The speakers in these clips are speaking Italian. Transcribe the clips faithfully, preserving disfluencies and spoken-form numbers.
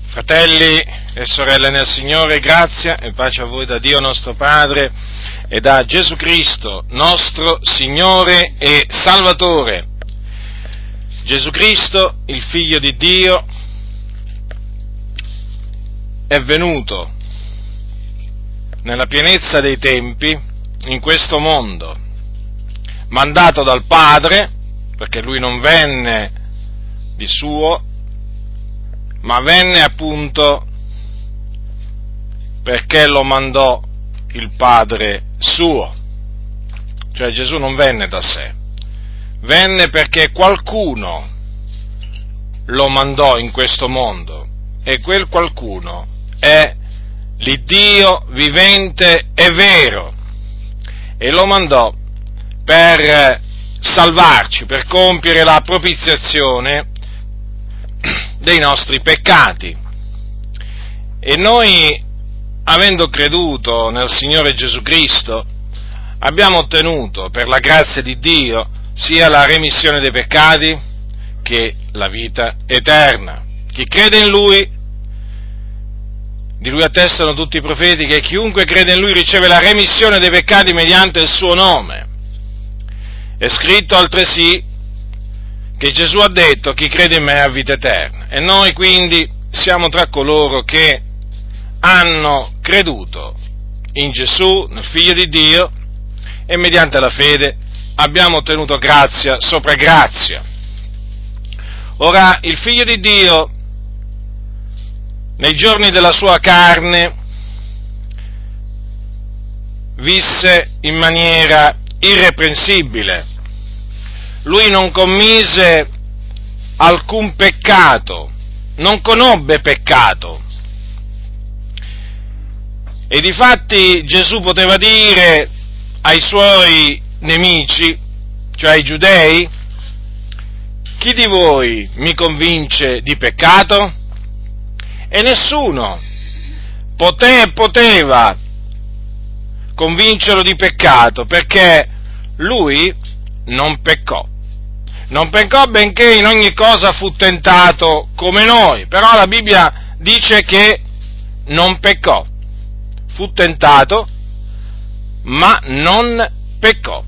Fratelli e sorelle nel Signore, grazia e pace a voi da Dio nostro Padre e da Gesù Cristo, nostro Signore e Salvatore. Gesù Cristo, il Figlio di Dio, è venuto nella pienezza dei tempi in questo mondo, mandato dal Padre, perché Lui non venne di suo, ma venne appunto perché lo mandò il Padre suo. Cioè Gesù non venne da sé, venne perché qualcuno lo mandò in questo mondo, e quel qualcuno è l'Iddio vivente e vero, e lo mandò per salvarci, per compiere la propiziazione dei nostri peccati. E noi, avendo creduto nel Signore Gesù Cristo, abbiamo ottenuto per la grazia di Dio sia la remissione dei peccati che la vita eterna. Chi crede in Lui, di Lui attestano tutti i profeti, che chiunque crede in Lui riceve la remissione dei peccati mediante il suo nome. È scritto altresì che Gesù ha detto: chi crede in me ha vita eterna. E noi quindi siamo tra coloro che hanno creduto in Gesù, nel Figlio di Dio, e mediante la fede abbiamo ottenuto grazia sopra grazia. Ora, il Figlio di Dio, nei giorni della sua carne, visse in maniera irreprensibile. Lui non commise alcun peccato, non conobbe peccato. E difatti Gesù poteva dire ai suoi nemici, cioè ai giudei: chi di voi mi convince di peccato? E nessuno poté, poteva convincerlo di peccato, perché lui non peccò. Non peccò, benché in ogni cosa fu tentato come noi, però la Bibbia dice che non peccò. Fu tentato, ma non peccò.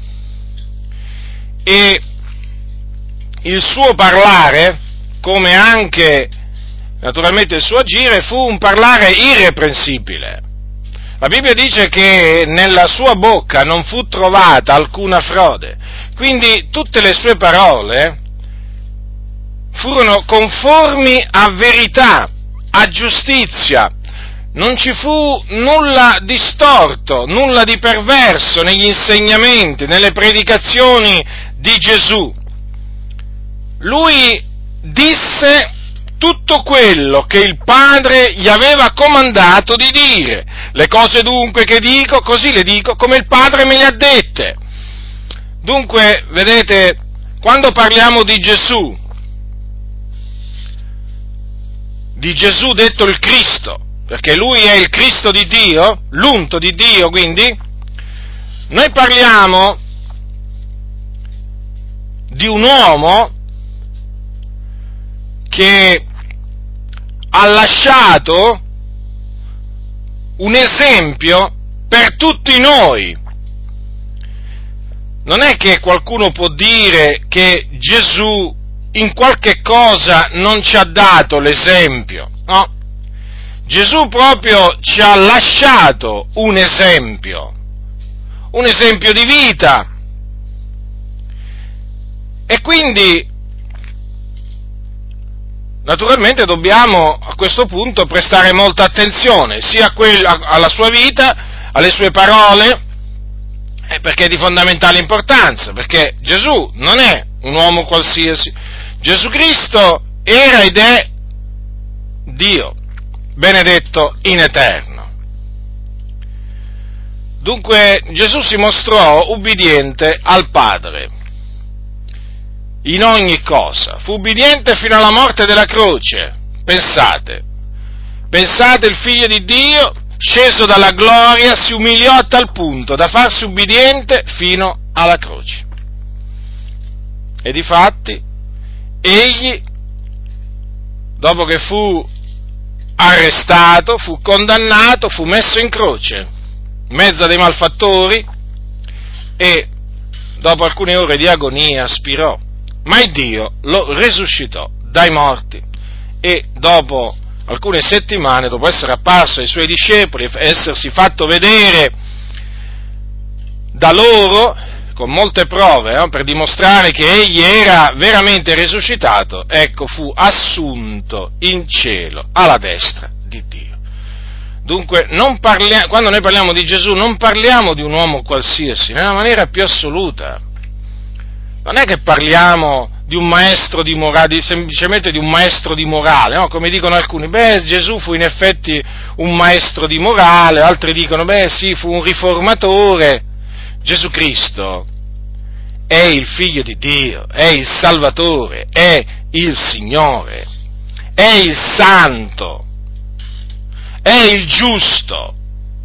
E il suo parlare, come anche naturalmente il suo agire, fu un parlare irreprensibile. La Bibbia dice che nella sua bocca non fu trovata alcuna frode, quindi tutte le sue parole furono conformi a verità, a giustizia. Non ci fu nulla di storto, nulla di perverso negli insegnamenti, nelle predicazioni di Gesù. Lui disse tutto quello che il Padre gli aveva comandato di dire. Le cose dunque che dico, così le dico come il Padre me le ha dette. Dunque, vedete, quando parliamo di Gesù, di Gesù detto il Cristo, perché Lui è il Cristo di Dio, l'unto di Dio, quindi, noi parliamo di un uomo che ha lasciato un esempio per tutti noi. Non è che qualcuno può dire che Gesù in qualche cosa non ci ha dato l'esempio, no? Gesù proprio ci ha lasciato un esempio, un esempio di vita. E quindi naturalmente dobbiamo a questo punto prestare molta attenzione sia a quella, alla sua vita, alle sue parole, eh, perché è di fondamentale importanza, perché Gesù non è un uomo qualsiasi. Gesù Cristo era ed è Dio, benedetto in eterno. Dunque Gesù si mostrò ubbidiente al Padre in ogni cosa, fu ubbidiente fino alla morte della croce. Pensate, pensate, il Figlio di Dio, sceso dalla gloria, si umiliò a tal punto da farsi ubbidiente fino alla croce. E difatti, egli, dopo che fu arrestato, fu condannato, fu messo in croce, in mezzo a dei malfattori, e dopo alcune ore di agonia spirò, ma il Dio lo risuscitò dai morti, e dopo alcune settimane, dopo essere apparso ai suoi discepoli e essersi fatto vedere da loro con molte prove, eh, per dimostrare che egli era veramente risuscitato, ecco, fu assunto in cielo alla destra di Dio. Dunque, non parlia- quando noi parliamo di Gesù, non parliamo di un uomo qualsiasi, nella maniera più assoluta. Non è che parliamo di un maestro di morale, di, semplicemente di un maestro di morale, no? Come dicono alcuni, beh, Gesù fu in effetti un maestro di morale, altri dicono, beh, sì, fu un riformatore. Gesù Cristo è il Figlio di Dio, è il Salvatore, è il Signore, è il Santo, è il Giusto.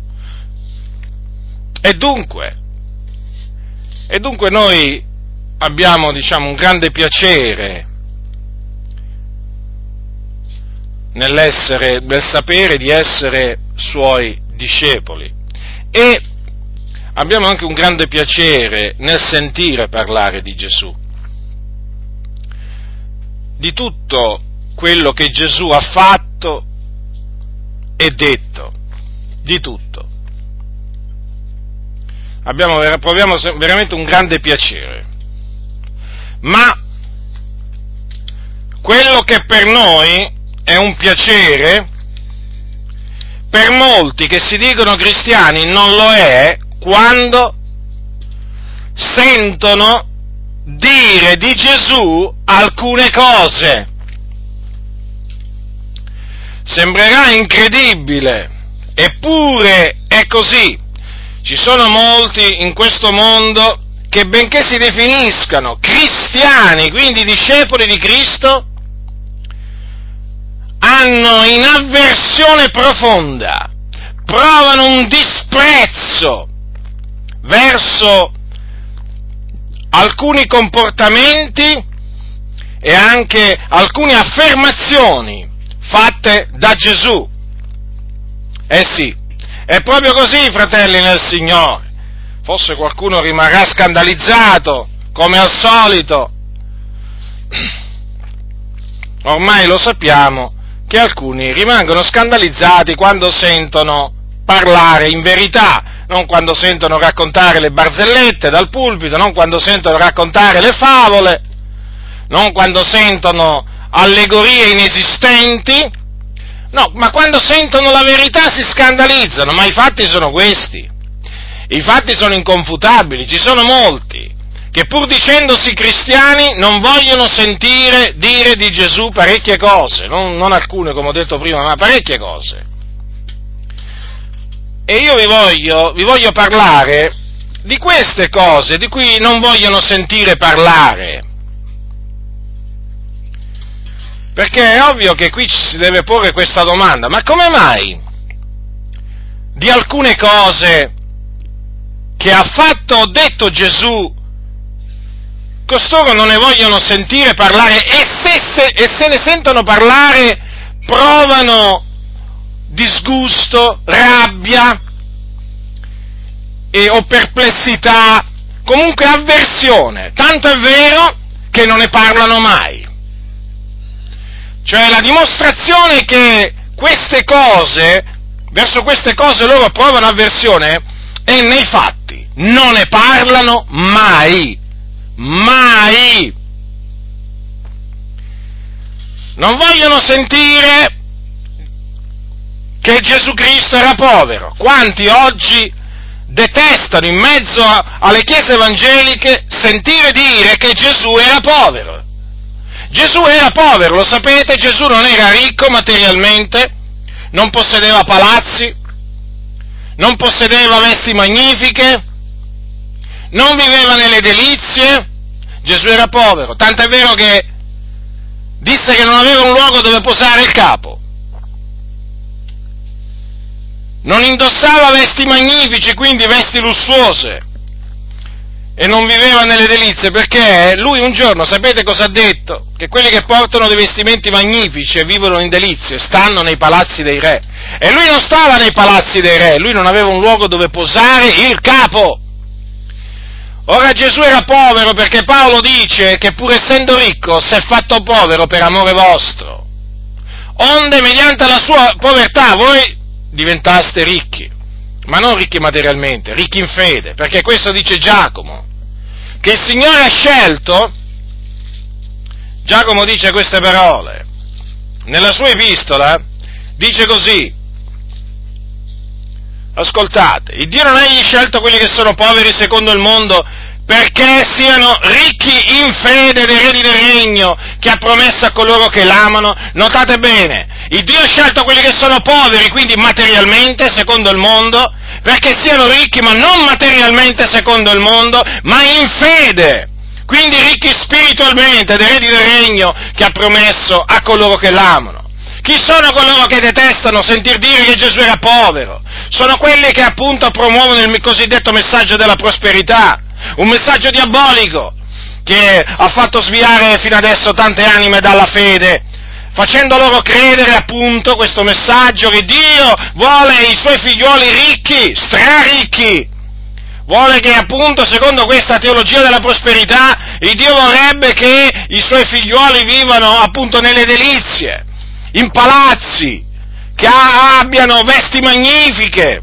E dunque, e dunque noi abbiamo, diciamo, un grande piacere nell'essere, nel sapere di essere Suoi discepoli, e abbiamo anche un grande piacere nel sentire parlare di Gesù, di tutto quello che Gesù ha fatto e detto, di tutto. Abbiamo, proviamo veramente un grande piacere, ma quello che per noi è un piacere, per molti che si dicono cristiani non lo è, quando sentono dire di Gesù alcune cose. Sembrerà incredibile, eppure è così. Ci sono molti in questo mondo che, benché si definiscano cristiani, quindi discepoli di Cristo, hanno in avversione profonda, provano un disprezzo verso alcuni comportamenti e anche alcune affermazioni fatte da Gesù. Eh sì, è proprio così, fratelli nel Signore. Forse qualcuno rimarrà scandalizzato, come al solito. Ormai lo sappiamo che alcuni rimangono scandalizzati quando sentono parlare in verità, non quando sentono raccontare le barzellette dal pulpito, non quando sentono raccontare le favole, non quando sentono allegorie inesistenti, no, ma quando sentono la verità si scandalizzano, ma i fatti sono questi, i fatti sono inconfutabili, ci sono molti che pur dicendosi cristiani non vogliono sentire dire di Gesù parecchie cose, non, non alcune come ho detto prima, ma parecchie cose. E io vi voglio, vi voglio parlare di queste cose di cui non vogliono sentire parlare. Perché è ovvio che qui ci si deve porre questa domanda: ma come mai di alcune cose che ha fatto o detto Gesù costoro non ne vogliono sentire parlare, e se, se, e se ne sentono parlare provano disgusto, rabbia e, o perplessità, comunque avversione, tanto è vero che non ne parlano mai. Cioè la dimostrazione che queste cose, verso queste cose loro provano avversione, è nei fatti, non ne parlano mai, mai. Non vogliono sentire che Gesù Cristo era povero. Quanti oggi detestano in mezzo a, alle chiese evangeliche sentire dire che Gesù era povero? Gesù era povero, lo sapete, Gesù non era ricco materialmente, non possedeva palazzi, non possedeva vesti magnifiche, non viveva nelle delizie. Gesù era povero, tanto è vero che disse che non aveva un luogo dove posare il capo. Non indossava vesti magnifici, quindi vesti lussuose. e non viveva nelle delizie, perché lui un giorno, sapete cosa ha detto? Che quelli che portano dei vestimenti magnifici e vivono in delizie stanno nei palazzi dei re, e lui non stava nei palazzi dei re, lui non aveva un luogo dove posare il capo. Ora Gesù era povero perché Paolo dice che pur essendo ricco si è fatto povero per amore vostro, onde mediante la sua povertà voi diventaste ricchi, ma non ricchi materialmente, ricchi in fede, perché questo dice Giacomo, che il Signore ha scelto. Giacomo dice queste parole, nella sua epistola, dice così, ascoltate, il Dio non ha egli scelto quelli che sono poveri secondo il mondo, perché siano ricchi in fede ed eredi del regno, che ha promesso a coloro che l'amano. Notate bene, il Dio ha scelto quelli che sono poveri, quindi materialmente, secondo il mondo, perché siano ricchi, ma non materialmente secondo il mondo, ma in fede. Quindi ricchi spiritualmente ed eredi del regno che ha promesso a coloro che l'amano. Chi sono coloro che detestano sentir dire che Gesù era povero? Sono quelli che appunto promuovono il cosiddetto messaggio della prosperità, un messaggio diabolico che ha fatto sviare fino adesso tante anime dalla fede, facendo loro credere appunto questo messaggio che Dio vuole i suoi figlioli ricchi, straricchi. Vuole che appunto, secondo questa teologia della prosperità, il Dio vorrebbe che i suoi figlioli vivano appunto nelle delizie, in palazzi, che abbiano vesti magnifiche.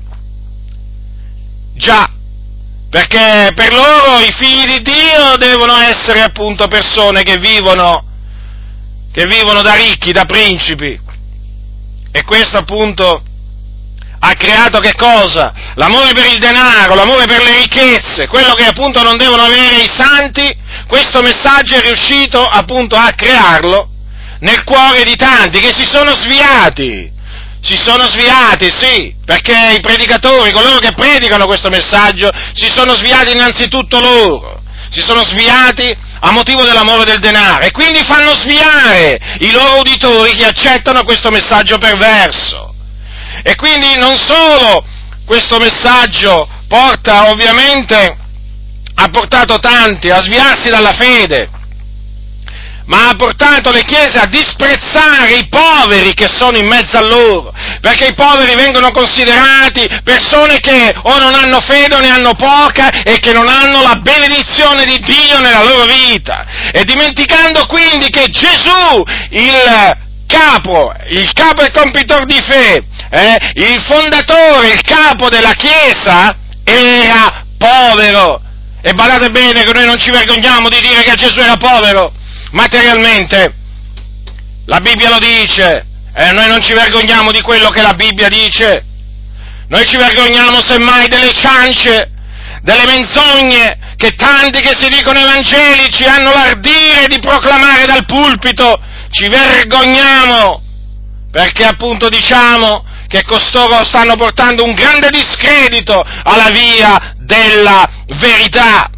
Già, perché per loro i figli di Dio devono essere appunto persone che vivono, che vivono da ricchi, da principi. E questo appunto ha creato che cosa? L'amore per il denaro, l'amore per le ricchezze, quello che appunto non devono avere i santi. Questo messaggio è riuscito appunto a crearlo nel cuore di tanti che si sono sviati, si sono sviati, sì, perché i predicatori, coloro che predicano questo messaggio, si sono sviati innanzitutto loro, si sono sviati a motivo dell'amore del denaro, e quindi fanno sviare i loro uditori che accettano questo messaggio perverso. E quindi non solo questo messaggio porta ovviamente, ha portato tanti a sviarsi dalla fede, ma ha portato le chiese a disprezzare i poveri che sono in mezzo a loro, perché i poveri vengono considerati persone che o non hanno fede o ne hanno poca e che non hanno la benedizione di Dio nella loro vita, e dimenticando quindi che Gesù, il capo, il capo e compitor di fede, eh, il fondatore, il capo della Chiesa, era povero. E badate bene che noi non ci vergogniamo di dire che Gesù era povero materialmente, la Bibbia lo dice, e noi non ci vergogniamo di quello che la Bibbia dice, noi ci vergogniamo semmai delle ciance, delle menzogne che tanti che si dicono evangelici hanno l'ardire di proclamare dal pulpito. Ci vergogniamo, perché appunto diciamo che costoro stanno portando un grande discredito alla via della verità.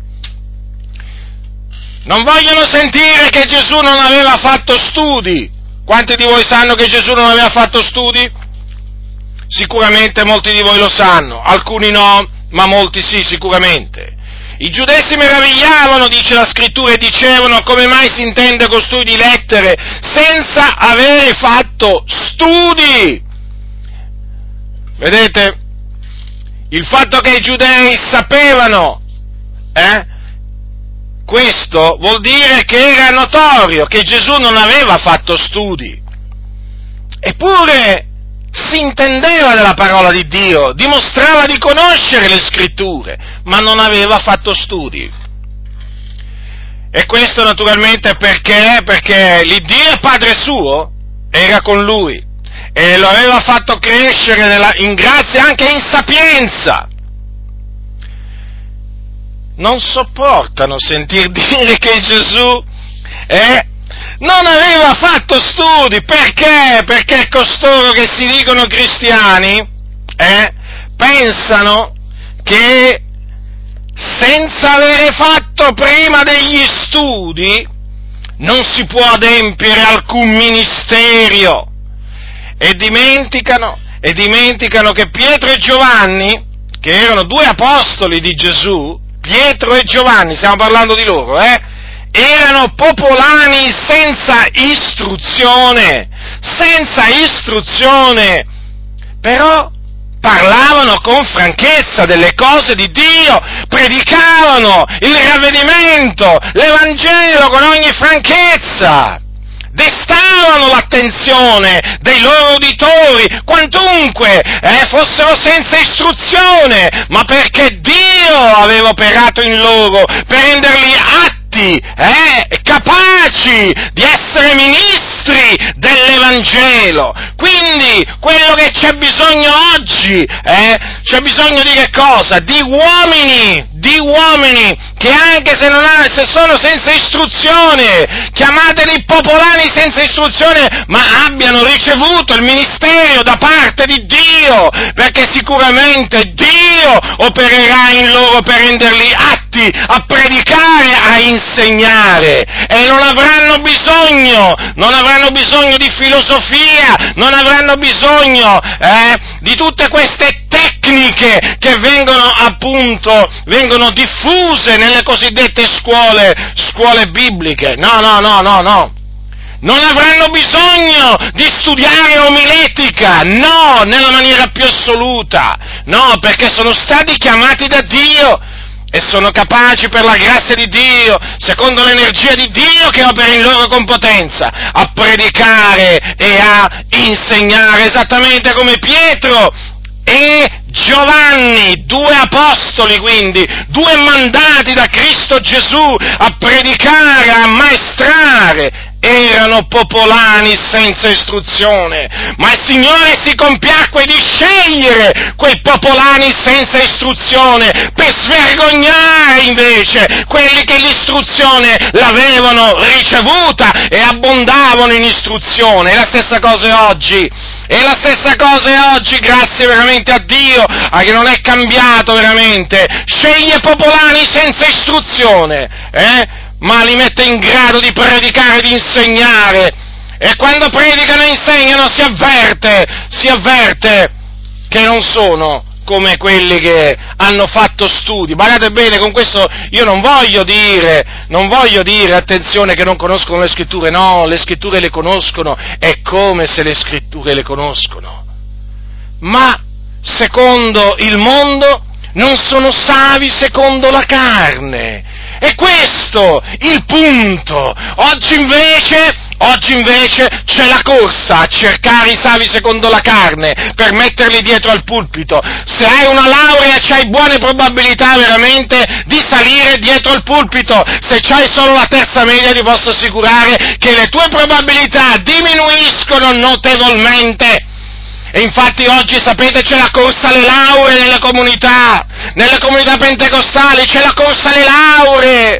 Non vogliono sentire che Gesù non aveva fatto studi. Quanti di voi sanno che Gesù non aveva fatto studi? Sicuramente molti di voi lo sanno, alcuni no, ma molti sì, sicuramente. I giudei si meravigliavano, dice la scrittura, e dicevano: come mai si intende costui di lettere senza avere fatto studi? Vedete? Il fatto che i giudei sapevano, eh? Questo vuol dire che era notorio che Gesù non aveva fatto studi. Eppure si intendeva della parola di Dio, dimostrava di conoscere le scritture, ma non aveva fatto studi. E questo naturalmente perché? Perché l'Iddio è Padre suo, era con lui, e lo aveva fatto crescere nella, in grazia e anche in sapienza. Non sopportano sentir dire che Gesù è non aveva fatto studi. Perché? Perché costoro che si dicono cristiani eh, pensano che senza avere fatto prima degli studi non si può adempiere alcun ministero, e dimenticano, e dimenticano che Pietro e Giovanni, che erano due apostoli di Gesù, Pietro e Giovanni, stiamo parlando di loro, eh? Erano popolani senza istruzione, senza istruzione, però parlavano con franchezza delle cose di Dio, predicavano il ravvedimento, l'Evangelo con ogni franchezza, destavano l'attenzione dei loro uditori, quantunque eh, fossero senza istruzione, ma perché Dio aveva operato in loro per renderli atti, eh, capaci di essere ministri dell'Evangelo. Quindi quello che c'è bisogno oggi, eh, c'è bisogno di che cosa? Di uomini, di uomini che anche se, non ha, se sono senza istruzione, chiamateli popolani senza istruzione, ma abbiano ricevuto il ministero da parte di Dio, perché sicuramente Dio opererà in loro per renderli atti a predicare, a insegnare, e non avranno bisogno, non avranno bisogno di filosofia, non avranno bisogno eh, di tutte queste tecniche che vengono appunto, vengono diffuse nelle cosiddette scuole, scuole bibliche. No, no, no, no, no. Non avranno bisogno di studiare omiletica, no, nella maniera più assoluta, no, perché sono stati chiamati da Dio e sono capaci per la grazia di Dio, secondo l'energia di Dio che opera in loro con potenza, a predicare e a insegnare, esattamente come Pietro e Giovanni, due apostoli quindi, due mandati da Cristo Gesù a predicare, a ammaestrare. Erano popolani senza istruzione, ma il Signore si compiacque di scegliere quei popolani senza istruzione per svergognare invece quelli che l'istruzione l'avevano ricevuta e abbondavano in istruzione. È la stessa cosa oggi, è la stessa cosa oggi, grazie veramente a Dio, a che non è cambiato veramente, sceglie popolani senza istruzione, eh? ma li mette in grado di predicare, di insegnare, e quando predicano e insegnano si avverte, si avverte che non sono come quelli che hanno fatto studi. Badate bene, con questo io non voglio dire, non voglio dire, attenzione, che non conoscono le scritture, no, le scritture le conoscono, è come se le scritture le conoscono, ma secondo il mondo non sono savi secondo la carne. È questo il punto. Oggi invece, oggi invece c'è la corsa a cercare i savi secondo la carne per metterli dietro al pulpito. Se hai una laurea c'hai buone probabilità veramente di salire dietro al pulpito. Se c'hai solo la terza media ti posso assicurare che le tue probabilità diminuiscono notevolmente. E infatti oggi, sapete, c'è la corsa alle lauree nelle comunità, nelle comunità pentecostali c'è la corsa alle lauree,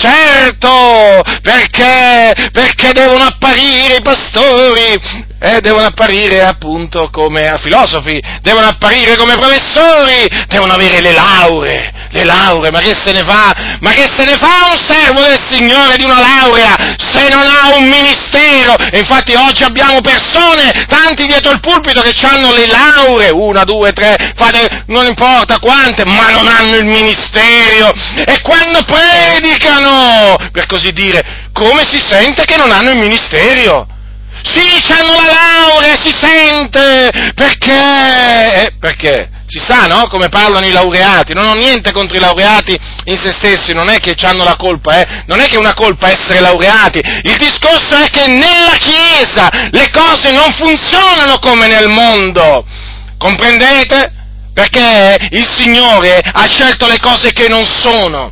certo, perché, perché devono apparire i pastori, eh, devono apparire appunto come filosofi, devono apparire come professori, devono avere le lauree, le lauree, ma che se ne fa, ma che se ne fa un servo del Signore di una laurea se non ha un ministero? E infatti oggi abbiamo persone, tanti dietro il pulpito, che hanno le lauree, una, due, tre, fate, non importa quante, ma non hanno il ministero, e quando predicano, per così dire, come si sente che non hanno il ministero? Sì, hanno la laurea, si sente, perché, perché, si sa, no, come parlano i laureati, non ho niente contro i laureati in se stessi, non è che hanno la colpa, eh, non è che è una colpa essere laureati, il discorso è che nella Chiesa le cose non funzionano come nel mondo, comprendete? Perché il Signore ha scelto le cose che non sono,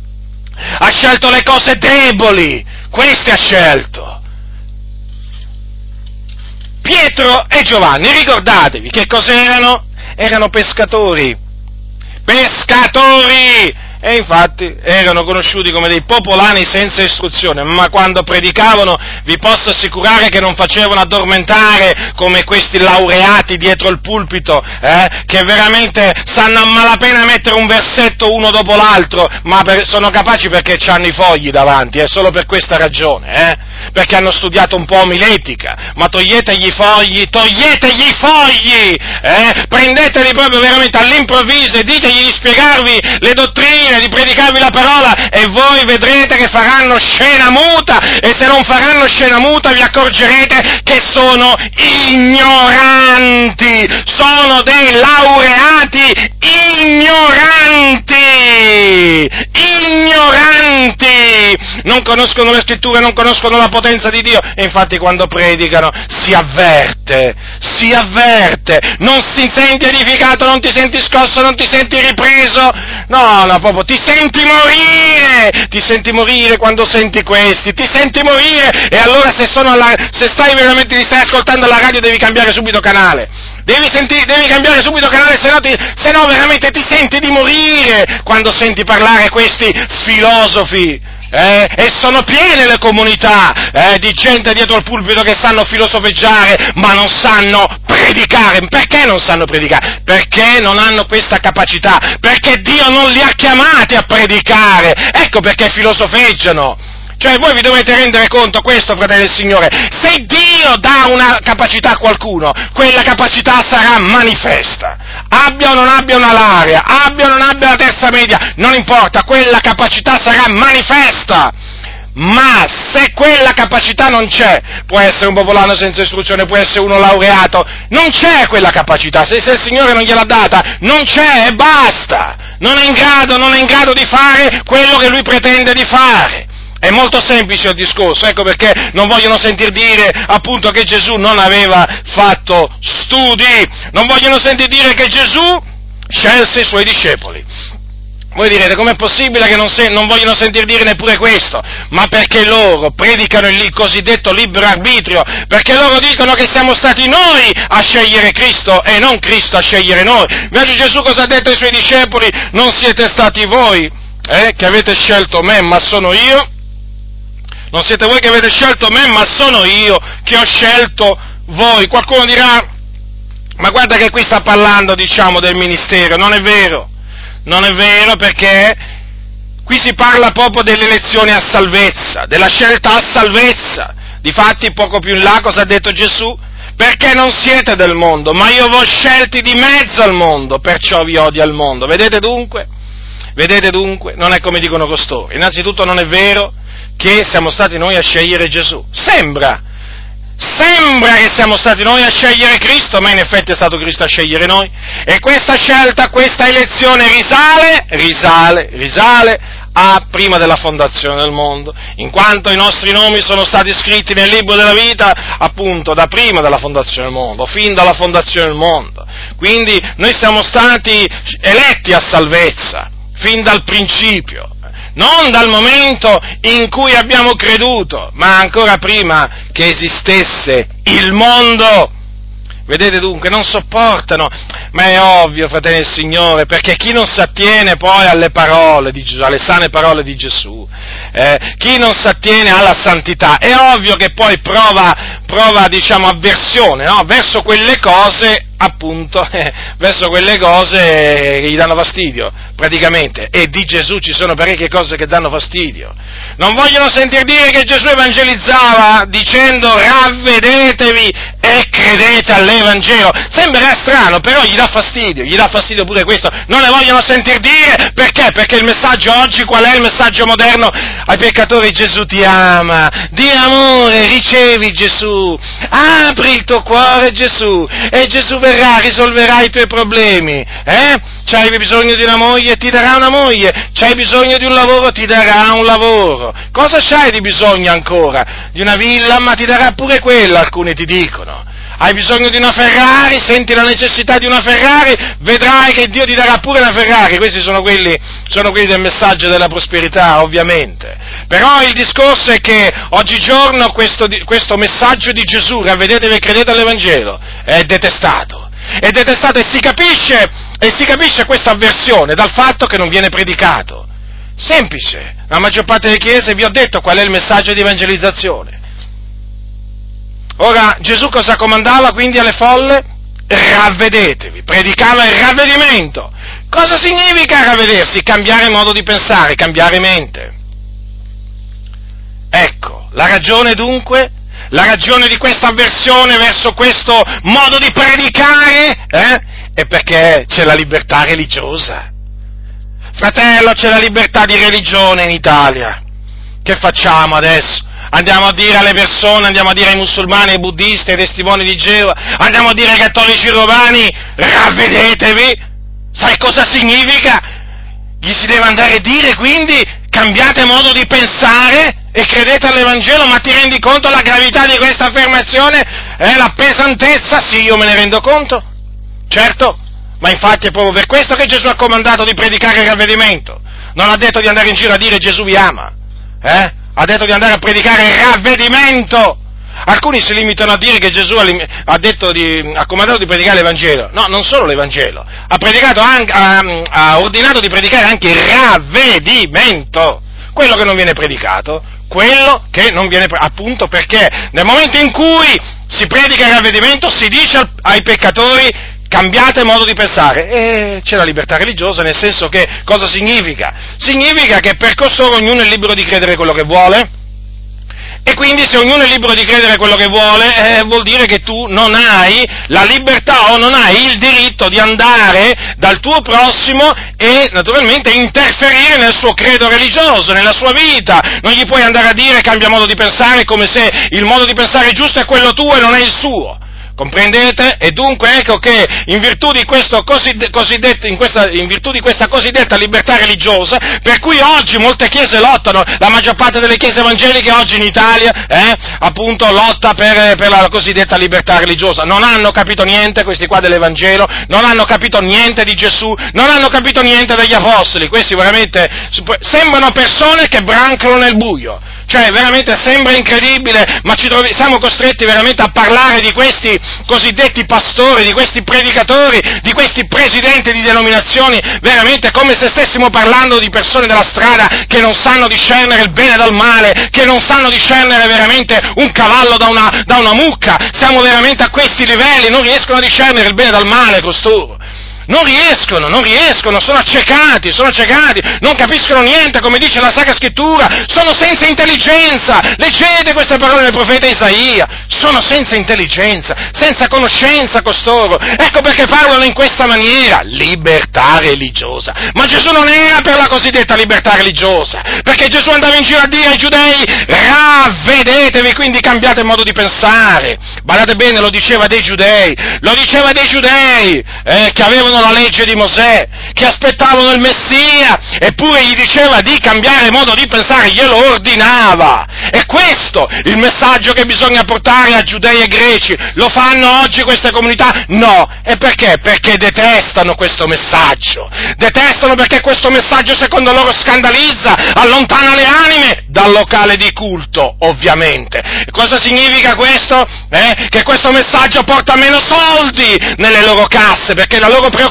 ha scelto le cose deboli, queste ha scelto. Pietro e Giovanni, ricordatevi che cos'erano? Erano pescatori, pescatori, e infatti erano conosciuti come dei popolani senza istruzione, ma quando predicavano vi posso assicurare che non facevano addormentare come questi laureati dietro il pulpito, eh, che veramente sanno a malapena mettere un versetto uno dopo l'altro, ma per, sono capaci perché hanno i fogli davanti, è eh, solo per questa ragione, eh, perché hanno studiato un po' omiletica, ma toglietegli i fogli, toglietegli i fogli, eh, prendeteli proprio veramente all'improvviso e ditegli di spiegarvi le dottrine morire, di predicarvi la parola, e voi vedrete che faranno scena muta, e se non faranno scena muta vi accorgerete che sono ignoranti, sono dei laureati ignoranti, ignoranti, non conoscono le scritture, non conoscono la potenza di Dio, e infatti quando predicano si avverte, si avverte, non si senti edificato, non ti senti scosso, non ti senti ripreso, no, no, proprio ti senti morire, ti senti morire quando senti questi, ti senti morire, e allora se sono alla, se stai veramente, ti stai ascoltando la radio devi cambiare subito canale. Devi, senti, devi cambiare subito canale, se no, ti, se no veramente ti senti di morire quando senti parlare questi filosofi. Eh, e sono piene le comunità eh, di gente dietro al pulpito che sanno filosofeggiare, ma non sanno predicare. Perché non sanno predicare? Perché non hanno questa capacità, perché Dio non li ha chiamati a predicare. Ecco perché filosofeggiano. Cioè voi vi dovete rendere conto questo, fratelli del Signore, se Dio dà una capacità a qualcuno, quella capacità sarà manifesta, abbia o non abbia una laurea, abbia o non abbia la terza media, non importa, quella capacità sarà manifesta. Ma se quella capacità non c'è, può essere un popolano senza istruzione, può essere uno laureato, non c'è quella capacità, se, se il Signore non gliel'ha data, non c'è e basta, non è in grado, non è in grado di fare quello che Lui pretende di fare. È molto semplice il discorso, ecco perché non vogliono sentir dire appunto che Gesù non aveva fatto studi, non vogliono sentir dire che Gesù scelse i Suoi discepoli. Voi direte, com'è possibile che non, se, non vogliono sentir dire neppure questo? Ma perché loro predicano il, il cosiddetto libero arbitrio, perché loro dicono che siamo stati noi a scegliere Cristo e non Cristo a scegliere noi. Invece Gesù cosa ha detto ai Suoi discepoli? Non siete stati voi eh, che avete scelto me, ma sono io. Non siete voi che avete scelto me, ma sono io che ho scelto voi. Qualcuno dirà, ma guarda che qui sta parlando, diciamo, del ministero. Non è vero, non è vero, perché qui si parla proprio dell'elezione a salvezza, della scelta a salvezza. Difatti, poco più in là, cosa ha detto Gesù? Perché non siete del mondo, ma io vi ho scelti di mezzo al mondo, perciò vi odio al mondo. Vedete dunque? Vedete dunque? Non è come dicono costoro. Innanzitutto non è vero che siamo stati noi a scegliere Gesù. Sembra, sembra che siamo stati noi a scegliere Cristo, ma in effetti è stato Cristo a scegliere noi. E questa scelta, questa elezione risale, risale, risale a prima della fondazione del mondo, in quanto i nostri nomi sono stati scritti nel libro della vita, appunto, da prima della fondazione del mondo, fin dalla fondazione del mondo. Quindi noi siamo stati eletti a salvezza, fin dal principio. Non dal momento in cui abbiamo creduto, ma ancora prima che esistesse il mondo. Vedete dunque, non sopportano, ma è ovvio, fratelli del Signore, perché chi non si attiene poi alle parole di Gesù, alle sane parole di Gesù, eh, chi non si attiene alla santità, è ovvio che poi prova, prova diciamo, avversione, no? Verso quelle cose, appunto, eh, verso quelle cose che gli danno fastidio, praticamente, e di Gesù ci sono parecchie cose che danno fastidio. Non vogliono sentir dire che Gesù evangelizzava dicendo ravvedetevi e credete all'Evangelo. Sembra strano, però gli dà fastidio, gli dà fastidio pure questo. Non le vogliono sentir dire, perché? Perché il messaggio oggi, qual è il messaggio moderno? Ai peccatori Gesù ti ama, di amore, ricevi Gesù, apri il tuo cuore Gesù, e Gesù verrà, risolverà i tuoi problemi, eh? C'hai bisogno di una moglie, ti darà una moglie, c'hai bisogno di un lavoro, ti darà un lavoro. Cosa c'hai di bisogno ancora? Di una villa? Ma ti darà pure quella, alcuni ti dicono. Hai bisogno di una Ferrari? Senti la necessità di una Ferrari? Vedrai che Dio ti darà pure una Ferrari. Questi sono quelli, sono quelli del messaggio della prosperità, ovviamente. Però il discorso è che oggigiorno questo, questo messaggio di Gesù, ravvedetevi e credete all'Evangelo, è detestato. È detestato e si capisce... E si capisce questa avversione dal fatto che non viene predicato. Semplice, la maggior parte delle chiese, vi ho detto qual è il messaggio di evangelizzazione. Ora, Gesù cosa comandava quindi alle folle? Ravvedetevi, predicava il ravvedimento. Cosa significa ravvedersi? Cambiare modo di pensare, cambiare mente. Ecco, la ragione dunque, la ragione di questa avversione verso questo modo di predicare, eh? È perché c'è la libertà religiosa. Fratello, c'è la libertà di religione in Italia. Che facciamo adesso? Andiamo a dire alle persone, andiamo a dire ai musulmani, ai buddisti, ai testimoni di Geova, andiamo a dire ai cattolici romani, ravvedetevi? Sai cosa significa? Gli si deve andare a dire, quindi, cambiate modo di pensare e credete all'Evangelo, ma ti rendi conto la gravità di questa affermazione? Eh, la pesantezza? Sì, io me ne rendo conto, certo, ma infatti è proprio per questo che Gesù ha comandato di predicare il ravvedimento. Non ha detto di andare in giro a dire Gesù vi ama, eh? Ha detto di andare a predicare il ravvedimento. Alcuni si limitano a dire che Gesù ha, detto di, ha comandato di predicare l'Evangelo. No, non solo l'Evangelo, ha, predicato anche, ha, ha ordinato di predicare anche il ravvedimento, quello che non viene predicato, quello che non viene predicato, appunto perché nel momento in cui si predica il ravvedimento si dice ai peccatori cambiate modo di pensare, e c'è la libertà religiosa, nel senso che cosa significa? Significa che per costoro ognuno è libero di credere quello che vuole, e quindi se ognuno è libero di credere quello che vuole, eh, vuol dire che tu non hai la libertà o non hai il diritto di andare dal tuo prossimo e naturalmente interferire nel suo credo religioso, nella sua vita. Non gli puoi andare a dire cambia modo di pensare, come se il modo di pensare giusto è quello tuo e non è il suo. Comprendete? E dunque ecco che in virtù di questo cosiddetto, in, questa, in virtù di questa cosiddetta libertà religiosa, per cui oggi molte chiese lottano, la maggior parte delle chiese evangeliche oggi in Italia, eh, appunto lotta per, per la cosiddetta libertà religiosa. Non hanno capito niente questi qua dell'Evangelo, non hanno capito niente di Gesù, non hanno capito niente degli Apostoli. Questi veramente sembrano persone che brancano nel buio. Cioè, veramente sembra incredibile, ma ci trovi, siamo costretti veramente a parlare di questi cosiddetti pastori, di questi predicatori, di questi presidenti di denominazioni, veramente come se stessimo parlando di persone della strada che non sanno discernere il bene dal male, che non sanno discernere veramente un cavallo da una, da una mucca. Siamo veramente a questi livelli, non riescono a discernere il bene dal male costoro. Non riescono, non riescono, sono accecati, sono accecati, non capiscono niente, come dice la Sacra Scrittura, sono senza intelligenza. Leggete queste parole del profeta Isaia, sono senza intelligenza, senza conoscenza costoro. Ecco perché parlano in questa maniera, libertà religiosa. Ma Gesù non era per la cosiddetta libertà religiosa, perché Gesù andava in giro a dire ai giudei, ravvedetevi, quindi cambiate modo di pensare. Badate bene, lo diceva dei giudei, lo diceva dei giudei, eh, che avevano la legge di Mosè, che aspettavano il Messia, eppure gli diceva di cambiare modo di pensare, glielo ordinava. E questo il messaggio che bisogna portare a giudei e greci. Lo fanno oggi queste comunità? No. E perché? Perché detestano questo messaggio. Detestano perché questo messaggio secondo loro scandalizza, allontana le anime dal locale di culto, ovviamente. E cosa significa questo? Eh? Che questo messaggio porta meno soldi nelle loro casse, perché la loro preoccupazione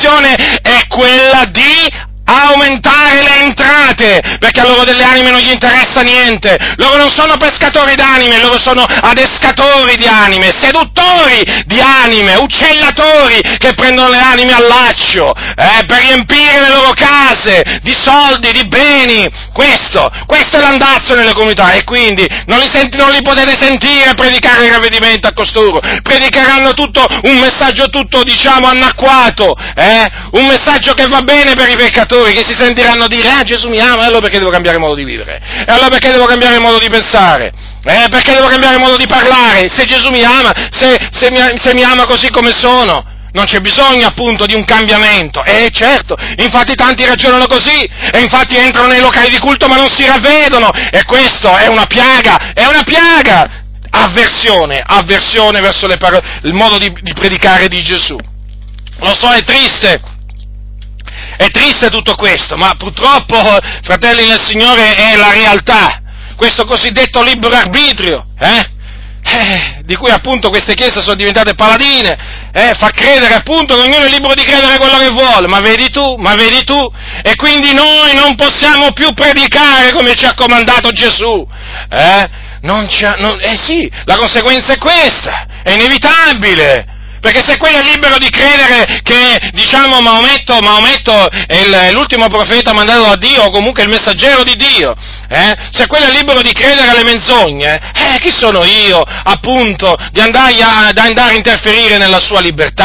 è quella di aumentare le entrate, perché a loro delle anime non gli interessa niente. Loro non sono pescatori d'anime, loro sono adescatori di anime, seduttori di anime, uccellatori che prendono le anime al laccio, eh, per riempire le loro case di soldi, di beni. Questo, questo è l'andazzo nelle comunità, e quindi non li, senti, non li potete sentire predicare il ravvedimento a costoro. Predicheranno tutto un messaggio tutto, diciamo, anacquato, eh, un messaggio che va bene per i peccatori, che si sentiranno dire, ah, Gesù mi ama, e allora perché devo cambiare modo di vivere? E allora perché devo cambiare modo di pensare? Eh, perché devo cambiare modo di parlare? Se Gesù mi ama, se, se, mi, se mi ama così come sono, non c'è bisogno appunto di un cambiamento. Eh, certo, infatti tanti ragionano così, e infatti entrano nei locali di culto ma non si ravvedono, e questo è una piaga, è una piaga! Avversione, avversione verso le parole, il modo di, di predicare di Gesù. Lo so, è triste, È triste tutto questo, ma purtroppo, fratelli nel Signore, è la realtà. Questo cosiddetto libero arbitrio, eh? Eh, di cui appunto queste chiese sono diventate paladine, eh, fa credere appunto che ognuno è libero di credere quello che vuole, ma vedi tu, ma vedi tu, e quindi noi non possiamo più predicare come ci ha comandato Gesù, eh? Non ci ha, non, eh sì, la conseguenza è questa, è inevitabile. Perché se quello è libero di credere che, diciamo, Maometto, Maometto è, il, è l'ultimo profeta mandato da Dio, o comunque il messaggero di Dio, eh? Se quello è libero di credere alle menzogne, eh, chi sono io, appunto, di andare a, da andare a interferire nella sua libertà?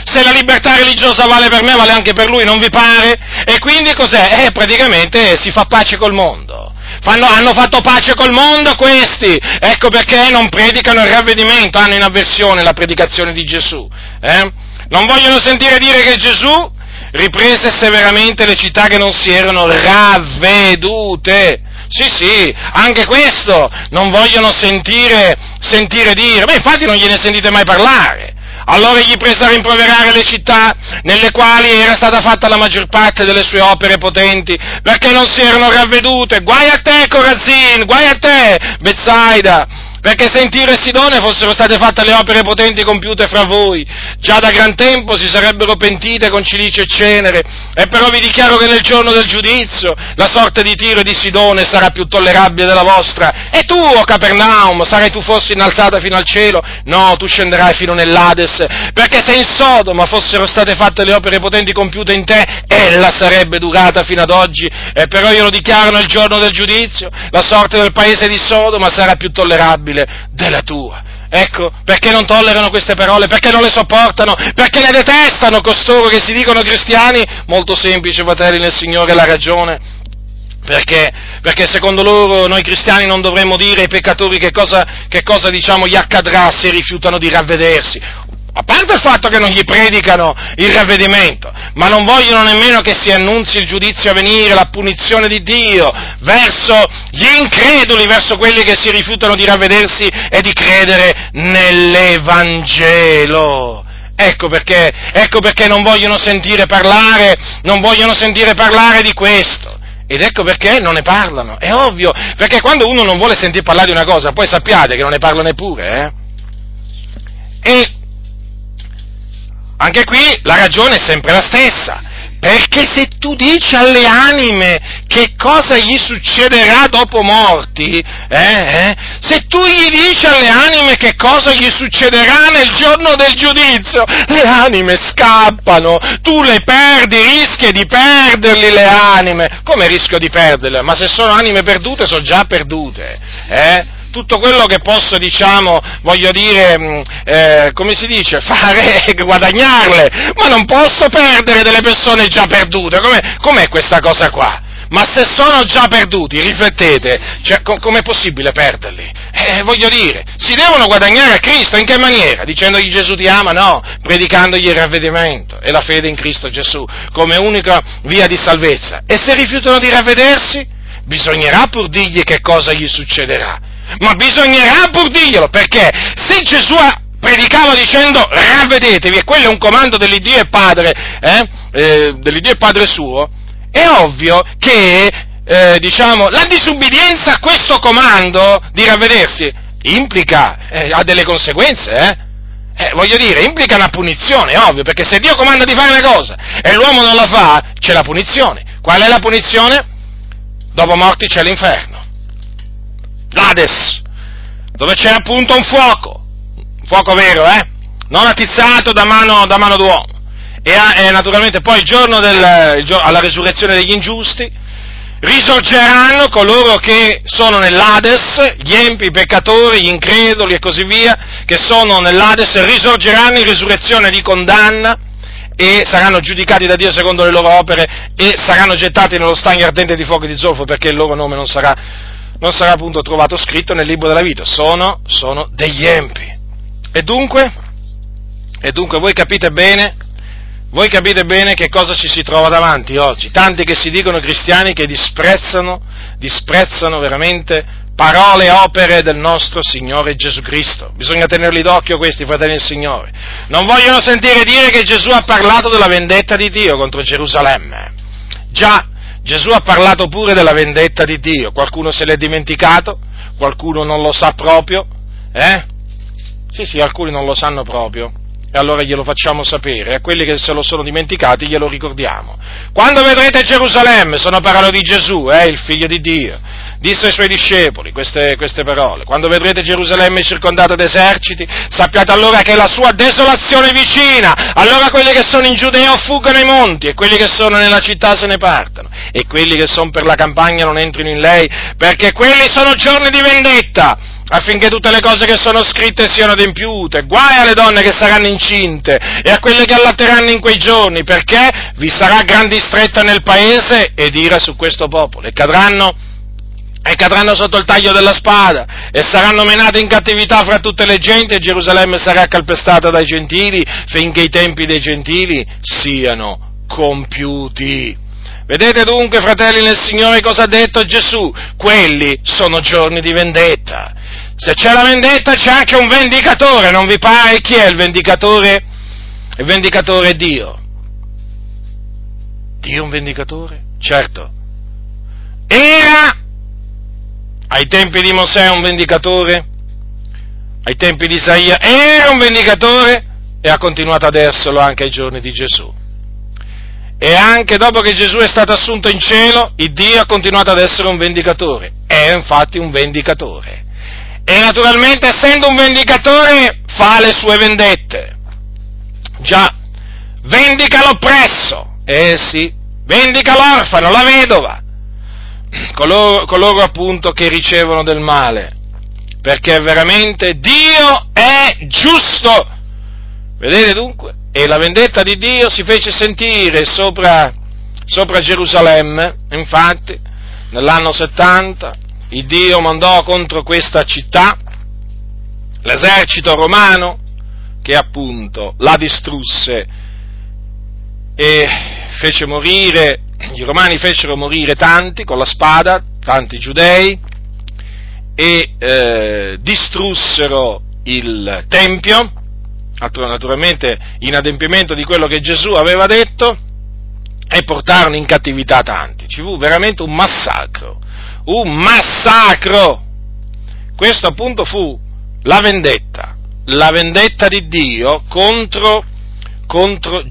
Se la libertà religiosa vale per me, vale anche per lui, non vi pare? E quindi cos'è? Eh, praticamente si fa pace col mondo. Fanno, hanno fatto pace col mondo questi, ecco perché non predicano il ravvedimento, hanno in avversione la predicazione di Gesù, eh? Non vogliono sentire dire che Gesù riprese severamente le città che non si erano ravvedute. Sì, sì, anche questo non vogliono sentire, sentire dire, beh, infatti non gliene sentite mai parlare. Allora gli prese a rimproverare le città nelle quali era stata fatta la maggior parte delle sue opere potenti, perché non si erano ravvedute. Guai a te, Corazin, guai a te, Betsaida, perché se in Tiro e Sidone fossero state fatte le opere potenti compiute fra voi, già da gran tempo si sarebbero pentite con cilicio e cenere, e però vi dichiaro che nel giorno del giudizio la sorte di Tiro e di Sidone sarà più tollerabile della vostra. E tu, o Capernaum, sarai tu forse innalzata fino al cielo? No, tu scenderai fino nell'Ades, perché se in Sodoma fossero state fatte le opere potenti compiute in te, ella sarebbe durata fino ad oggi, e però io lo dichiaro nel giorno del giudizio, la sorte del paese di Sodoma sarà più tollerabile della tua. Ecco, perché non tollerano queste parole? Perché non le sopportano? Perché le detestano costoro che si dicono cristiani? Molto semplice, fratelli nel Signore, la ragione. Perché? Perché secondo loro noi cristiani non dovremmo dire ai peccatori che cosa, che cosa diciamo gli accadrà se rifiutano di ravvedersi. A parte il fatto che non gli predicano il ravvedimento, ma non vogliono nemmeno che si annunzi il giudizio a venire, la punizione di Dio verso gli increduli, verso quelli che si rifiutano di ravvedersi e di credere nell'Evangelo. Ecco perché, ecco perché non vogliono sentire parlare, non vogliono sentire parlare di questo. Ed ecco perché non ne parlano, è ovvio, perché quando uno non vuole sentire parlare di una cosa, poi sappiate che non ne parla neppure, eh? E anche qui la ragione è sempre la stessa, perché se tu dici alle anime che cosa gli succederà dopo morti, eh, eh, se tu gli dici alle anime che cosa gli succederà nel giorno del giudizio, le anime scappano, tu le perdi, rischi di perderli le anime. Come rischio di perderle? Ma se sono anime perdute, sono già perdute, eh? Tutto quello che posso, diciamo, voglio dire, eh, come si dice, fare è guadagnarle, ma non posso perdere delle persone già perdute. Com'è, com'è questa cosa qua? Ma se sono già perduti, riflettete, cioè, com- com'è possibile perderli? Eh, voglio dire, si devono guadagnare a Cristo, in che maniera? Dicendogli Gesù ti ama? No, predicandogli il ravvedimento e la fede in Cristo Gesù come unica via di salvezza. E se rifiutano di ravvedersi, bisognerà pur dirgli che cosa gli succederà. Ma bisognerà pur dirglielo, perché se Gesù predicava dicendo ravvedetevi, e quello è un comando dell'Iddio e Padre, eh, eh, dell'Iddio e Padre suo, è ovvio che, eh, diciamo, la disubbidienza a questo comando di ravvedersi implica, eh, ha delle conseguenze, eh? Eh, voglio dire, implica una punizione, è ovvio, perché se Dio comanda di fare una cosa e l'uomo non la fa, c'è la punizione. Qual è la punizione? Dopo morti c'è l'inferno. L'Ades, dove c'è appunto un fuoco, un fuoco vero, eh? Non attizzato da mano, da mano d'uomo. E, e naturalmente poi il giorno, del, il giorno alla risurrezione degli ingiusti risorgeranno coloro che sono nell'Ades, gli empi, i peccatori, gli increduli e così via, che sono nell'Ades, risorgeranno in risurrezione di condanna e saranno giudicati da Dio secondo le loro opere e saranno gettati nello stagno ardente di fuoco e di zolfo, perché il loro nome non sarà non sarà appunto trovato scritto nel libro della vita, sono, sono degli empi. E dunque, e dunque voi capite bene, voi capite bene che cosa ci si trova davanti oggi, tanti che si dicono cristiani che disprezzano, disprezzano veramente parole e opere del nostro Signore Gesù Cristo. Bisogna tenerli d'occhio questi, fratelli del Signore. Non vogliono sentire dire che Gesù ha parlato della vendetta di Dio contro Gerusalemme. Già, Gesù ha parlato pure della vendetta di Dio, qualcuno se l'è dimenticato, qualcuno non lo sa proprio, eh? Sì, sì, alcuni non lo sanno proprio, e allora glielo facciamo sapere, a quelli che se lo sono dimenticati glielo ricordiamo. Quando vedrete Gerusalemme, sono parole di Gesù, eh, il figlio di Dio, disse ai suoi discepoli queste, queste parole, quando vedrete Gerusalemme circondata d'eserciti, sappiate allora che la sua desolazione è vicina, allora quelli che sono in Giudea fuggano ai monti, e quelli che sono nella città se ne partano, e quelli che sono per la campagna non entrino in lei, perché quelli sono giorni di vendetta, affinché tutte le cose che sono scritte siano adempiute. Guai alle donne che saranno incinte e a quelle che allatteranno in quei giorni, perché vi sarà gran distretta nel paese ed ira su questo popolo, e cadranno, e cadranno sotto il taglio della spada, e saranno menate in cattività fra tutte le genti, e Gerusalemme sarà calpestata dai gentili, finché i tempi dei gentili siano compiuti. Vedete dunque, fratelli nel Signore, cosa ha detto Gesù? Quelli sono giorni di vendetta. Se c'è la vendetta c'è anche un vendicatore, non vi pare? Chi è il vendicatore? Il vendicatore è Dio. Dio è un vendicatore? Certo. Era ai tempi di Mosè un vendicatore, ai tempi di Isaia era un vendicatore, e ha continuato ad esserlo anche ai giorni di Gesù. E anche dopo che Gesù è stato assunto in cielo, il Dio ha continuato ad essere un vendicatore. È infatti un vendicatore. E naturalmente, essendo un vendicatore, fa le sue vendette. Già, vendica l'oppresso. Eh sì, vendica l'orfano, la vedova. Coloro, coloro appunto che ricevono del male. Perché veramente Dio è giusto. Vedete dunque? E la vendetta di Dio si fece sentire sopra, sopra Gerusalemme. Infatti, nell'anno settanta, il Dio mandò contro questa città l'esercito romano, che appunto la distrusse e fece morire, i romani fecero morire tanti con la spada, tanti giudei, e eh, distrussero il Tempio, naturalmente in adempimento di quello che Gesù aveva detto, e portarono in cattività tanti. Ci fu veramente un massacro, un massacro! Questo appunto fu la vendetta, la vendetta di Dio contro, contro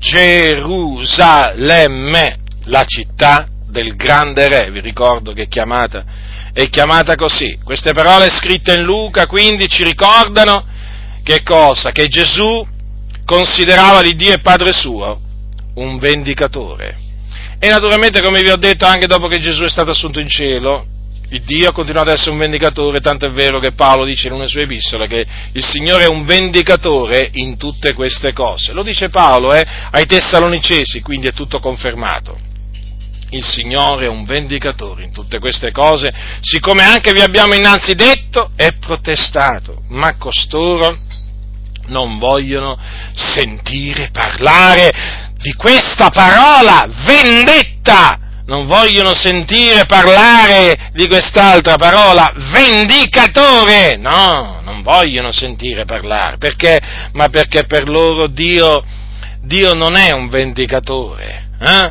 Gerusalemme, la città del grande re. Vi ricordo che è chiamata, è chiamata così. Queste parole scritte in Luca quindi ci ricordano che cosa? Che Gesù considerava l'Iddio e Padre suo un vendicatore. E naturalmente, come vi ho detto, anche dopo che Gesù è stato assunto in cielo, il Dio ha continuato ad essere un vendicatore, tanto è vero che Paolo dice in una sua epistole che il Signore è un vendicatore in tutte queste cose. Lo dice Paolo eh, ai Tessalonicesi, quindi è tutto confermato. Il Signore è un vendicatore in tutte queste cose, siccome anche vi abbiamo innanzi detto e protestato, ma costoro non vogliono sentire parlare di questa parola, vendetta, non vogliono sentire parlare di quest'altra parola, vendicatore, no, non vogliono sentire parlare, perché? Ma perché per loro Dio, Dio non è un vendicatore, eh?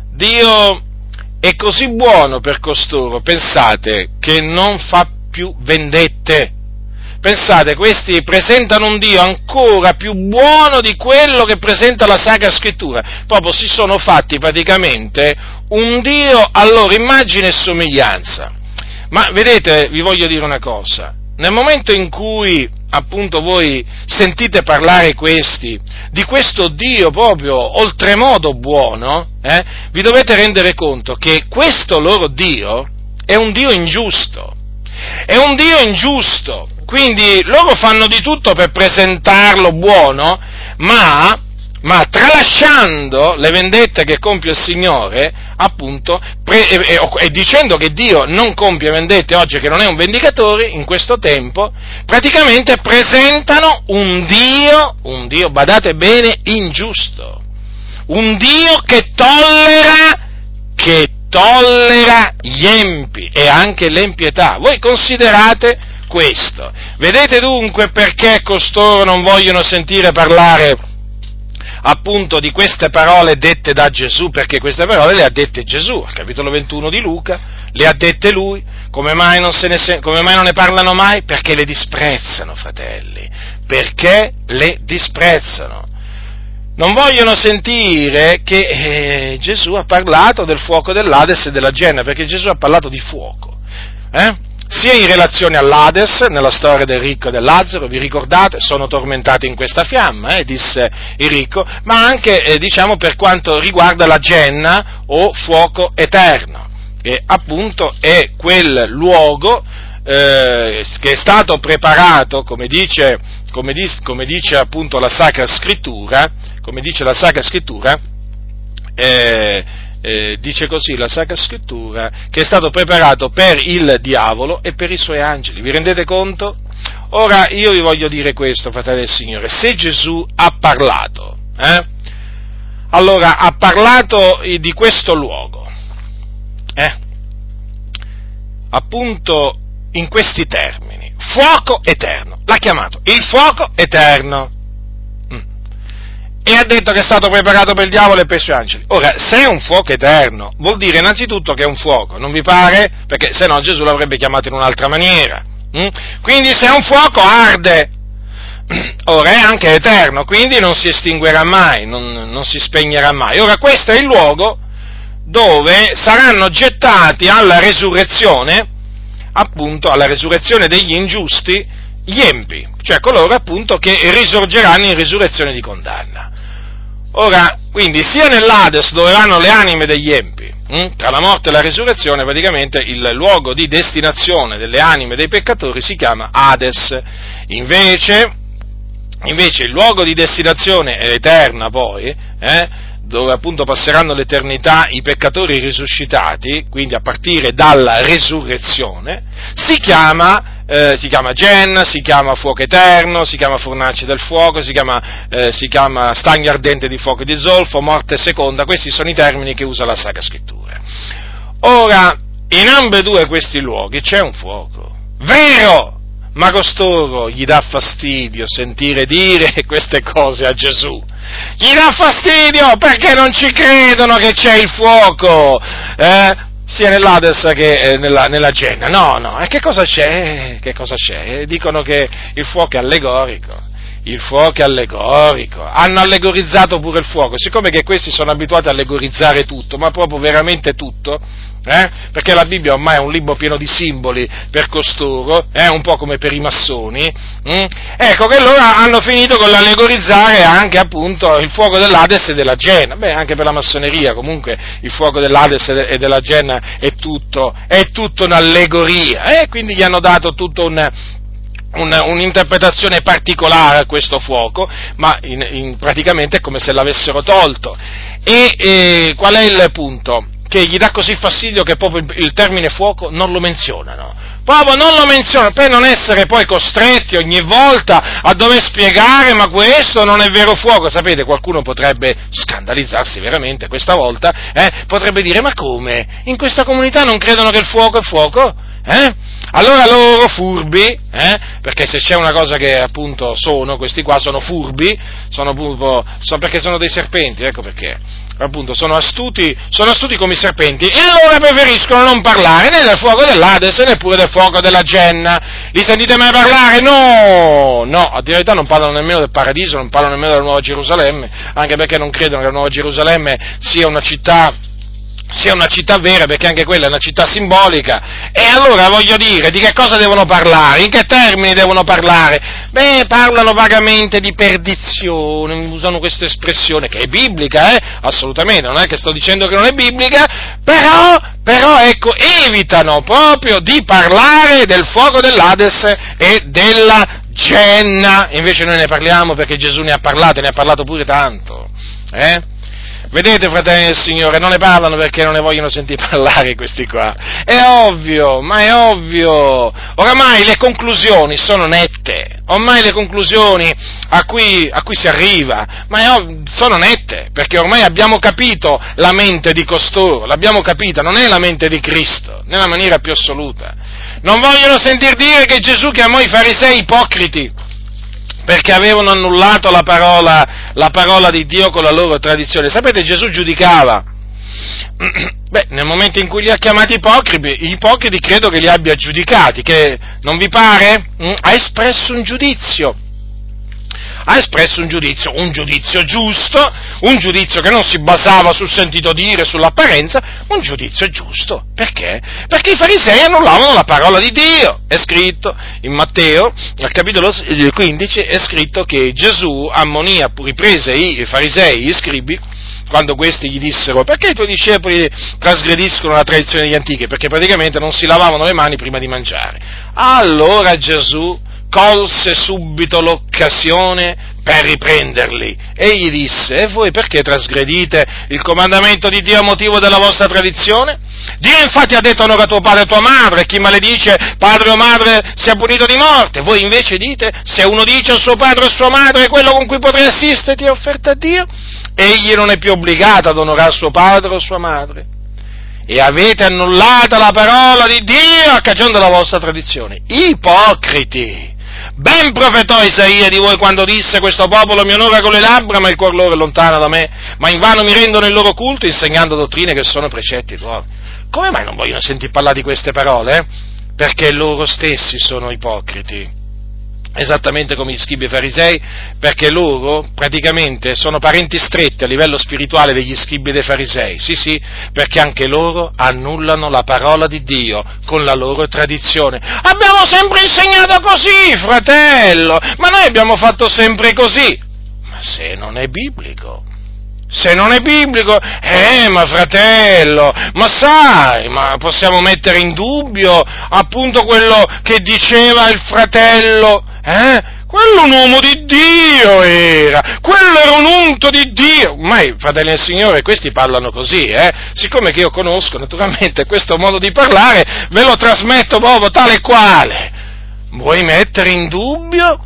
Dio è così buono per costoro, pensate, che non fa più vendette. Pensate, questi presentano un Dio ancora più buono di quello che presenta la Sacra Scrittura. Proprio si sono fatti praticamente un Dio a loro immagine e somiglianza. Ma vedete, vi voglio dire una cosa. Nel momento in cui appunto voi sentite parlare questi, di questo Dio proprio oltremodo buono, eh, vi dovete rendere conto che questo loro Dio è un Dio ingiusto. È un Dio ingiusto. Quindi loro fanno di tutto per presentarlo buono, ma, ma tralasciando le vendette che compie il Signore, appunto, pre, e, e, e dicendo che Dio non compie vendette oggi, che non è un vendicatore, in questo tempo, praticamente presentano un Dio, un Dio, badate bene, ingiusto. Un Dio che tollera, che tollera gli empi e anche l'empietà. Voi considerate questo. Vedete dunque perché costoro non vogliono sentire parlare appunto di queste parole dette da Gesù, perché queste parole le ha dette Gesù, al capitolo ventuno di Luca, le ha dette Lui. Come mai non, se ne, come mai non ne parlano mai? Perché le disprezzano, fratelli, perché le disprezzano. Non vogliono sentire che eh, Gesù ha parlato del fuoco dell'Ades e della Genna, perché Gesù ha parlato di fuoco, eh? Sia in relazione all'Ades, nella storia del ricco e del Lazzaro, vi ricordate? Sono tormentati in questa fiamma, eh, disse il ricco, ma anche, eh, diciamo, per quanto riguarda la Genna o fuoco eterno, che appunto è quel luogo eh, che è stato preparato, come dice, come, dice, come dice appunto la Sacra Scrittura, come dice la Sacra Scrittura, eh, eh, dice così la Sacra Scrittura, che è stato preparato per il diavolo e per i suoi angeli. Vi rendete conto? Ora io vi voglio dire questo, fratelli del Signore: se Gesù ha parlato, eh, allora ha parlato di questo luogo, eh, appunto in questi termini: fuoco eterno, l'ha chiamato il fuoco eterno, mm. e ha detto che è stato preparato per il diavolo e per i suoi angeli. Ora, se è un fuoco eterno, vuol dire innanzitutto che è un fuoco, non vi pare? Perché se no Gesù l'avrebbe chiamato in un'altra maniera. Mm? Quindi se è un fuoco arde, ora è anche eterno, quindi non si estinguerà mai, non, non si spegnerà mai. Ora questo è il luogo dove saranno gettati alla resurrezione, appunto alla resurrezione degli ingiusti, gli empi, cioè coloro appunto che risorgeranno in risurrezione di condanna. Ora, quindi sia nell'Ades dove vanno le anime degli empi, hm? tra la morte e la risurrezione, praticamente il luogo di destinazione delle anime dei peccatori si chiama Hades. Invece, invece il luogo di destinazione eterna poi, eh, dove appunto passeranno l'eternità i peccatori risuscitati, quindi a partire dalla resurrezione, si chiama Eh, si chiama Gen, si chiama fuoco eterno, si chiama fornace del fuoco, si chiama, eh, si chiama stagno ardente di fuoco e di zolfo, morte seconda. Questi sono i termini che usa la Sacra Scrittura. Ora, in ambedue questi luoghi c'è un fuoco, vero, ma costoro gli dà fastidio sentire dire queste cose a Gesù. Gli dà fastidio perché non ci credono che c'è il fuoco, eh? sia nell'Hades che eh, nella, nella Genna. No, no, e che cosa c'è? Che cosa c'è? Dicono che il fuoco è allegorico, il fuoco è allegorico, hanno allegorizzato pure il fuoco, siccome che questi sono abituati a allegorizzare tutto, ma proprio veramente tutto, eh? perché la Bibbia ormai è un libro pieno di simboli per costoro, è eh? un po' come per i massoni, hm? ecco che loro hanno finito con l'allegorizzare anche appunto il fuoco dell'Hades e della Genna. Beh, anche per la massoneria comunque il fuoco dell'Hades e della Genna è tutto, è tutto un'allegoria, e eh? quindi gli hanno dato tutto un Un, un'interpretazione particolare a questo fuoco, ma in, in, praticamente è come se l'avessero tolto. E eh, qual è il punto? Che gli dà così fastidio che proprio il, il termine fuoco non lo menzionano, proprio non lo menzionano, per non essere poi costretti ogni volta a dover spiegare: ma questo non è vero fuoco. Sapete, qualcuno potrebbe scandalizzarsi veramente questa volta, eh? potrebbe dire: ma come? In questa comunità non credono che il fuoco è fuoco? Eh? Allora loro furbi, eh? perché se c'è una cosa che appunto sono, questi qua sono furbi, sono, sono perché sono dei serpenti, ecco perché, appunto sono astuti, sono astuti come i serpenti, e allora preferiscono non parlare né del fuoco dell'Hades né neppure del fuoco della Genna. Li sentite mai parlare? No, no, a dire la verità non parlano nemmeno del paradiso, non parlano nemmeno della Nuova Gerusalemme, anche perché non credono che la Nuova Gerusalemme sia una città sia una città vera, perché anche quella è una città simbolica. E allora voglio dire, di che cosa devono parlare? In che termini devono parlare? Beh, parlano vagamente di perdizione, usano questa espressione che è biblica, eh? Assolutamente, non è che sto dicendo che non è biblica, però, però ecco, evitano proprio di parlare del fuoco dell'Hades e della Genna. Invece noi ne parliamo perché Gesù ne ha parlato, e ne ha parlato pure tanto, eh? Vedete, fratelli del Signore, non ne parlano perché non ne vogliono sentire parlare questi qua. È ovvio, ma è ovvio. Oramai le conclusioni sono nette, ormai le conclusioni a cui, a cui si arriva, ma è ovvio, sono nette, perché ormai abbiamo capito la mente di costoro, l'abbiamo capita, non è la mente di Cristo, nella maniera più assoluta. Non vogliono sentir dire che Gesù chiamò i farisei ipocriti, perché avevano annullato la parola, la parola di Dio con la loro tradizione. Sapete, Gesù giudicava. Beh, nel momento in cui li ha chiamati ipocriti, ipocriti credo che li abbia giudicati, che non vi pare? Ha espresso un giudizio. Ha espresso un giudizio, un giudizio giusto, un giudizio che non si basava sul sentito dire, sull'apparenza, un giudizio giusto. Perché? Perché i farisei annullavano la parola di Dio. È scritto in Matteo, al capitolo quindici, è scritto che Gesù ammonì, riprese i farisei, gli scribi, quando questi gli dissero: perché i tuoi discepoli trasgrediscono la tradizione degli antichi? Perché praticamente non si lavavano le mani prima di mangiare. Allora Gesù colse subito l'occasione per riprenderli e gli disse: e voi perché trasgredite il comandamento di Dio a motivo della vostra tradizione? Dio infatti ha detto: onora tuo padre e tua madre, e chi maledice padre o madre sia punito di morte. Voi invece dite: se uno dice a suo padre o a sua madre quello con cui potrei assisterti è offerta a Dio, egli non è più obbligato ad onorare suo padre o sua madre. E avete annullata la parola di Dio a cagione della vostra tradizione. Ipocriti! Ben profetò Isaia di voi quando disse: questo popolo mi onora con le labbra, ma il cuor loro è lontano da me, ma invano mi rendono il loro culto insegnando dottrine che sono precetti tuoi. Come mai non vogliono sentir parlare di queste parole? Perché loro stessi sono ipocriti, esattamente come gli scribi e farisei, perché loro praticamente sono parenti stretti a livello spirituale degli scribi e dei farisei, sì sì, perché anche loro annullano la parola di Dio con la loro tradizione. Abbiamo sempre insegnato così, fratello, ma noi abbiamo fatto sempre così. Ma se non è biblico, se non è biblico, eh, ma fratello, ma sai, ma possiamo mettere in dubbio appunto quello che diceva il fratello, eh? Quello un uomo di Dio era, quello era un unto di Dio. Ormai, fratelli del Signore, questi parlano così, eh? Siccome che io conosco naturalmente questo modo di parlare, ve lo trasmetto proprio tale e quale. Vuoi mettere in dubbio?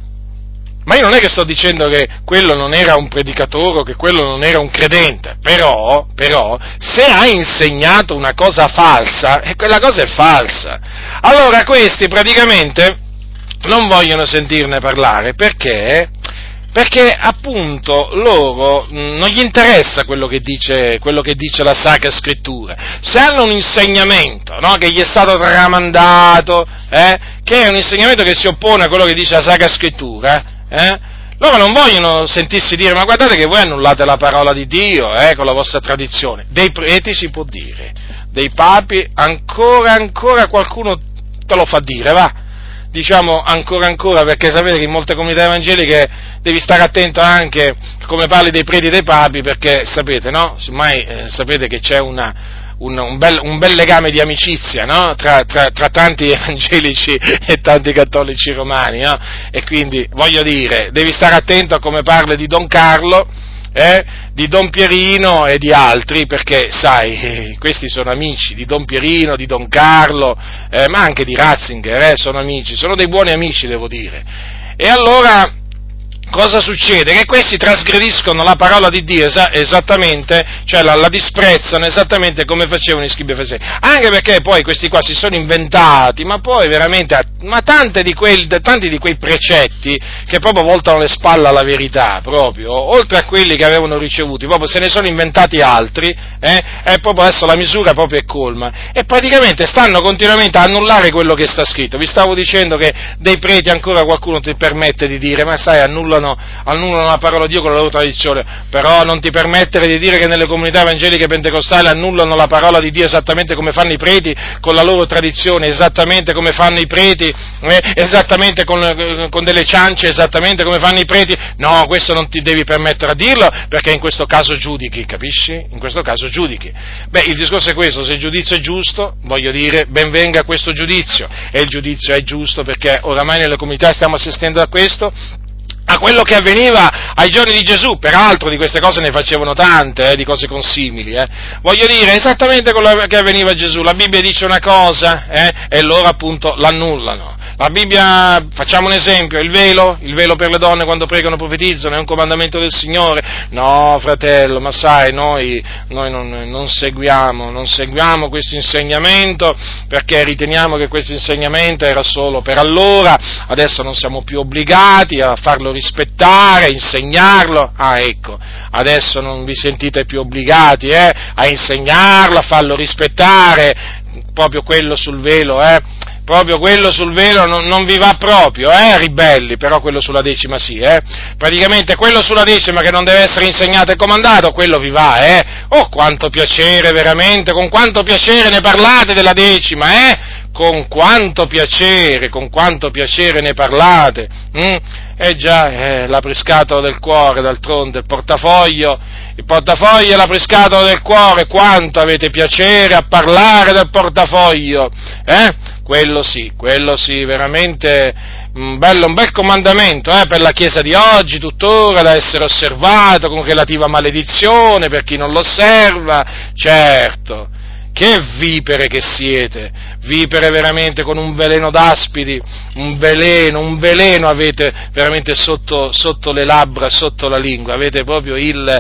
Ma io non è che sto dicendo che quello non era un predicatore o che quello non era un credente, però, però, se ha insegnato una cosa falsa, e quella cosa è falsa. Allora questi praticamente non vogliono sentirne parlare, perché? Perché appunto loro mh, non gli interessa quello che dice, quello che dice la Sacra Scrittura. Se hanno un insegnamento, no, che gli è stato tramandato, eh, che è un insegnamento che si oppone a quello che dice la Sacra Scrittura, eh, loro non vogliono sentirsi dire: ma guardate che voi annullate la parola di Dio, eh, con la vostra tradizione. Dei preti si può dire, dei papi ancora ancora qualcuno te lo fa dire, va. Diciamo ancora ancora, perché sapete che in molte comunità evangeliche devi stare attento anche come parli dei preti e dei papi, perché sapete, no? Ormai eh, sapete che c'è una, un, un, bel, un bel legame di amicizia, no? Tra, tra, tra tanti evangelici e tanti cattolici romani, no? E quindi, voglio dire, devi stare attento a come parli di Don Carlo, Eh, di Don Pierino e di altri, perché sai, eh, questi sono amici di Don Pierino, di Don Carlo, eh, ma anche di Ratzinger, eh, sono amici, sono dei buoni amici, devo dire. E allora cosa succede? Che questi trasgrediscono la parola di Dio es- esattamente, cioè la, la disprezzano esattamente come facevano i scribi e farisei, anche perché poi questi qua si sono inventati, ma poi veramente, ma tante di quei, tanti di quei precetti che proprio voltano le spalle alla verità, proprio, oltre a quelli che avevano ricevuti, proprio se ne sono inventati altri, eh, e proprio adesso la misura proprio è colma, e praticamente stanno continuamente a annullare quello che sta scritto. Vi stavo dicendo che dei preti ancora qualcuno ti permette di dire: ma sai, annullano annullano la parola di Dio con la loro tradizione, però non ti permettere di dire che nelle comunità evangeliche pentecostali annullano la parola di Dio esattamente come fanno i preti con la loro tradizione, esattamente come fanno i preti, eh, esattamente con, con delle ciance, esattamente come fanno i preti. No, questo non ti devi permettere a dirlo, perché in questo caso giudichi, capisci? In questo caso giudichi. Beh, il discorso è questo: se il giudizio è giusto, voglio dire, ben venga questo giudizio, e il giudizio è giusto perché oramai nelle comunità stiamo assistendo a questo, a quello che avveniva ai giorni di Gesù. Peraltro di queste cose ne facevano tante, eh, di cose consimili, eh. Voglio dire, esattamente quello che avveniva a Gesù. La Bibbia dice una cosa, eh, e loro appunto l'annullano. La Bibbia, facciamo un esempio, il velo, il velo per le donne quando pregano profetizzano, è un comandamento del Signore. No, fratello, ma sai, noi, noi non, non seguiamo, non seguiamo questo insegnamento, perché riteniamo che questo insegnamento era solo per allora, adesso non siamo più obbligati a farlo rispettare, a insegnarlo. Ah, ecco, adesso non vi sentite più obbligati, eh, a insegnarlo, a farlo rispettare, proprio quello sul velo, eh. Proprio quello sul velo non, non vi va proprio, eh, ribelli, però quello sulla decima sì, eh. Praticamente quello sulla decima che non deve essere insegnato e comandato, quello vi va, eh. Oh, quanto piacere, veramente, con quanto piacere ne parlate della decima, eh. con quanto piacere, con quanto piacere ne parlate, hm? Eh già, eh, l'apriscatola del cuore, d'altronde, il portafoglio, il portafoglio è l'apriscatola del cuore, quanto avete piacere a parlare del portafoglio, eh? Quello sì, quello sì, veramente un, bello, un bel comandamento, eh, per la Chiesa di oggi, tuttora, da essere osservato con relativa maledizione per chi non lo osserva, certo. Che vipere che siete, vipere veramente con un veleno d'aspidi, un veleno, un veleno avete veramente sotto, sotto le labbra, sotto la lingua, avete proprio il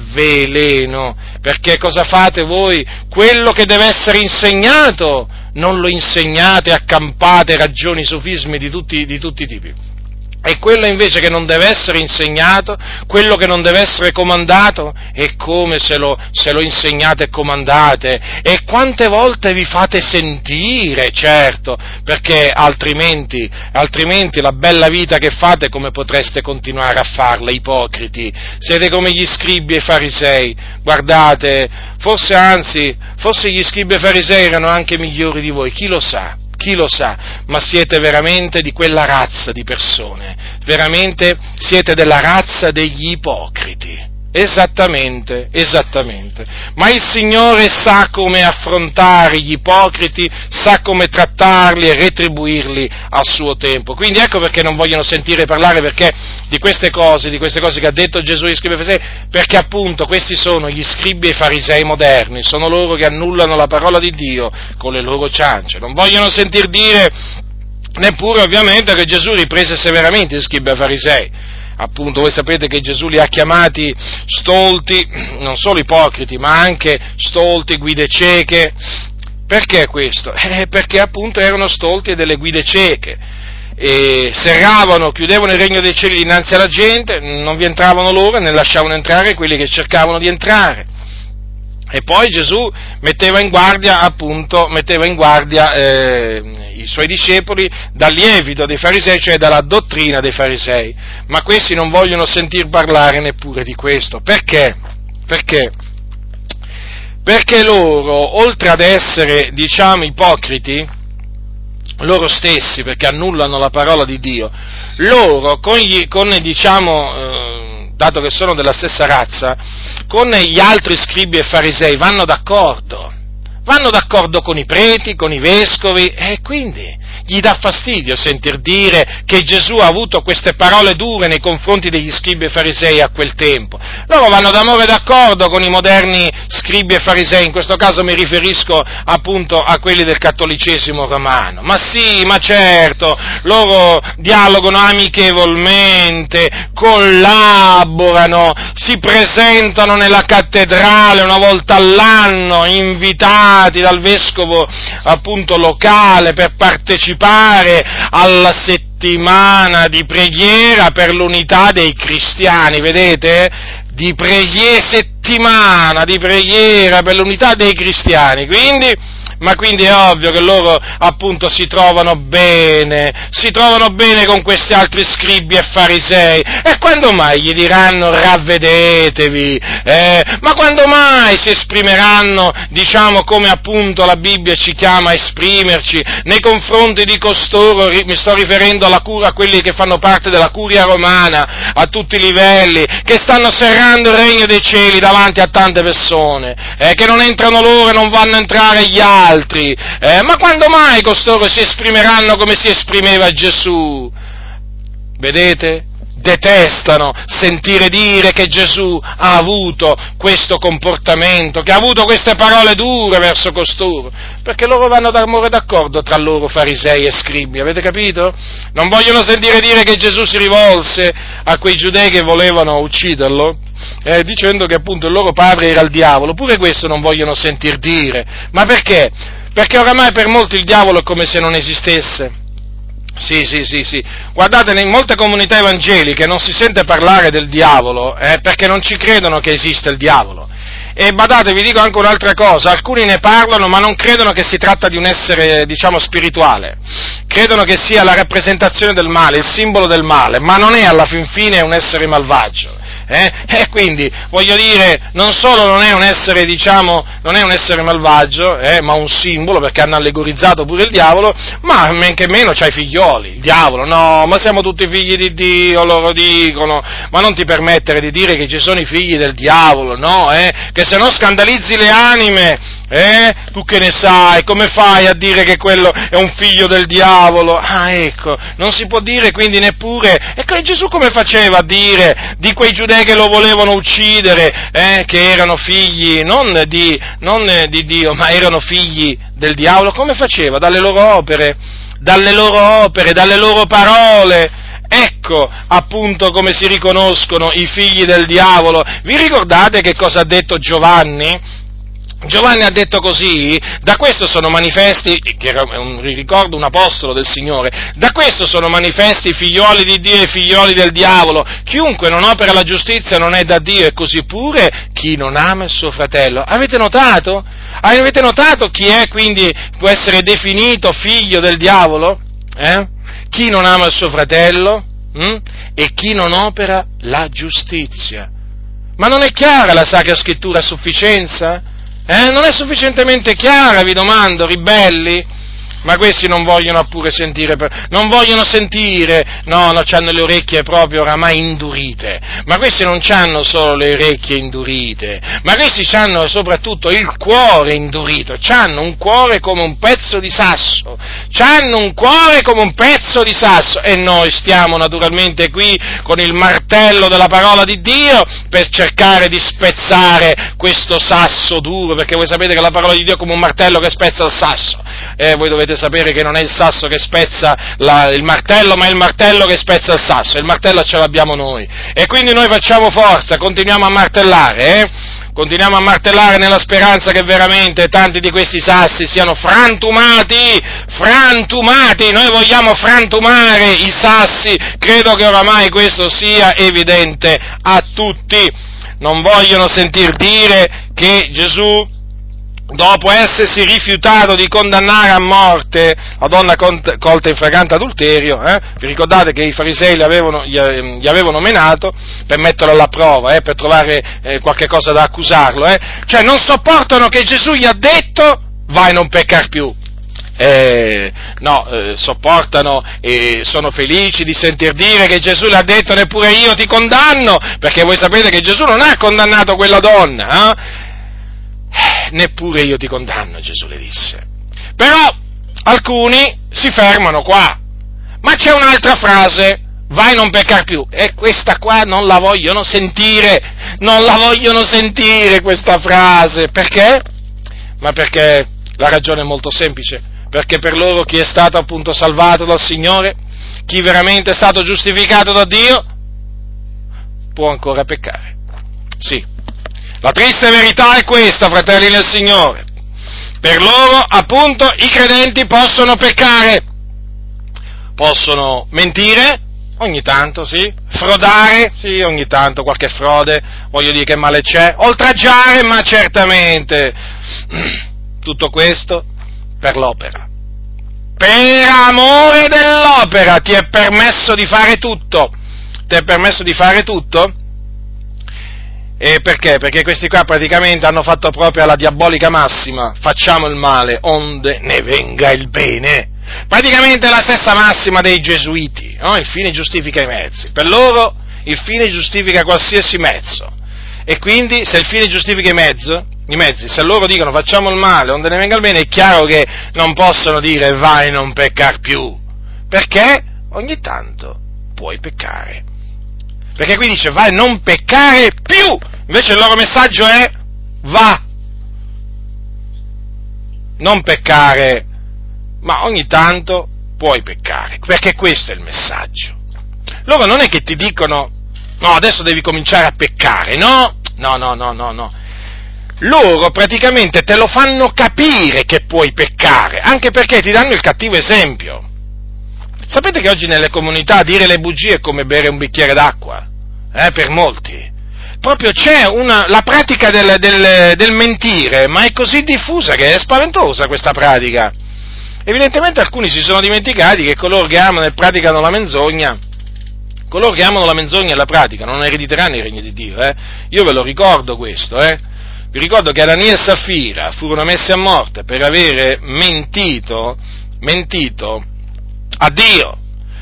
veleno, perché cosa fate voi? Quello che deve essere insegnato, non lo insegnate, accampate ragioni, sofismi di tutti, di tutti i tipi. E quello invece che non deve essere insegnato, quello che non deve essere comandato, è come se lo, se lo insegnate e comandate, e quante volte vi fate sentire, certo, perché altrimenti, altrimenti la bella vita che fate come potreste continuare a farla, ipocriti? Siete come gli scribi e i farisei, guardate, forse anzi, forse gli scribi e i farisei erano anche migliori di voi, chi lo sa? Chi lo sa, ma siete veramente di quella razza di persone, veramente siete della razza degli ipocriti, esattamente, esattamente, ma il Signore sa come affrontare gli ipocriti, sa come trattarli e retribuirli a suo tempo, quindi ecco perché non vogliono sentire parlare perché di queste cose, di queste cose che ha detto Gesù agli scribi e farisei, perché appunto questi sono gli scribi e i farisei moderni, sono loro che annullano la parola di Dio con le loro ciance, non vogliono sentir dire neppure ovviamente che Gesù riprese severamente gli scribi e i farisei. Appunto, voi sapete che Gesù li ha chiamati stolti, non solo ipocriti, ma anche stolti, guide cieche. Perché questo? Eh, perché appunto erano stolti e delle guide cieche. E serravano, chiudevano il regno dei cieli dinanzi alla gente, non vi entravano loro, ne lasciavano entrare quelli che cercavano di entrare. E poi Gesù metteva in guardia, appunto, metteva in guardia eh, i suoi discepoli dal lievito dei farisei, cioè dalla dottrina dei farisei. Ma questi non vogliono sentir parlare neppure di questo. Perché? Perché? Perché loro, oltre ad essere, diciamo, ipocriti, loro stessi, perché annullano la parola di Dio, loro, con, gli, con diciamo, eh, dato che sono della stessa razza, con gli altri scribi e farisei vanno d'accordo, vanno d'accordo con i preti, con i vescovi, e quindi gli dà fastidio sentir dire che Gesù ha avuto queste parole dure nei confronti degli scribi e farisei a quel tempo. Loro vanno d'amore d'accordo con i moderni scribi e farisei, in questo caso mi riferisco appunto a quelli del cattolicesimo romano. Ma sì, ma certo, loro dialogano amichevolmente, collaborano, si presentano nella cattedrale una volta all'anno, invitati dal vescovo appunto locale per partecipare alla settimana di preghiera per l'unità dei cristiani, vedete? Di preghiera, settimana di preghiera per l'unità dei cristiani, quindi, ma quindi è ovvio che loro appunto si trovano bene, si trovano bene con questi altri scribi e farisei, e quando mai gli diranno ravvedetevi, eh? Ma quando mai si esprimeranno, diciamo, come appunto la Bibbia ci chiama a esprimerci nei confronti di costoro, mi sto riferendo alla cura, a quelli che fanno parte della curia romana, a tutti i livelli, che stanno serrando il regno dei cieli davanti a tante persone, eh, che non entrano loro e non vanno a entrare gli altri. altri, eh, ma quando mai costoro si esprimeranno come si esprimeva Gesù? Vedete? Detestano sentire dire che Gesù ha avuto questo comportamento, che ha avuto queste parole dure verso costoro, perché loro vanno d'amore d'accordo tra loro farisei e scribi, avete capito? Non vogliono sentire dire che Gesù si rivolse a quei giudei che volevano ucciderlo, Eh, dicendo che appunto il loro padre era il diavolo, pure questo non vogliono sentir dire, ma perché? Perché oramai per molti il diavolo è come se non esistesse. Sì, sì, sì, sì, guardate, in molte comunità evangeliche non si sente parlare del diavolo, eh, perché non ci credono che esista il diavolo. E badate, vi dico anche un'altra cosa, alcuni ne parlano ma non credono che si tratta di un essere, diciamo, spirituale, credono che sia la rappresentazione del male, il simbolo del male, ma non è alla fin fine un essere malvagio. eh? E quindi, voglio dire, non solo non è un essere, diciamo, non è un essere malvagio, eh, ma un simbolo, perché hanno allegorizzato pure il diavolo, ma men che meno c'ha i figlioli, il diavolo, no, ma siamo tutti figli di Dio, loro dicono, ma non ti permettere di dire che ci sono i figli del diavolo, no, eh, che se no scandalizzi le anime, eh, tu che ne sai, come fai a dire che quello è un figlio del diavolo? Ah, ecco, non si può dire quindi neppure, ecco, Gesù come faceva a dire di quei giudei che lo volevano uccidere, eh, che erano figli non di, non di Dio, ma erano figli del diavolo? Come faceva? Dalle loro opere, dalle loro opere, dalle loro parole. Ecco appunto come si riconoscono i figli del diavolo. Vi ricordate che cosa ha detto Giovanni? Giovanni ha detto così: da questo sono manifesti, che era un, ricordo un apostolo del Signore, da questo sono manifesti i figlioli di Dio e i figlioli del diavolo. Chiunque non opera la giustizia non è da Dio, e così pure chi non ama il suo fratello. Avete notato? Avete notato chi è quindi può essere definito figlio del diavolo? Eh? Chi non ama il suo fratello? Hm? E chi non opera la giustizia. Ma non è chiara la Sacra Scrittura a sufficienza? Eh? Non è sufficientemente chiara, vi domando, ribelli? Ma questi non vogliono pure sentire, non vogliono sentire, no, no, hanno le orecchie proprio oramai indurite, ma questi non hanno solo le orecchie indurite, ma questi hanno soprattutto il cuore indurito, hanno un cuore come un pezzo di sasso, hanno un cuore come un pezzo di sasso, e noi stiamo naturalmente qui con il martello della parola di Dio per cercare di spezzare questo sasso duro, perché voi sapete che la parola di Dio è come un martello che spezza il sasso. Eh, voi dovete sapere che non è il sasso che spezza la, il martello, ma è il martello che spezza il sasso, il martello ce l'abbiamo noi, e quindi noi facciamo forza, continuiamo a martellare, eh? Continuiamo a martellare nella speranza che veramente tanti di questi sassi siano frantumati, frantumati, noi vogliamo frantumare i sassi, credo che oramai questo sia evidente a tutti. Non vogliono sentir dire che Gesù, dopo essersi rifiutato di condannare a morte la donna colta in flagrante adulterio, eh, vi ricordate che i farisei gli avevano, gli, gli avevano menato per metterlo alla prova, eh, per trovare eh, qualche cosa da accusarlo, eh, cioè non sopportano che Gesù gli ha detto vai, non peccar più. Eh, no, eh, sopportano e sono felici di sentir dire che Gesù le ha detto neppure io ti condanno, perché voi sapete che Gesù non ha condannato quella donna, eh? Neppure io ti condanno, Gesù le disse. Però alcuni si fermano qua, ma c'è un'altra frase, vai, non peccar più, e questa qua non la vogliono sentire, non la vogliono sentire questa frase, perché? Ma perché la ragione è molto semplice, perché per loro chi è stato appunto salvato dal Signore, chi veramente è stato giustificato da Dio, può ancora peccare, sì. La triste verità è questa, fratelli nel Signore. Per loro, appunto, i credenti possono peccare, possono mentire, ogni tanto, sì, frodare, sì, ogni tanto qualche frode, voglio dire che male c'è, oltraggiare, ma certamente, tutto questo per l'opera. Per amore dell'opera ti è permesso di fare tutto, ti è permesso di fare tutto? E perché? Perché questi qua praticamente hanno fatto proprio la diabolica massima, facciamo il male onde ne venga il bene. Praticamente è la stessa massima dei gesuiti, no? Il fine giustifica i mezzi. Per loro il fine giustifica qualsiasi mezzo. E quindi se il fine giustifica i mezzi, i mezzi, se loro dicono facciamo il male onde ne venga il bene, è chiaro che non possono dire vai, non peccar più. Perché ogni tanto puoi peccare. Perché qui dice vai, non peccare più, invece il loro messaggio è va, non peccare, ma ogni tanto puoi peccare, perché questo è il messaggio. Loro non è che ti dicono no, adesso devi cominciare a peccare, no, no, no, no, no, no. Loro praticamente te lo fanno capire che puoi peccare, anche perché ti danno il cattivo esempio. Sapete che oggi nelle comunità dire le bugie è come bere un bicchiere d'acqua, eh, per molti. Proprio c'è una, la pratica del, del, del mentire, ma è così diffusa che è spaventosa questa pratica. Evidentemente alcuni si sono dimenticati che coloro che amano e praticano la menzogna coloro che amano la menzogna e la pratica non erediteranno il regno di Dio, eh? Io ve lo ricordo questo, eh? Vi ricordo che Anania e Saffira furono messi a morte per avere mentito, mentito a Dio.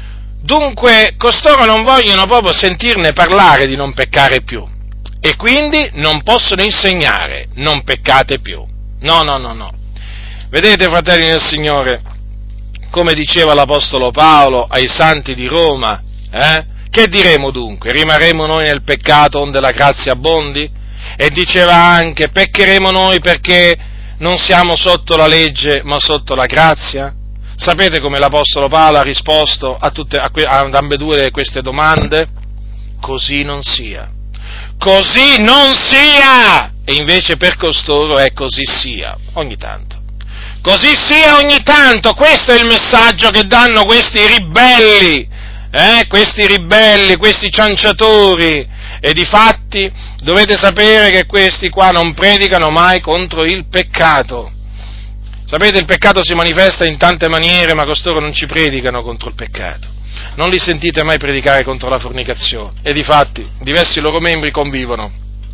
Dunque, costoro non vogliono proprio sentirne parlare di non peccare più, e quindi non possono insegnare, non peccate più. No, no, no, no. Vedete, fratelli del Signore, come diceva l'Apostolo Paolo ai santi di Roma, eh? Che diremo dunque? Rimarremo noi nel peccato onde la grazia abbondi? E diceva anche, peccheremo noi perché non siamo sotto la legge ma sotto la grazia? Sapete come l'Apostolo Paolo ha risposto a tutte, a que, ad ambedue queste domande? Così non sia. Così non sia! E invece per costoro è così sia, ogni tanto. Così sia ogni tanto, questo è il messaggio che danno questi ribelli, eh? questi ribelli, questi cianciatori, e difatti dovete sapere che questi qua non predicano mai contro il peccato. Sapete, il peccato si manifesta in tante maniere, ma costoro non ci predicano contro il peccato. Non li sentite mai predicare contro la fornicazione, e difatti diversi loro membri convivono.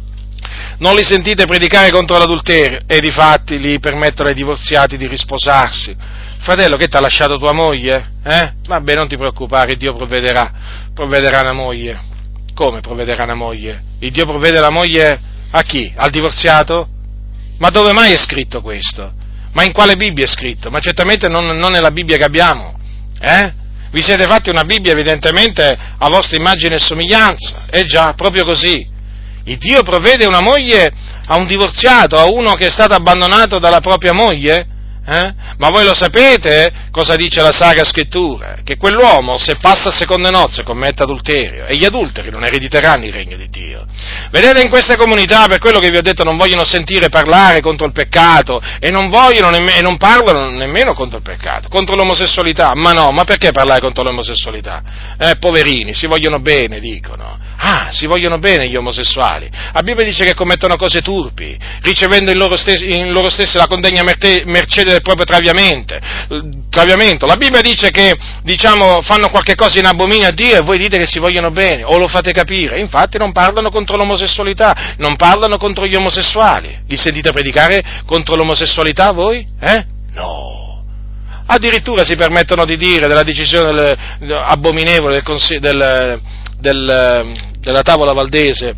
Non li sentite predicare contro l'adulterio, e difatti li permettono ai divorziati di risposarsi. Fratello, che ti ha lasciato tua moglie? Eh? Vabbè, non ti preoccupare, Dio provvederà, provvederà una moglie. Come provvederà una moglie? Il Dio provvede la moglie a chi? Al divorziato? Ma dove mai è scritto questo? Ma in quale Bibbia è scritto? Ma certamente non, non nella Bibbia che abbiamo, eh? Vi siete fatti una Bibbia evidentemente a vostra immagine e somiglianza, eh già, proprio così. Il Dio provvede una moglie a un divorziato, a uno che è stato abbandonato dalla propria moglie? Eh? Ma voi lo sapete cosa dice la Sacra Scrittura? Che quell'uomo, se passa a seconde nozze, commette adulterio, e gli adulteri non erediteranno il regno di Dio. Vedete, in queste comunità, per quello che vi ho detto, non vogliono sentire parlare contro il peccato, e non vogliono nemm- e non parlano nemmeno contro il peccato, contro l'omosessualità. Ma no, ma perché parlare contro l'omosessualità? Eh, poverini, si vogliono bene, dicono. Ah, si vogliono bene gli omosessuali. La Bibbia dice che commettono cose turpi, ricevendo in loro stessi, in loro stessi la condegna merte, mercede del proprio traviamento. traviamento. La Bibbia dice che, diciamo, fanno qualche cosa in abominio a Dio, e voi dite che si vogliono bene, o lo fate capire. Infatti non parlano contro l'omosessualità, non parlano contro gli omosessuali. Li sentite predicare contro l'omosessualità voi? Eh? No. Addirittura si permettono di dire della decisione del, abominevole del, del, del, della tavola valdese,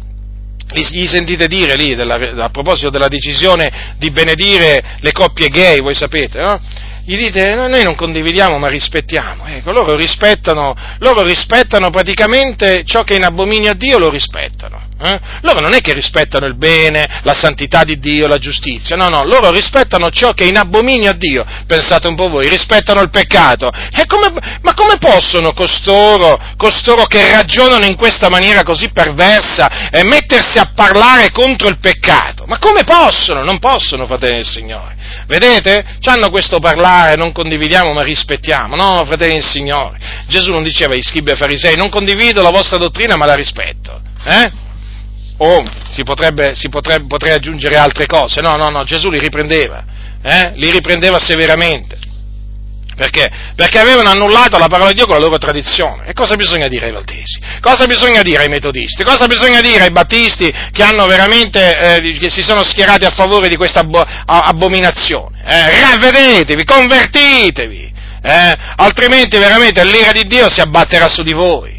gli sentite dire lì, della, a proposito della decisione di benedire le coppie gay, voi sapete, no? Gli dite, no, noi non condividiamo ma rispettiamo. Ecco, loro rispettano, loro rispettano praticamente ciò che è in abominio a Dio, lo rispettano. Eh? Loro non è che rispettano il bene, la santità di Dio, la giustizia, no, no, loro rispettano ciò che è in abominio a Dio. Pensate un po' voi, rispettano il peccato. E come, ma come possono costoro, costoro che ragionano in questa maniera così perversa, e mettersi a parlare contro il peccato? Ma come possono? Non possono, fratelli del Signore. Vedete? C'hanno questo parlare, non condividiamo ma rispettiamo. No, fratelli del Signore. Gesù non diceva ai scribi e ai farisei, non condivido la vostra dottrina ma la rispetto. Eh? O si potrebbe, si potrebbe, potrei aggiungere altre cose. No, no, no, Gesù li riprendeva, eh? li riprendeva severamente. Perché? Perché avevano annullato la parola di Dio con la loro tradizione. E cosa bisogna dire ai valdesi? Cosa bisogna dire ai metodisti? Cosa bisogna dire ai battisti che hanno veramente, eh, che si sono schierati a favore di questa abo- abominazione? Eh, ravvedetevi, convertitevi, eh? Altrimenti veramente l'ira di Dio si abbatterà su di voi.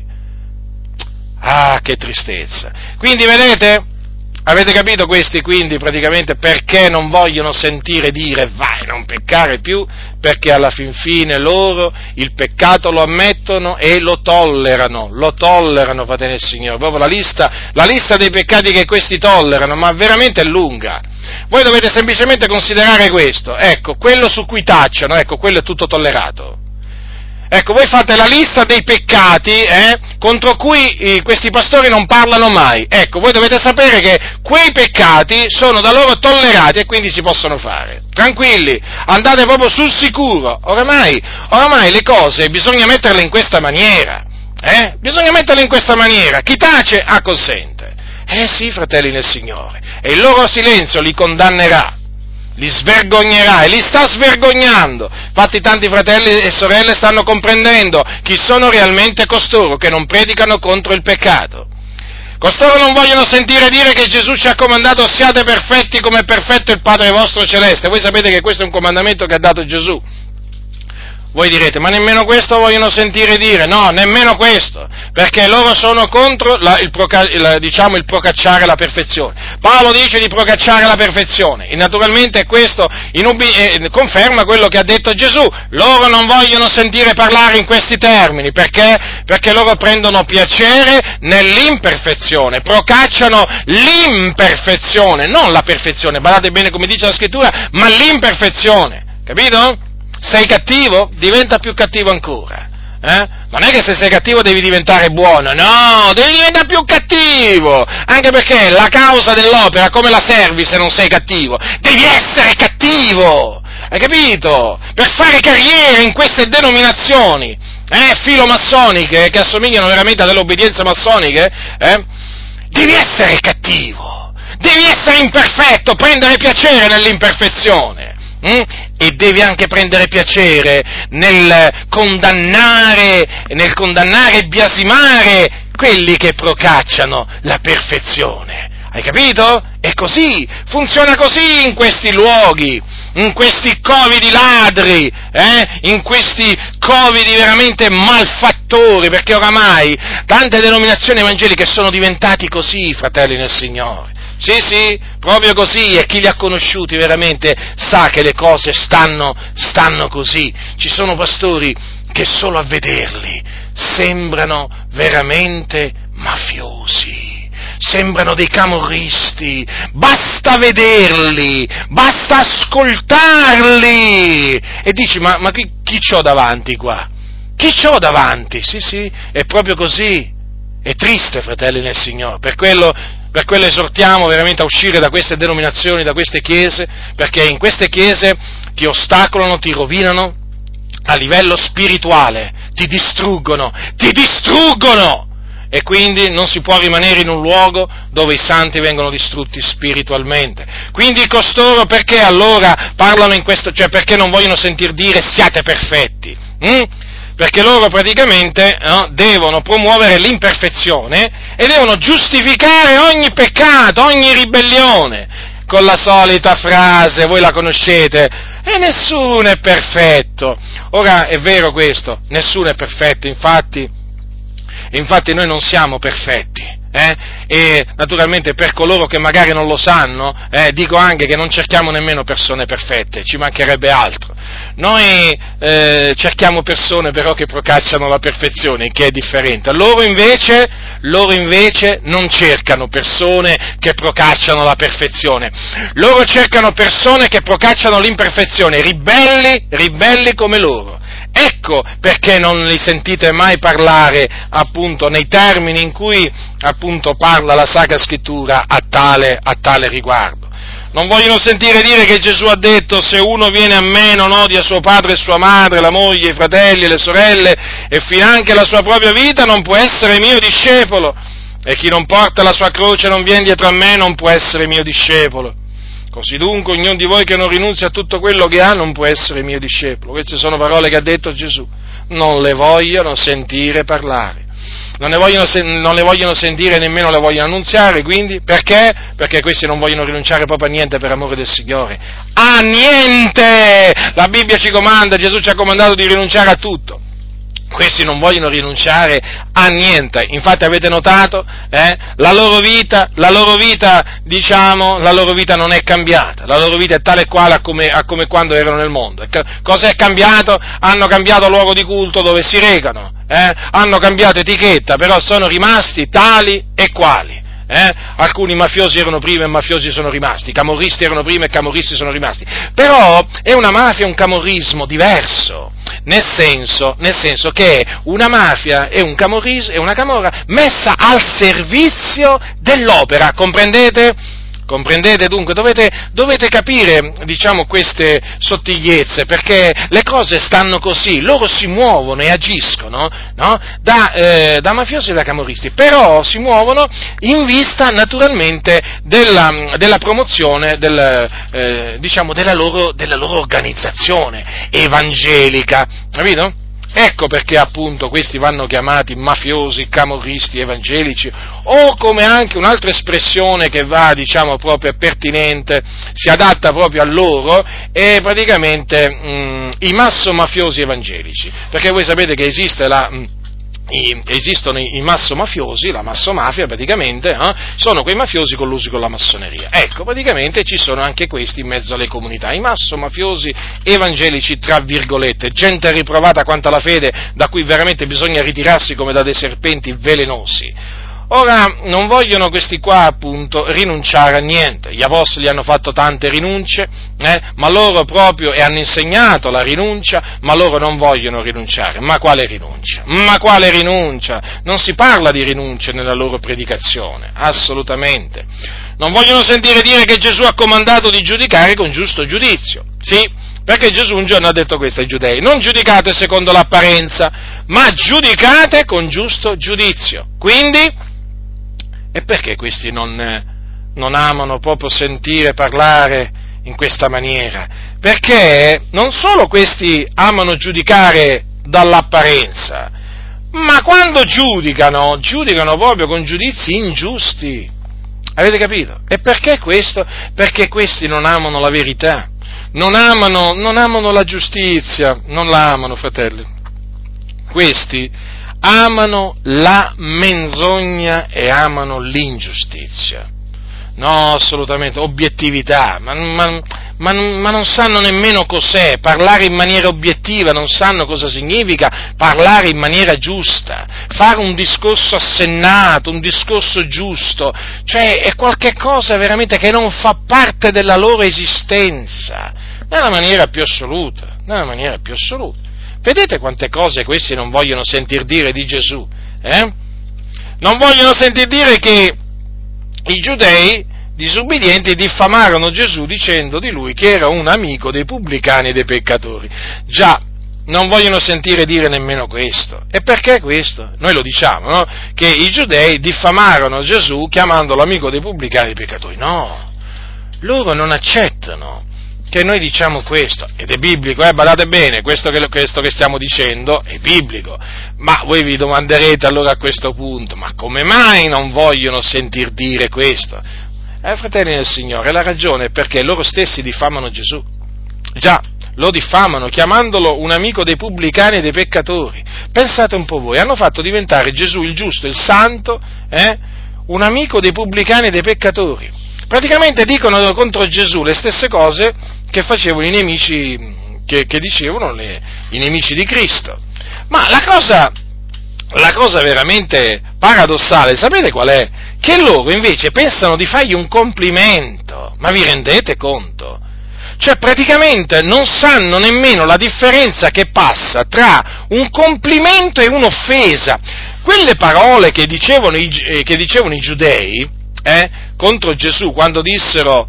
Ah, che tristezza! Quindi vedete, avete capito questi quindi praticamente perché non vogliono sentire dire vai, non peccare più, perché alla fin fine loro il peccato lo ammettono e lo tollerano, lo tollerano, fratelli del Signore, proprio la lista, la lista dei peccati che questi tollerano, ma veramente è lunga. Voi dovete semplicemente considerare questo, ecco, quello su cui tacciano, ecco, quello è tutto tollerato. Ecco, voi fate la lista dei peccati eh, contro cui eh, questi pastori non parlano mai. Ecco, voi dovete sapere che quei peccati sono da loro tollerati e quindi si possono fare. Tranquilli, andate proprio sul sicuro. Oramai, oramai le cose bisogna metterle in questa maniera. Eh? Bisogna metterle in questa maniera. Chi tace acconsente. Eh sì, fratelli nel Signore. E il loro silenzio li condannerà. li svergognerà e li sta svergognando. Infatti tanti fratelli e sorelle stanno comprendendo chi sono realmente costoro che non predicano contro il peccato. Costoro non vogliono sentire dire che Gesù ci ha comandato siate perfetti come è perfetto il Padre vostro celeste. Voi sapete che questo è un comandamento che ha dato Gesù. Voi direte, ma nemmeno questo vogliono sentire dire? No, nemmeno questo, perché loro sono contro la, il, proca, il, diciamo, il procacciare la perfezione. Paolo dice di procacciare la perfezione, e naturalmente questo in, eh, conferma quello che ha detto Gesù. Loro non vogliono sentire parlare in questi termini, perché? Perché loro prendono piacere nell'imperfezione, procacciano l'imperfezione, non la perfezione, badate bene come dice la scrittura, ma l'imperfezione, capito? Sei cattivo? Diventa più cattivo ancora. Eh? Non è che se sei cattivo devi diventare buono, no, devi diventare più cattivo, anche perché la causa dell'opera, come la servi se non sei cattivo? Devi essere cattivo, hai capito? Per fare carriera in queste denominazioni, eh, filomassoniche, che assomigliano veramente a delle obbedienze massoniche, eh, devi essere cattivo, devi essere imperfetto, prendere piacere nell'imperfezione. Mm? E devi anche prendere piacere nel condannare, nel condannare e biasimare quelli che procacciano la perfezione. Hai capito? È così, funziona così in questi luoghi, in questi covi di ladri, eh? in questi covi di veramente malfattori, perché oramai tante denominazioni evangeliche sono diventati così, fratelli nel Signore. Sì, sì, proprio così, e chi li ha conosciuti veramente sa che le cose stanno, stanno così. Ci sono pastori che solo a vederli sembrano veramente mafiosi, sembrano dei camorristi, basta vederli, basta ascoltarli, e dici, ma, ma chi, chi c'ho davanti qua? Chi c'ho davanti? Sì, sì, è proprio così, è triste, fratelli nel Signore, per quello... Per quello esortiamo veramente a uscire da queste denominazioni, da queste chiese, perché in queste chiese ti ostacolano, ti rovinano a livello spirituale, ti distruggono, ti distruggono! E quindi non si può rimanere in un luogo dove i santi vengono distrutti spiritualmente. Quindi costoro perché allora parlano in questo, cioè perché non vogliono sentir dire siate perfetti? Hm? Perché loro praticamente no, devono promuovere l'imperfezione e devono giustificare ogni peccato, ogni ribellione, con la solita frase, voi la conoscete, e nessuno è perfetto. Ora, è vero questo, nessuno è perfetto, infatti, infatti noi non siamo perfetti. Eh? E naturalmente per coloro che magari non lo sanno, eh, dico anche che non cerchiamo nemmeno persone perfette, ci mancherebbe altro. Noi eh, cerchiamo persone però che procacciano la perfezione, che è differente. Loro invece, loro invece non cercano persone che procacciano la perfezione, loro cercano persone che procacciano l'imperfezione, ribelli, ribelli come loro. Ecco perché non li sentite mai parlare appunto nei termini in cui appunto parla la Sacra Scrittura a tale, a tale riguardo. Non vogliono sentire dire che Gesù ha detto se uno viene a me non odia suo padre e sua madre, la moglie, i fratelli e le sorelle e finanche la sua propria vita non può essere mio discepolo, e chi non porta la sua croce e non viene dietro a me non può essere mio discepolo. Così dunque ognuno di voi che non rinunzia a tutto quello che ha non può essere mio discepolo. Queste sono parole che ha detto Gesù. Non le vogliono sentire parlare. Non le vogliono, non le vogliono sentire, nemmeno le vogliono annunziare, quindi, perché? Perché questi non vogliono rinunciare proprio a niente per amore del Signore. A niente! La Bibbia ci comanda, Gesù ci ha comandato di rinunciare a tutto. Questi non vogliono rinunciare a niente, infatti avete notato, eh, la loro vita, la loro vita, diciamo, la loro vita non è cambiata, la loro vita è tale e quale a come, a come quando erano nel mondo. Cosa è cambiato? Hanno cambiato luogo di culto dove si recano, eh, hanno cambiato etichetta, però sono rimasti tali e quali. Eh? Alcuni mafiosi erano prima e mafiosi sono rimasti, i camorristi erano prima e camorristi sono rimasti, però è una mafia, un camorrismo diverso, nel senso, nel senso che una mafia è un camorrismo, è una camorra messa al servizio dell'opera, comprendete? Comprendete dunque? Dovete, dovete capire, diciamo, queste sottigliezze, perché le cose stanno così, loro si muovono e agiscono, no? da, eh, da mafiosi e da camorristi, però si muovono in vista naturalmente della, della promozione del, eh, diciamo, della loro, della loro organizzazione evangelica, capito? Ecco perché appunto questi vanno chiamati mafiosi, camorristi, evangelici, o come anche un'altra espressione che va, diciamo, proprio pertinente, si adatta proprio a loro, è praticamente mh, i masso mafiosi evangelici, perché voi sapete che esiste la... Mh, I, esistono i, i masso mafiosi, la massomafia praticamente, eh, sono quei mafiosi collusi con la massoneria. Ecco, praticamente ci sono anche questi in mezzo alle comunità, i masso mafiosi evangelici, tra virgolette, gente riprovata quanto alla fede, da cui veramente bisogna ritirarsi come da dei serpenti velenosi. Ora, non vogliono questi qua, appunto, rinunciare a niente. Gli apostoli hanno fatto tante rinunce, eh, ma loro proprio, e hanno insegnato la rinuncia, ma loro non vogliono rinunciare. Ma quale rinuncia? Ma quale rinuncia? Non si parla di rinuncia nella loro predicazione, assolutamente. Non vogliono sentire dire che Gesù ha comandato di giudicare con giusto giudizio. Sì, perché Gesù un giorno ha detto questo ai giudei: non giudicate secondo l'apparenza, ma giudicate con giusto giudizio. Quindi, e perché questi non, non amano proprio sentire parlare in questa maniera? Perché non solo questi amano giudicare dall'apparenza, ma quando giudicano, giudicano proprio con giudizi ingiusti. Avete capito? E perché questo? Perché questi non amano la verità, non amano, non amano la giustizia, non la amano, fratelli. Questi amano la menzogna e amano l'ingiustizia. No, assolutamente, obiettività, ma, ma, ma, ma non sanno nemmeno cos'è parlare in maniera obiettiva, non sanno cosa significa parlare in maniera giusta, fare un discorso assennato, un discorso giusto, cioè è qualche cosa veramente che non fa parte della loro esistenza, nella maniera più assoluta, nella maniera più assoluta. Vedete quante cose questi non vogliono sentir dire di Gesù? Eh? Non vogliono sentir dire che i giudei disubbidienti diffamarono Gesù dicendo di lui che era un amico dei pubblicani e dei peccatori. Già, non vogliono sentire dire nemmeno questo. E perché questo? Noi lo diciamo, no? Che i giudei diffamarono Gesù chiamandolo amico dei pubblicani e dei peccatori. No, loro non accettano che noi diciamo questo, ed è biblico, eh, badate bene, questo che, questo che stiamo dicendo è biblico, ma voi vi domanderete allora a questo punto, ma come mai non vogliono sentir dire questo? Eh, fratelli del Signore, la ragione è perché loro stessi diffamano Gesù, già, lo diffamano chiamandolo un amico dei pubblicani e dei peccatori. Pensate un po' voi, hanno fatto diventare Gesù il giusto, il santo, eh, un amico dei pubblicani e dei peccatori. Praticamente dicono contro Gesù le stesse cose che facevano i nemici, che, che dicevano le, i nemici di Cristo. Ma la cosa, la cosa veramente paradossale, sapete qual è? Che loro invece pensano di fargli un complimento, ma vi rendete conto? Cioè praticamente non sanno nemmeno la differenza che passa tra un complimento e un'offesa. Quelle parole che dicevano i, che dicevano i giudei, Eh, contro Gesù, quando dissero,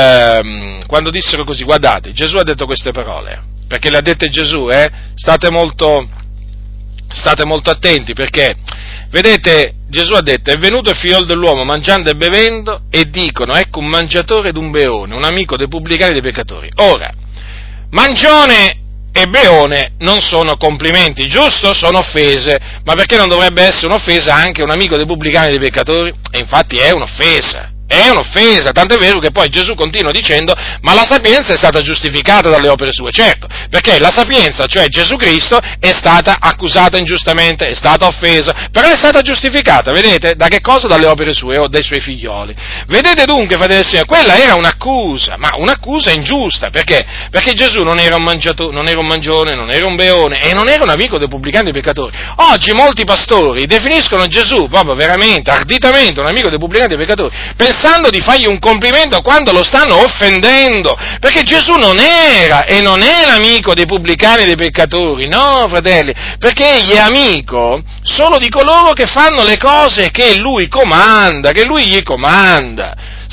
ehm, quando dissero così, guardate, Gesù ha detto queste parole, perché le ha dette Gesù, eh, state molto, state molto attenti, perché, vedete, Gesù ha detto, è venuto il figlio dell'uomo mangiando e bevendo, e dicono, ecco un mangiatore ed un beone, un amico dei pubblicani e dei peccatori. Ora, mangione e beone non sono complimenti, giusto? Sono offese, ma perché non dovrebbe essere un'offesa anche un amico dei pubblicani e dei peccatori? E infatti è un'offesa, è un'offesa, tant'è vero che poi Gesù continua dicendo, ma la sapienza è stata giustificata dalle opere sue, certo, perché la sapienza, cioè Gesù Cristo, è stata accusata ingiustamente, è stata offesa, però è stata giustificata, vedete? Da che cosa? Dalle opere sue o dai suoi figlioli. Vedete dunque, fratelli del Signore, quella era un'accusa, ma un'accusa ingiusta, perché? Perché Gesù non era un mangiato, non era un mangione, non era un beone, e non era un amico dei pubblicani e dei peccatori. Oggi molti pastori definiscono Gesù proprio veramente, arditamente, un amico dei pubblicani e dei peccatori, pensando di fargli un complimento quando lo stanno offendendo, perché Gesù non era e non è l'amico dei pubblicani e dei peccatori, no, fratelli, perché egli è amico solo di coloro che fanno le cose che lui comanda, che lui gli comanda.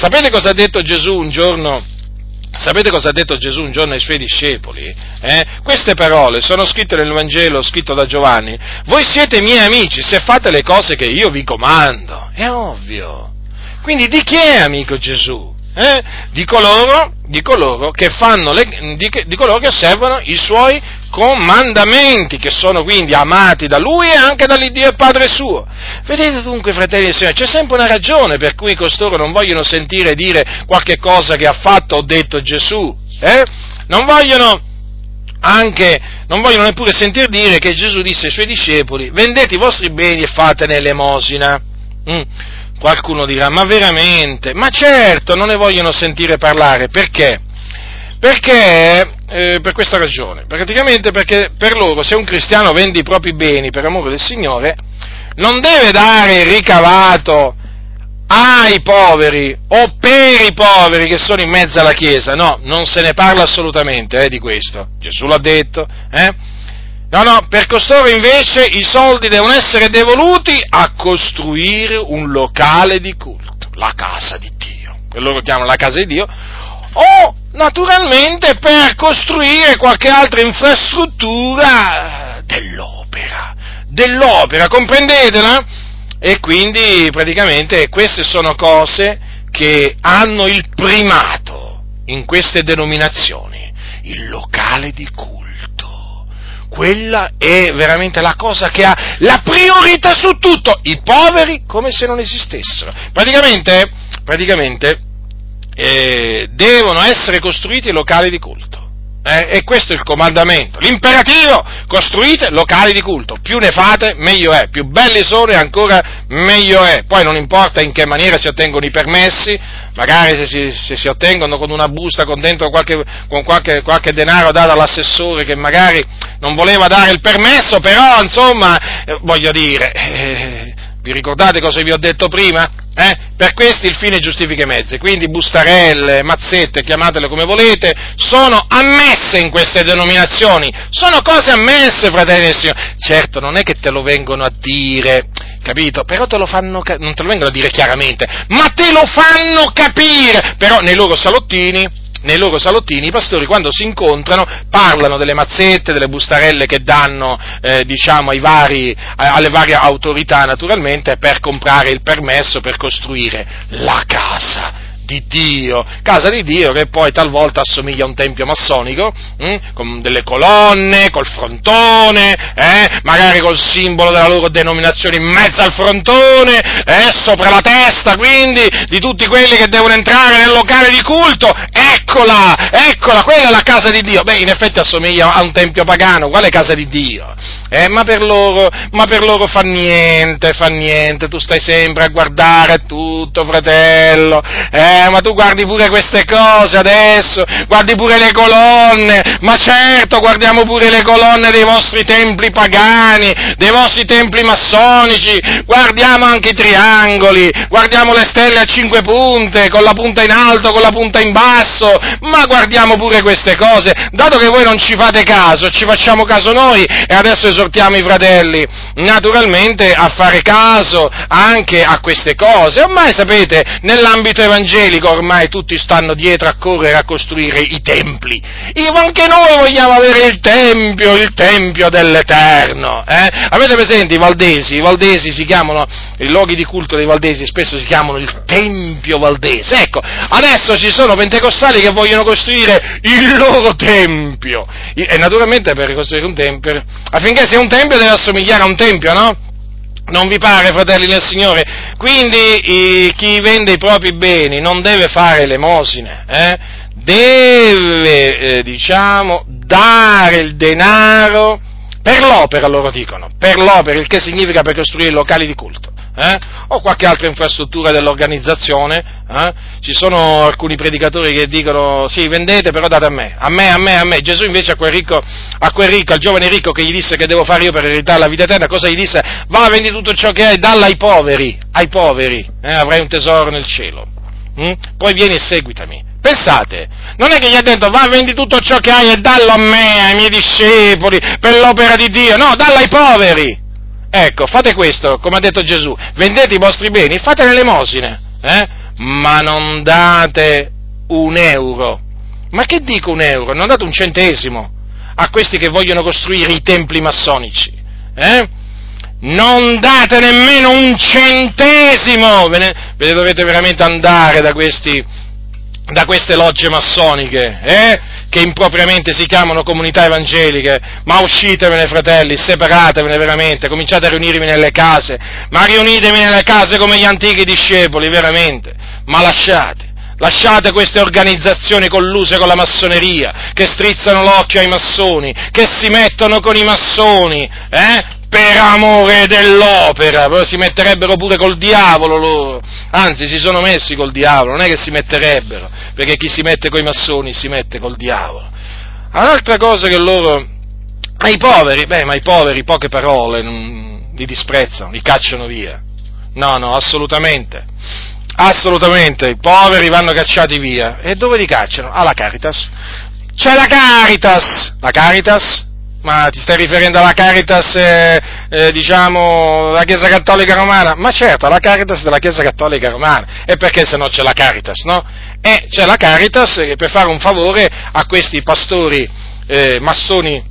sapete cosa ha detto Gesù un giorno? Sapete cosa ha detto Gesù un giorno ai suoi discepoli? Eh? Queste parole sono scritte nel Vangelo, scritto da Giovanni. Voi siete miei amici se fate le cose che io vi comando. È ovvio. Quindi di chi è amico Gesù? Eh? Di coloro, di coloro che fanno le, di, di coloro che osservano i suoi comandamenti, che sono quindi amati da Lui e anche dall'Iddio e Padre suo. Vedete dunque, fratelli e sorelle, c'è sempre una ragione per cui costoro non vogliono sentire dire qualche cosa che ha fatto o detto Gesù, eh? Non vogliono anche, non vogliono neppure sentir dire che Gesù disse ai Suoi discepoli: vendete i vostri beni e fatene elemosina. Mm. Qualcuno dirà: ma veramente? Ma certo, non ne vogliono sentire parlare. Perché? Perché, eh, per questa ragione, praticamente perché per loro, se un cristiano vende i propri beni per amore del Signore, non deve dare il ricavato ai poveri o per i poveri che sono in mezzo alla Chiesa. No, non se ne parla assolutamente eh, di questo. Gesù l'ha detto, eh? No, no, per costoro invece i soldi devono essere devoluti a costruire un locale di culto, la casa di Dio, che loro chiamano la casa di Dio, o naturalmente per costruire qualche altra infrastruttura dell'opera, dell'opera, comprendetela? E quindi praticamente queste sono cose che hanno il primato in queste denominazioni, il locale di culto. Quella è veramente la cosa che ha la priorità su tutto, i poveri come se non esistessero. Praticamente, praticamente eh, devono essere costruiti locali di culto. Eh, e questo è il comandamento, l'imperativo: costruite locali di culto, più ne fate meglio è, più belli sono e ancora meglio è. Poi non importa in che maniera si ottengono i permessi, magari se si, se si ottengono con una busta con dentro qualche, con qualche, qualche denaro dato all'assessore che magari non voleva dare il permesso, però insomma, eh, voglio dire, eh, vi ricordate cosa vi ho detto prima? Eh? Per questi il fine giustifica i mezzi, quindi bustarelle, mazzette, chiamatele come volete, sono ammesse in queste denominazioni, sono cose ammesse, fratelli del Signore. Certo, non è che te lo vengono a dire, capito? Però te lo fanno, non te lo vengono a dire chiaramente, ma te lo fanno capire, però nei loro salottini, nei loro salottini i pastori quando si incontrano parlano delle mazzette, delle bustarelle che danno eh, diciamo ai vari, alle varie autorità naturalmente per comprare il permesso per costruire la casa di Dio, casa di Dio che poi talvolta assomiglia a un tempio massonico, hm, con delle colonne, col frontone, eh, magari col simbolo della loro denominazione in mezzo al frontone, eh, sopra la testa, quindi, di tutti quelli che devono entrare nel locale di culto. Eccola, eccola, quella è la casa di Dio. Beh, in effetti assomiglia a un tempio pagano, quale casa di Dio? Eh, ma per loro, ma per loro fa niente, fa niente, tu stai sempre a guardare tutto, fratello, eh, Eh, ma tu guardi pure queste cose adesso, guardi pure le colonne, ma certo, guardiamo pure le colonne dei vostri templi pagani, dei vostri templi massonici, guardiamo anche i triangoli, guardiamo le stelle a cinque punte, con la punta in alto, con la punta in basso, ma guardiamo pure queste cose, dato che voi non ci fate caso, ci facciamo caso noi, e adesso esortiamo i fratelli, naturalmente, a fare caso anche a queste cose. Ormai sapete, nell'ambito evangelico, ormai tutti stanno dietro a correre a costruire i templi. Io, anche noi vogliamo avere il tempio, il tempio dell'Eterno. Eh? Avete presente i valdesi? I valdesi si chiamano, i luoghi di culto dei valdesi spesso si chiamano il tempio valdese. Ecco, adesso ci sono pentecostali che vogliono costruire il loro tempio. E naturalmente per costruire un tempio, affinché sia un tempio deve assomigliare a un tempio, no? Non vi pare, fratelli del Signore? Quindi i, chi vende i propri beni non deve fare elemosine, eh? Deve, eh, diciamo, dare il denaro per l'opera, loro dicono, per l'opera, il che significa per costruire locali di culto. Eh? O qualche altra infrastruttura dell'organizzazione, eh? Ci sono alcuni predicatori che dicono: sì, vendete, però date a me, a me, a me, a me. Gesù invece a quel ricco, a quel ricco, al giovane ricco che gli disse: che devo fare io per ereditare la vita eterna? Cosa gli disse? Va, vendi tutto ciò che hai, dalla ai poveri, ai poveri, eh? Avrai un tesoro nel cielo, hm? Poi vieni e seguitami. Pensate, non è che gli ha detto: va, vendi tutto ciò che hai e dallo a me, ai miei discepoli, per l'opera di Dio. No, dallo ai poveri. Ecco, fate questo, come ha detto Gesù, vendete i vostri beni, fate le elemosine, eh? ma non date un euro. Ma che dico un euro? Non date un centesimo a questi che vogliono costruire i templi massonici, eh? Non date nemmeno un centesimo, ve ne, ve ne dovete veramente andare da questi, da queste logge massoniche, eh? Che impropriamente si chiamano comunità evangeliche, ma uscitevene, fratelli, separatevene veramente, cominciate a riunirvi nelle case, ma riunitevi nelle case come gli antichi discepoli, veramente, ma lasciate, lasciate queste organizzazioni colluse con la massoneria, che strizzano l'occhio ai massoni, che si mettono con i massoni, eh? Per amore dell'opera, poi si metterebbero pure col diavolo loro, anzi si sono messi col diavolo, non è che si metterebbero, perché chi si mette coi massoni si mette col diavolo. Un'altra cosa che loro, ai poveri, beh, ma i poveri poche parole, non, li disprezzano, li cacciano via, no, no, assolutamente, assolutamente, i poveri vanno cacciati via, e dove li cacciano? Alla Caritas, c'è la Caritas, la Caritas, ma ti stai riferendo alla Caritas, eh, eh, diciamo, della Chiesa Cattolica Romana? Ma certo, alla Caritas della Chiesa Cattolica Romana. E perché se no c'è la Caritas, no? E c'è la Caritas che per fare un favore a questi pastori eh, massoni,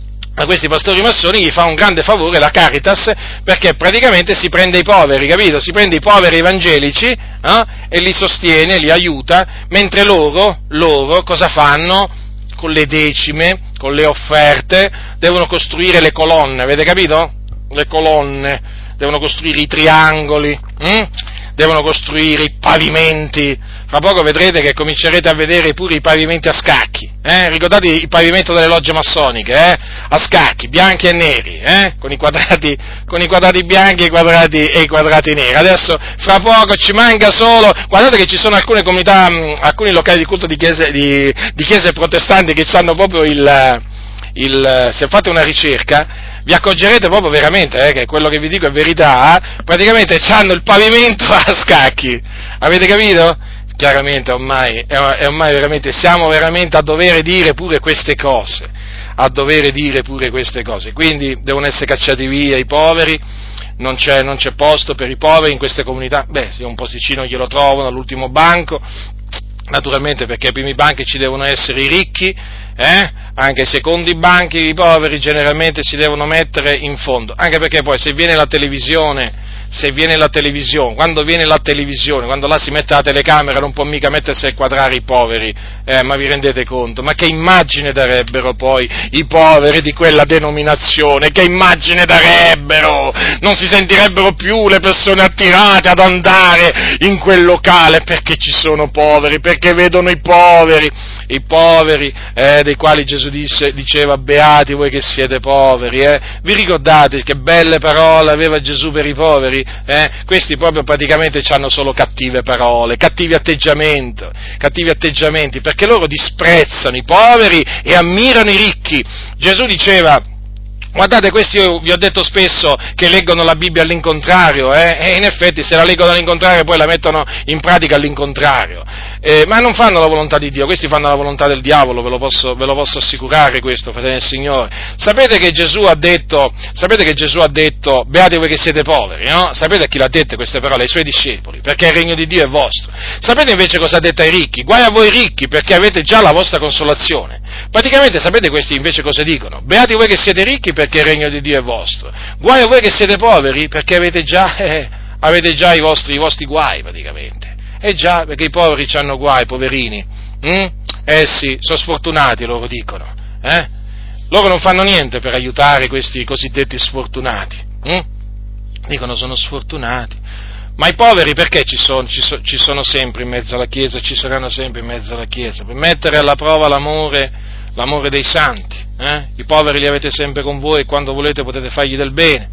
a questi pastori massoni gli fa un grande favore la Caritas, perché praticamente si prende i poveri, capito? Si prende i poveri evangelici eh, e li sostiene, li aiuta, mentre loro, loro cosa fanno? Con le decime, con le offerte, devono costruire le colonne, avete capito? Le colonne, devono costruire i triangoli, hm? Devono costruire i pavimenti, fra poco vedrete che comincerete a vedere pure i pavimenti a scacchi, eh? Ricordate il pavimento delle logge massoniche, eh? A scacchi, bianchi e neri, eh? Con i quadrati, con i quadrati bianchi e i quadrati, e i quadrati neri. Adesso, fra poco ci manca solo, guardate che ci sono alcune comunità, mh, alcuni locali di culto di chiese, di, di chiese protestanti che hanno proprio il, il, se fate una ricerca, vi accorgerete proprio veramente eh, che quello che vi dico è verità, eh? Praticamente hanno il pavimento a scacchi, avete capito? Chiaramente ormai, è ormai veramente, siamo veramente a dover dire pure queste cose, a dover dire pure queste cose, quindi devono essere cacciati via i poveri, non c'è, non c'è posto per i poveri in queste comunità, beh, se un posticino glielo trovano all'ultimo banco, naturalmente perché ai primi banchi ci devono essere i ricchi, eh? Anche ai secondi banchi i poveri generalmente si devono mettere in fondo, anche perché poi se viene la televisione, se viene la televisione, quando viene la televisione, quando là si mette la telecamera non può mica mettersi a inquadrare i poveri, eh, ma vi rendete conto? Ma che immagine darebbero poi i poveri di quella denominazione? Che immagine darebbero? Non si sentirebbero più le persone attirate ad andare in quel locale perché ci sono poveri, perché vedono i poveri, i poveri eh, dei quali Gesù disse, diceva beati voi che siete poveri, eh? Vi ricordate che belle parole aveva Gesù per i poveri? Eh? Questi proprio praticamente hanno solo cattive parole, cattivi atteggiamenti, cattivi atteggiamenti, perché loro disprezzano i poveri e ammirano i ricchi. Gesù diceva, guardate, questi io vi ho detto spesso che leggono la Bibbia all'incontrario, eh? E in effetti se la leggono all'incontrario poi la mettono in pratica all'incontrario, eh, ma non fanno la volontà di Dio, questi fanno la volontà del diavolo, ve lo posso, ve lo posso assicurare questo, fratelli del Signore. Sapete che Gesù ha detto, sapete che Gesù ha detto, beati voi che siete poveri, no? Sapete a chi l'ha dette queste parole? Ai suoi discepoli, perché il regno di Dio è vostro. Sapete invece cosa ha detto ai ricchi? Guai a voi ricchi, perché avete già la vostra consolazione. Praticamente sapete questi invece cosa dicono? Beati voi che siete ricchi, perché il regno di Dio è vostro. Guai a voi che siete poveri, perché avete già, eh, avete già i vostri, i vostri guai, praticamente. Eh già, perché i poveri hanno guai, poverini. Mm? Eh sì, sono sfortunati, loro dicono. Eh? Loro non fanno niente per aiutare questi cosiddetti sfortunati. Mm? Dicono sono sfortunati. Ma i poveri perché ci sono, ci, so, ci sono sempre in mezzo alla Chiesa, ci saranno sempre in mezzo alla Chiesa? Per mettere alla prova l'amore, l'amore dei santi. Eh? I poveri li avete sempre con voi e quando volete potete fargli del bene.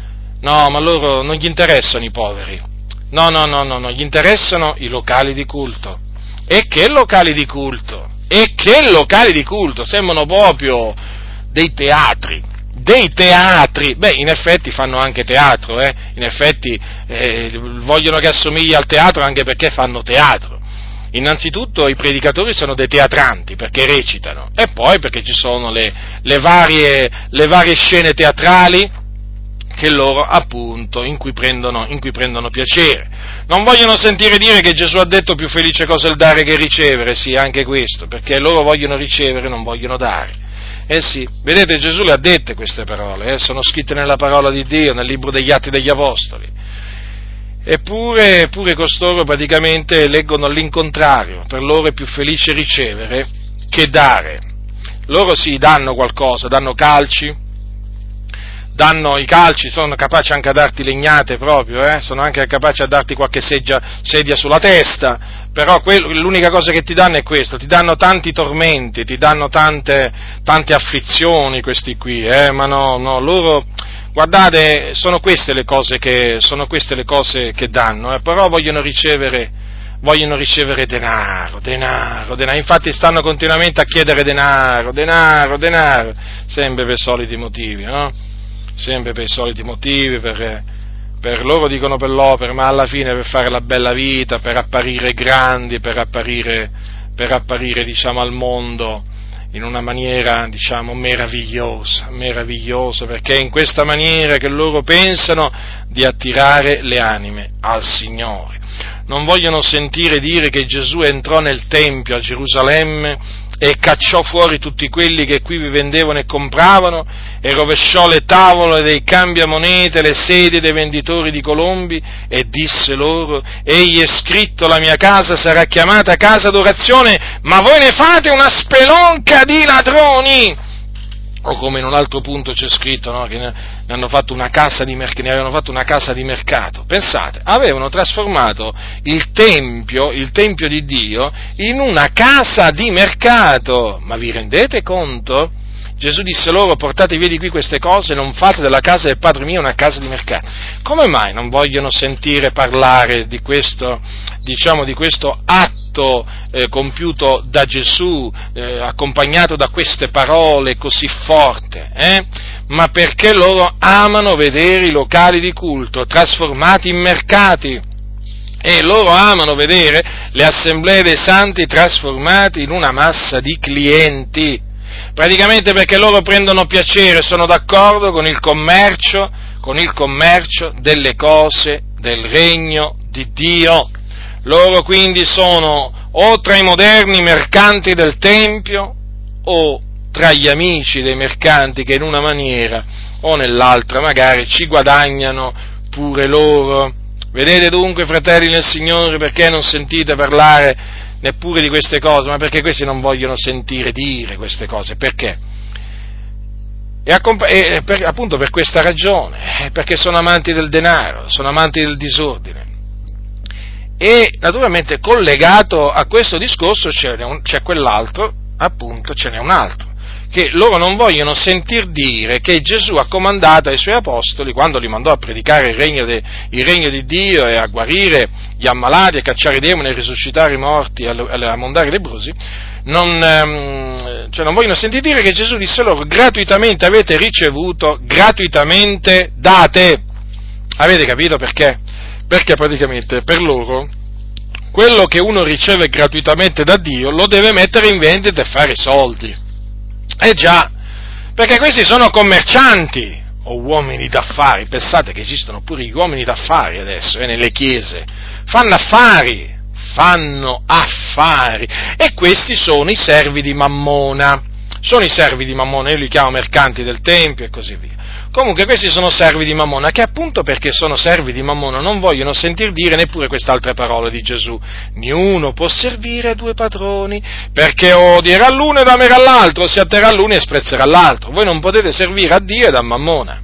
No, ma loro non gli interessano i poveri. No, no, no, no, no, gli interessano i locali di culto. E che locali di culto? E che locali di culto? Sembrano proprio dei teatri, dei teatri. Beh, in effetti fanno anche teatro, eh? In effetti eh, vogliono che assomigli al teatro anche perché fanno teatro. Innanzitutto i predicatori sono dei teatranti perché recitano, e poi perché ci sono le, le, varie, le varie scene teatrali che loro appunto in cui prendono, in cui prendono piacere. Non vogliono sentire dire che Gesù ha detto più felice cosa il dare che ricevere, sì, anche questo, perché loro vogliono ricevere, non vogliono dare. Eh sì, vedete, Gesù le ha dette queste parole, eh, sono scritte nella parola di Dio, nel libro degli Atti degli Apostoli. Eppure, pure costoro praticamente leggono all'incontrario, per loro è più felice ricevere che dare. Loro sì, danno qualcosa, danno calci, danno i calci, sono capaci anche a darti legnate proprio, eh? Sono anche capaci a darti qualche sedia, sedia sulla testa, però quello, l'unica cosa che ti danno è questo, ti danno tanti tormenti, ti danno tante, tante afflizioni questi qui, eh? Ma no, no, loro, guardate, sono queste le cose che, sono queste le cose che danno, eh? Però vogliono ricevere, vogliono ricevere denaro, denaro, denaro, infatti stanno continuamente a chiedere denaro, denaro, denaro, sempre per soliti motivi, no? Sempre per i soliti motivi, per, per loro dicono per l'opera, ma alla fine per fare la bella vita, per apparire grandi, per apparire, per apparire diciamo al mondo in una maniera diciamo meravigliosa, meravigliosa, perché è in questa maniera che loro pensano di attirare le anime al Signore. Non vogliono sentire dire che Gesù entrò nel Tempio a Gerusalemme e cacciò fuori tutti quelli che qui vi vendevano e compravano, e rovesciò le tavole dei cambiamonete, le sedie dei venditori di colombi, e disse loro: egli è scritto, la mia casa sarà chiamata casa d'orazione, ma voi ne fate una spelonca di ladroni. O come in un altro punto c'è scritto, no, che ne hanno fatto una casa di merc- ne avevano fatto una casa di mercato. Pensate, avevano trasformato il tempio, il tempio di Dio, in una casa di mercato. Ma vi rendete conto? Gesù disse loro: portate via di qui queste cose, non fate della casa del Padre mio una casa di mercato. Come mai non vogliono sentire parlare di questo, diciamo, di questo atto eh, compiuto da Gesù, eh, accompagnato da queste parole così forte? Eh? Ma perché loro amano vedere i locali di culto trasformati in mercati. E loro amano vedere le assemblee dei santi trasformati in una massa di clienti. Praticamente perché loro prendono piacere, sono d'accordo con il commercio, con il commercio delle cose del regno di Dio. Loro quindi sono o tra i moderni mercanti del Tempio o tra gli amici dei mercanti che in una maniera o nell'altra magari ci guadagnano pure loro. Vedete dunque, fratelli nel Signore, perché non sentite parlare neppure di queste cose? Ma perché questi non vogliono sentire dire queste cose. Perché? E, accomp- e per, appunto per questa ragione, perché sono amanti del denaro, sono amanti del disordine. E naturalmente collegato a questo discorso c'è, un, c'è quell'altro, appunto ce n'è un altro, che loro non vogliono sentir dire che Gesù ha comandato ai suoi apostoli, quando li mandò a predicare il regno, de, il regno di Dio e a guarire gli ammalati, a cacciare i demoni, a risuscitare i morti, a, a mondare i lebbrosi, non, ehm, cioè non vogliono sentir dire che Gesù disse loro: gratuitamente avete ricevuto, gratuitamente date. Avete capito perché? Perché praticamente per loro quello che uno riceve gratuitamente da Dio lo deve mettere in vendita e fare soldi. Eh già, perché questi sono commercianti o uomini d'affari. Pensate che esistono pure gli uomini d'affari adesso, eh, nelle chiese, fanno affari, fanno affari, e questi sono i servi di Mammona, sono i servi di Mammona, io li chiamo mercanti del Tempio e così via. Comunque questi sono servi di Mammona, che appunto perché sono servi di Mammona non vogliono sentir dire neppure quest'altra parola di Gesù: niuno può servire a due padroni, perché o odierà l'uno ed amerà l'altro, o si atterrà all'uno e sprezzerà l'altro. Voi non potete servire a Dio ed a Mammona.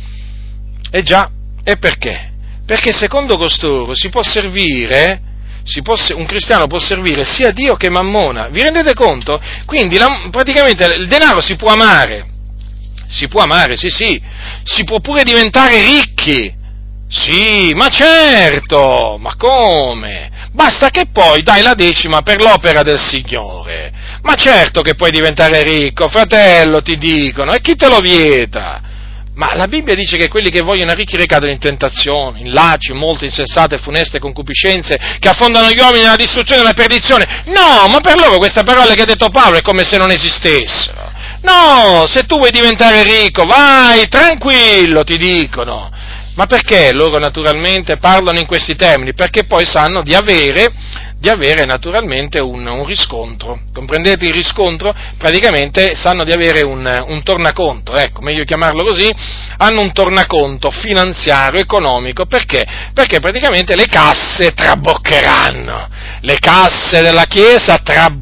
E già, e perché? Perché secondo costoro si può servire, si può, un cristiano può servire sia Dio che Mammona. Vi rendete conto? Quindi la, praticamente il denaro si può amare. Si può amare, sì, sì, si può pure diventare ricchi, sì, ma certo, ma come? Basta che poi dai la decima per l'opera del Signore, ma certo che puoi diventare ricco, fratello, ti dicono, e chi te lo vieta? Ma la Bibbia dice che quelli che vogliono arricchire cadono in tentazioni, in lacci, in molte insensate e funeste concupiscenze che affondano gli uomini nella distruzione e nella perdizione. No, ma per loro queste parole che ha detto Paolo è come se non esistessero. No, se tu vuoi diventare ricco, vai, tranquillo, ti dicono. Ma perché loro naturalmente parlano in questi termini? Perché poi sanno di avere, di avere naturalmente un, un riscontro. Comprendete il riscontro? Praticamente sanno di avere un, un tornaconto, ecco, meglio chiamarlo così, hanno un tornaconto finanziario, economico. Perché? Perché praticamente le casse traboccheranno, le casse della Chiesa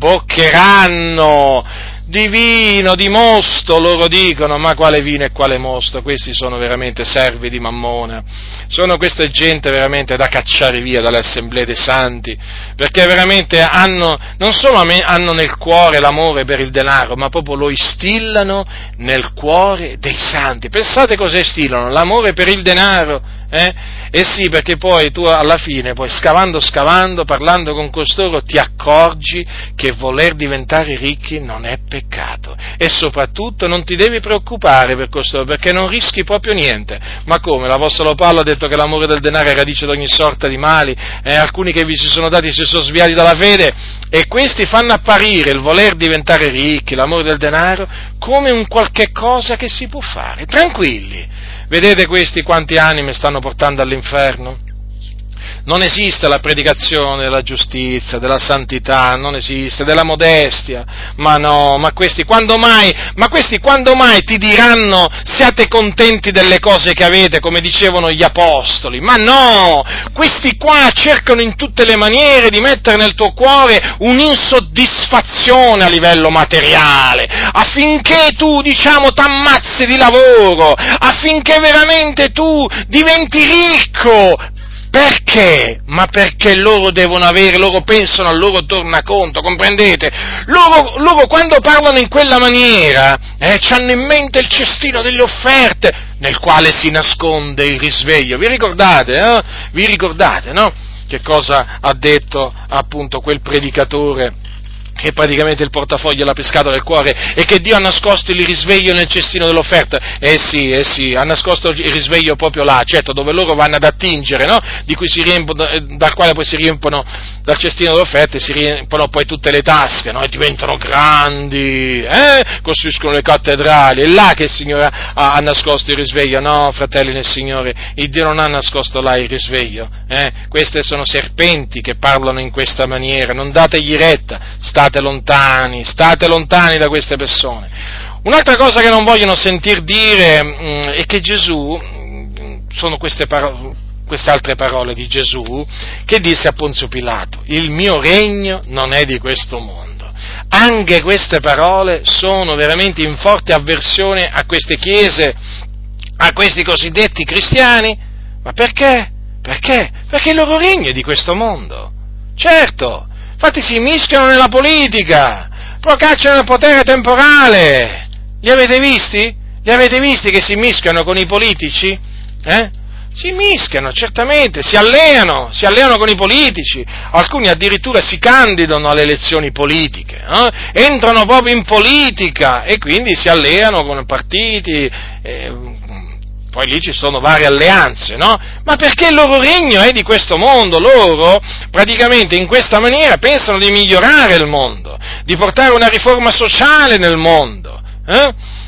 traboccheranno. Di vino, di mosto, loro dicono, ma quale vino e quale mosto? Questi sono veramente servi di Mammona, sono questa gente veramente da cacciare via dalle assemblee dei santi, perché veramente hanno, non solo hanno nel cuore l'amore per il denaro, ma proprio lo instillano nel cuore dei santi. Pensate cosa instillano? L'amore per il denaro, eh? Eh sì, perché poi tu alla fine, poi scavando scavando, parlando con costoro, ti accorgi che voler diventare ricchi non è peccato, e soprattutto non ti devi preoccupare per costoro, perché non rischi proprio niente. Ma come? L'Apostolo Paolo ha detto che l'amore del denaro è radice di ogni sorta di mali, eh, alcuni che vi si sono dati si sono sviati dalla fede, e questi fanno apparire il voler diventare ricchi, l'amore del denaro, come un qualche cosa che si può fare. Tranquilli. Vedete questi quanti anime stanno portando all'inferno? Non esiste la predicazione della giustizia, della santità, non esiste, della modestia, ma no, ma questi quando mai, ma questi quando mai ti diranno siate contenti delle cose che avete, come dicevano gli apostoli? Ma no, questi qua cercano in tutte le maniere di mettere nel tuo cuore un'insoddisfazione a livello materiale, affinché tu, diciamo, t'ammazzi di lavoro, affinché veramente tu diventi ricco. Perché? Ma perché loro devono avere, loro pensano al loro tornaconto, comprendete? Loro, loro quando parlano in quella maniera, eh, hanno in mente il cestino delle offerte, nel quale si nasconde il risveglio. Vi ricordate, eh? Vi ricordate, no? Che cosa ha detto appunto quel predicatore che praticamente il portafoglio l'ha pescato nel cuore, e che Dio ha nascosto il risveglio nel cestino dell'offerta? Eh sì, eh sì, ha nascosto il risveglio proprio là, certo, dove loro vanno ad attingere, no? Di cui si riempono, dal quale poi si riempono, dal cestino dell'offerta, si riempono poi tutte le tasche, no? E diventano grandi, eh? Costruiscono le cattedrali, è là che il Signore ha, ha nascosto il risveglio. No, fratelli nel Signore, il Dio non ha nascosto là il risveglio, eh? Queste sono serpenti che parlano in questa maniera, non dategli retta, state lontani, state lontani da queste persone. Un'altra cosa che non vogliono sentir dire mh, è che Gesù, mh, sono queste, paro- queste altre parole di Gesù, che disse a Ponzio Pilato: il mio regno non è di questo mondo. Anche queste parole sono veramente in forte avversione a queste chiese, a questi cosiddetti cristiani. Ma perché? Perché? Perché il loro regno è di questo mondo. Certo. Infatti si mischiano nella politica, procacciano il potere temporale. Li avete visti? Li avete visti che si mischiano con i politici? Eh? Si mischiano, certamente, si alleano, si alleano con i politici, alcuni addirittura si candidano alle elezioni politiche, eh? Entrano proprio in politica e quindi si alleano con i partiti, eh, poi lì ci sono varie alleanze, no? Ma perché il loro regno è di questo mondo, loro praticamente in questa maniera pensano di migliorare il mondo, di portare una riforma sociale nel mondo, eh?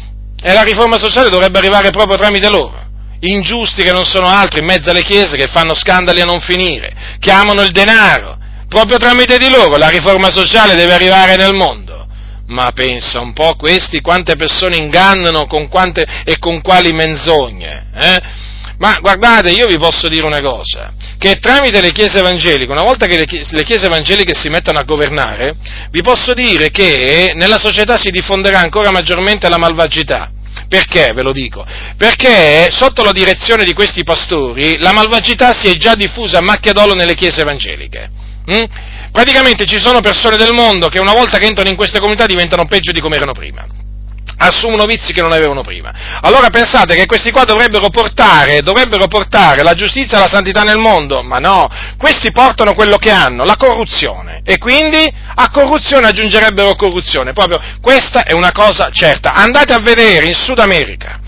E la riforma sociale dovrebbe arrivare proprio tramite loro, ingiusti che non sono altro in mezzo alle chiese, che fanno scandali a non finire, che amano il denaro, proprio tramite di loro la riforma sociale deve arrivare nel mondo. Ma pensa un po' questi quante persone ingannano con quante e con quali menzogne, eh? Ma guardate, io vi posso dire una cosa, che tramite le chiese evangeliche, una volta che le chiese, le chiese evangeliche si mettono a governare, vi posso dire che nella società si diffonderà ancora maggiormente la malvagità. Perché, ve lo dico? Perché sotto la direzione di questi pastori la malvagità si è già diffusa a macchia d'olio nelle chiese evangeliche. Mm? Praticamente ci sono persone del mondo che una volta che entrano in queste comunità diventano peggio di come erano prima, assumono vizi che non avevano prima. Allora pensate che questi qua dovrebbero portare, dovrebbero portare la giustizia e la santità nel mondo? Ma no, questi portano quello che hanno, la corruzione, e quindi a corruzione aggiungerebbero corruzione, proprio questa è una cosa certa. Andate a vedere in Sud America,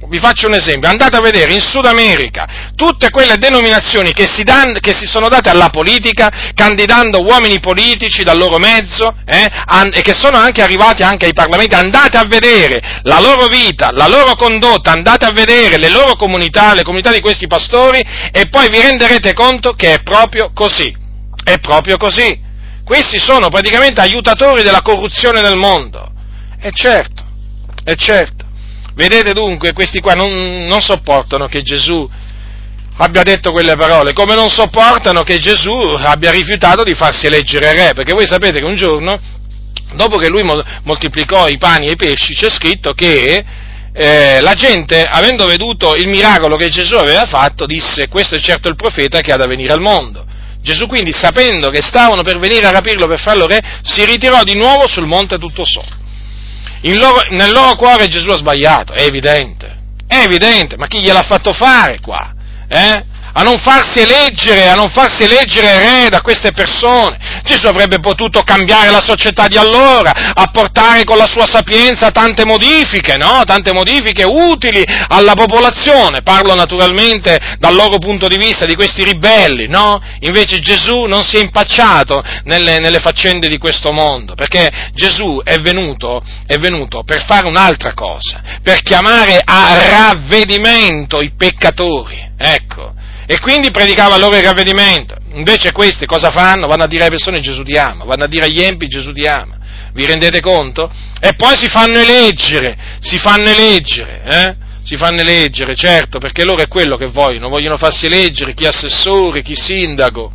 vi faccio un esempio, andate a vedere in Sud America tutte quelle denominazioni che si, dan, che si sono date alla politica, candidando uomini politici dal loro mezzo, eh, and, e che sono anche arrivati anche ai parlamenti. Andate a vedere la loro vita, la loro condotta, andate a vedere le loro comunità, le comunità di questi pastori, e poi vi renderete conto che è proprio così, è proprio così. Questi sono praticamente aiutatori della corruzione nel mondo, e certo, è certo. Vedete dunque, questi qua non, non sopportano che Gesù abbia detto quelle parole, come non sopportano che Gesù abbia rifiutato di farsi eleggere re, perché voi sapete che un giorno, dopo che lui moltiplicò i pani e i pesci, c'è scritto che eh, la gente, avendo veduto il miracolo che Gesù aveva fatto, disse: questo è certo il profeta che ha da venire al mondo. Gesù quindi, sapendo che stavano per venire a rapirlo per farlo re, si ritirò di nuovo sul monte tutto solo. In loro, nel loro cuore Gesù ha sbagliato, è evidente, è evidente, ma chi gliel'ha fatto fare qua? Eh? A non farsi eleggere, a non farsi eleggere re da queste persone. Gesù avrebbe potuto cambiare la società di allora, apportare con la sua sapienza tante modifiche, no? Tante modifiche utili alla popolazione. Parlo naturalmente dal loro punto di vista, di questi ribelli, no? Invece Gesù non si è impacciato nelle, nelle faccende di questo mondo, perché Gesù è venuto, è venuto per fare un'altra cosa, per chiamare a ravvedimento i peccatori, ecco. E quindi predicava loro il ravvedimento. Invece questi cosa fanno? Vanno a dire alle persone: Gesù ti ama, vanno a dire agli empi: Gesù ti ama. Vi rendete conto? E poi si fanno eleggere, si fanno eleggere, eh? Si fanno eleggere, certo, perché loro è quello che vogliono, vogliono farsi eleggere chi assessore, chi sindaco,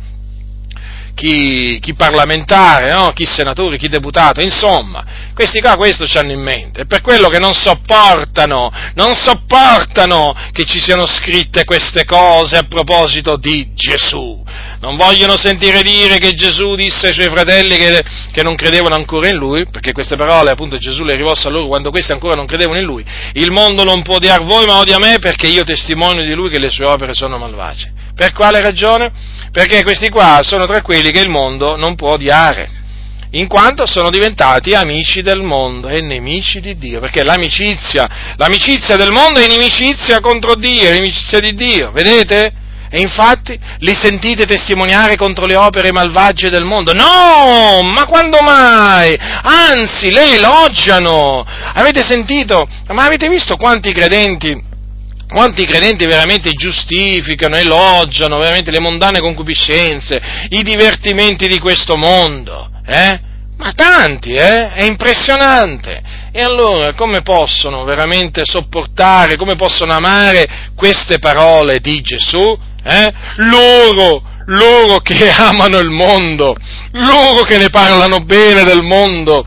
chi, chi parlamentare, no? Chi senatore, chi deputato, insomma, questi qua questo ci hanno in mente, è per quello che non sopportano, non sopportano che ci siano scritte queste cose a proposito di Gesù, non vogliono sentire dire che Gesù disse ai suoi fratelli che, che non credevano ancora in Lui, perché queste parole appunto Gesù le rivolse a loro quando questi ancora non credevano in Lui: il mondo non può odiar voi ma odia me, perché io testimonio di Lui che le sue opere sono malvagie. Per quale ragione? Perché questi qua sono tra quelli che il mondo non può odiare, in quanto sono diventati amici del mondo e nemici di Dio, perché l'amicizia, l'amicizia del mondo è inimicizia contro Dio, è inimicizia di Dio, vedete? E infatti li sentite testimoniare contro le opere malvagie del mondo? No, ma quando mai? Anzi, le elogiano. Avete sentito? Ma avete visto quanti credenti Quanti credenti veramente giustificano, elogiano veramente le mondane concupiscenze, i divertimenti di questo mondo, eh? Ma tanti, eh? È impressionante. E allora come possono veramente sopportare, come possono amare queste parole di Gesù? Eh? Loro, loro che amano il mondo, loro che ne parlano bene del mondo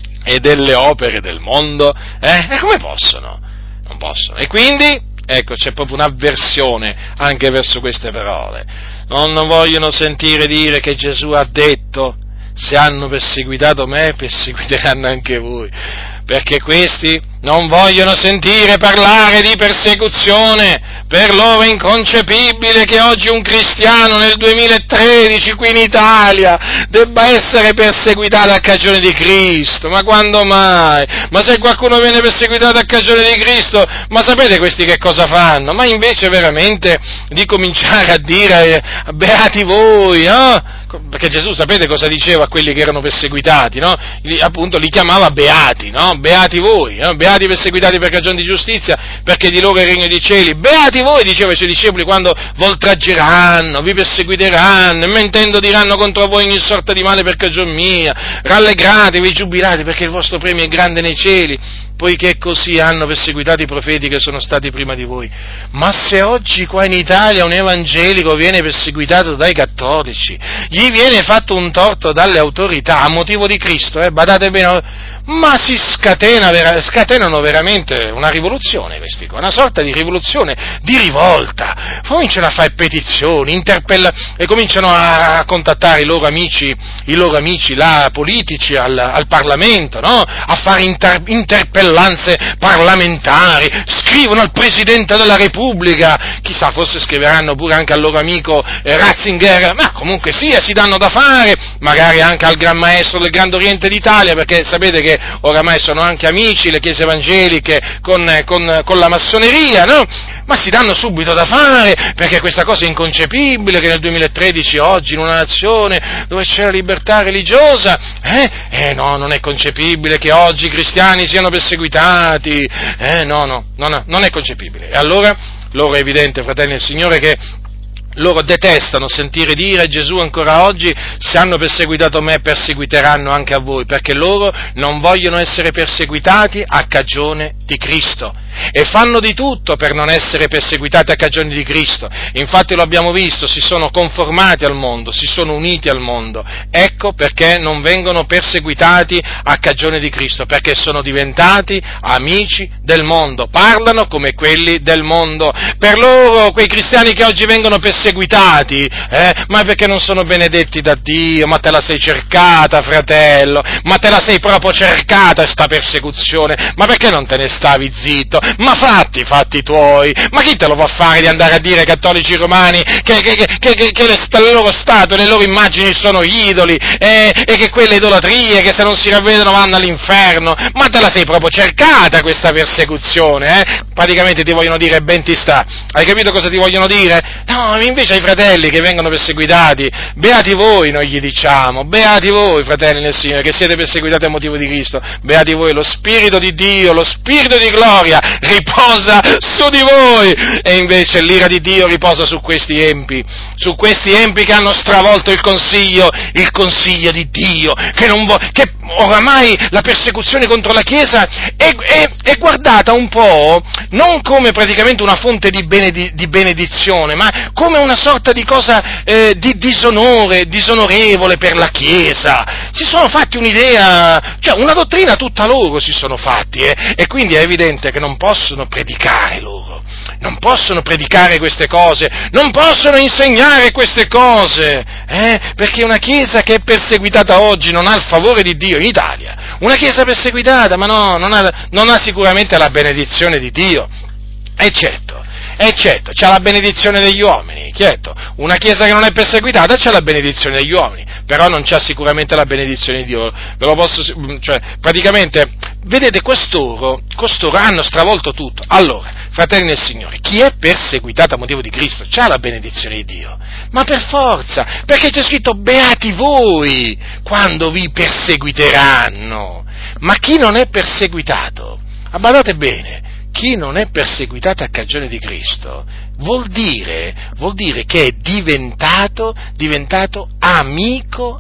e delle opere del mondo, eh? E come possono? Non possono. E quindi ecco, c'è proprio un'avversione anche verso queste parole. Non, non vogliono sentire dire che Gesù ha detto: se hanno perseguitato me, perseguiteranno anche voi. Perché questi non vogliono sentire parlare di persecuzione. Per loro è inconcepibile che oggi un cristiano nel duemilatredici qui in Italia debba essere perseguitato a cagione di Cristo. Ma quando mai? Ma se qualcuno viene perseguitato a cagione di Cristo, ma sapete questi che cosa fanno? Ma invece veramente di cominciare a dire: beati voi, no? Perché Gesù sapete cosa diceva a quelli che erano perseguitati, no? Appunto li chiamava beati, no? Beati voi, no? Beati perseguitati per cagione di giustizia, perché di loro è il regno dei cieli. Beati voi, diceva ai suoi discepoli, quando voltraggeranno, vi perseguiteranno, e mentendo diranno contro voi ogni sorta di male per cagion mia. Rallegratevi, giubilate, perché il vostro premio è grande nei cieli, poiché così hanno perseguitato i profeti che sono stati prima di voi. Ma se oggi qua in Italia un evangelico viene perseguitato dai cattolici, gli viene fatto un torto dalle autorità a motivo di Cristo, eh, badate bene, ma si scatena, scatenano veramente una rivoluzione questi qua, una sorta di rivoluzione, di rivolta, cominciano a fare petizioni, interpella, e cominciano a contattare i loro amici, i loro amici là, politici al, al Parlamento, no? A fare inter, interpellazioni fratellanze parlamentari, scrivono al Presidente della Repubblica, chissà, forse scriveranno pure anche al loro amico eh, Ratzinger, ma comunque sia, si danno da fare, magari anche al Gran Maestro del Grande Oriente d'Italia, perché sapete che oramai sono anche amici le chiese evangeliche con, con, con la massoneria, no? Ma si danno subito da fare, perché questa cosa è inconcepibile, che nel duemilatredici oggi in una nazione dove c'è la libertà religiosa, eh, eh no, non è concepibile che oggi i cristiani siano perseguitati, eh no, no, no, non è concepibile. E allora, loro è evidente, fratelli del Signore, che loro detestano sentire dire a Gesù ancora oggi: se hanno perseguitato me, perseguiteranno anche a voi, perché loro non vogliono essere perseguitati a cagione di Cristo, e fanno di tutto per non essere perseguitati a cagione di Cristo. Infatti lo abbiamo visto, si sono conformati al mondo, si sono uniti al mondo, ecco perché non vengono perseguitati a cagione di Cristo, perché sono diventati amici del mondo, parlano come quelli del mondo. Per loro, quei cristiani che oggi vengono perseguitati, Seguitati, eh? Ma perché non sono benedetti da Dio? Ma te la sei cercata, fratello? Ma te la sei proprio cercata sta persecuzione? Ma perché non te ne stavi zitto? Ma fatti, fatti tuoi! Ma chi te lo fa fare di andare a dire ai cattolici romani che, che, che, che, che le, le loro statue, le loro immagini sono idoli, eh? E che quelle idolatrie, che se non si ravvedono vanno all'inferno? Ma te la sei proprio cercata questa persecuzione, eh? Praticamente ti vogliono dire ben ti sta. Hai capito cosa ti vogliono dire? No, invece ai fratelli che vengono perseguitati, beati voi, noi gli diciamo, beati voi, fratelli nel Signore, che siete perseguitati a motivo di Cristo, beati voi, lo Spirito di Dio, lo Spirito di gloria riposa su di voi, e invece l'ira di Dio riposa su questi empi, su questi empi che hanno stravolto il consiglio, il consiglio di Dio, che non vo- che oramai la persecuzione contro la Chiesa è, è, è guardata un po' non come praticamente una fonte di, benedi- di benedizione, ma come una sorta di cosa eh, di disonore, disonorevole per la Chiesa. Si sono fatti un'idea, cioè una dottrina tutta loro si sono fatti, eh, e quindi è evidente che non possono predicare loro, non possono predicare queste cose, non possono insegnare queste cose, eh, perché una Chiesa che è perseguitata oggi non ha il favore di Dio in Italia, una Chiesa perseguitata, ma no, non ha, non ha sicuramente la benedizione di Dio, e certo, e certo, c'ha la benedizione degli uomini, certo, una Chiesa che non è perseguitata c'ha la benedizione degli uomini, però non c'ha sicuramente la benedizione di Dio, ve lo posso, cioè, praticamente, vedete, costoro, costoro hanno stravolto tutto. Allora, fratelli nel Signore, chi è perseguitato a motivo di Cristo c'ha la benedizione di Dio, ma per forza, perché c'è scritto beati voi quando vi perseguiteranno, ma chi non è perseguitato, badate bene, chi non è perseguitato a cagione di Cristo vuol dire, vuol dire che è diventato, diventato amico,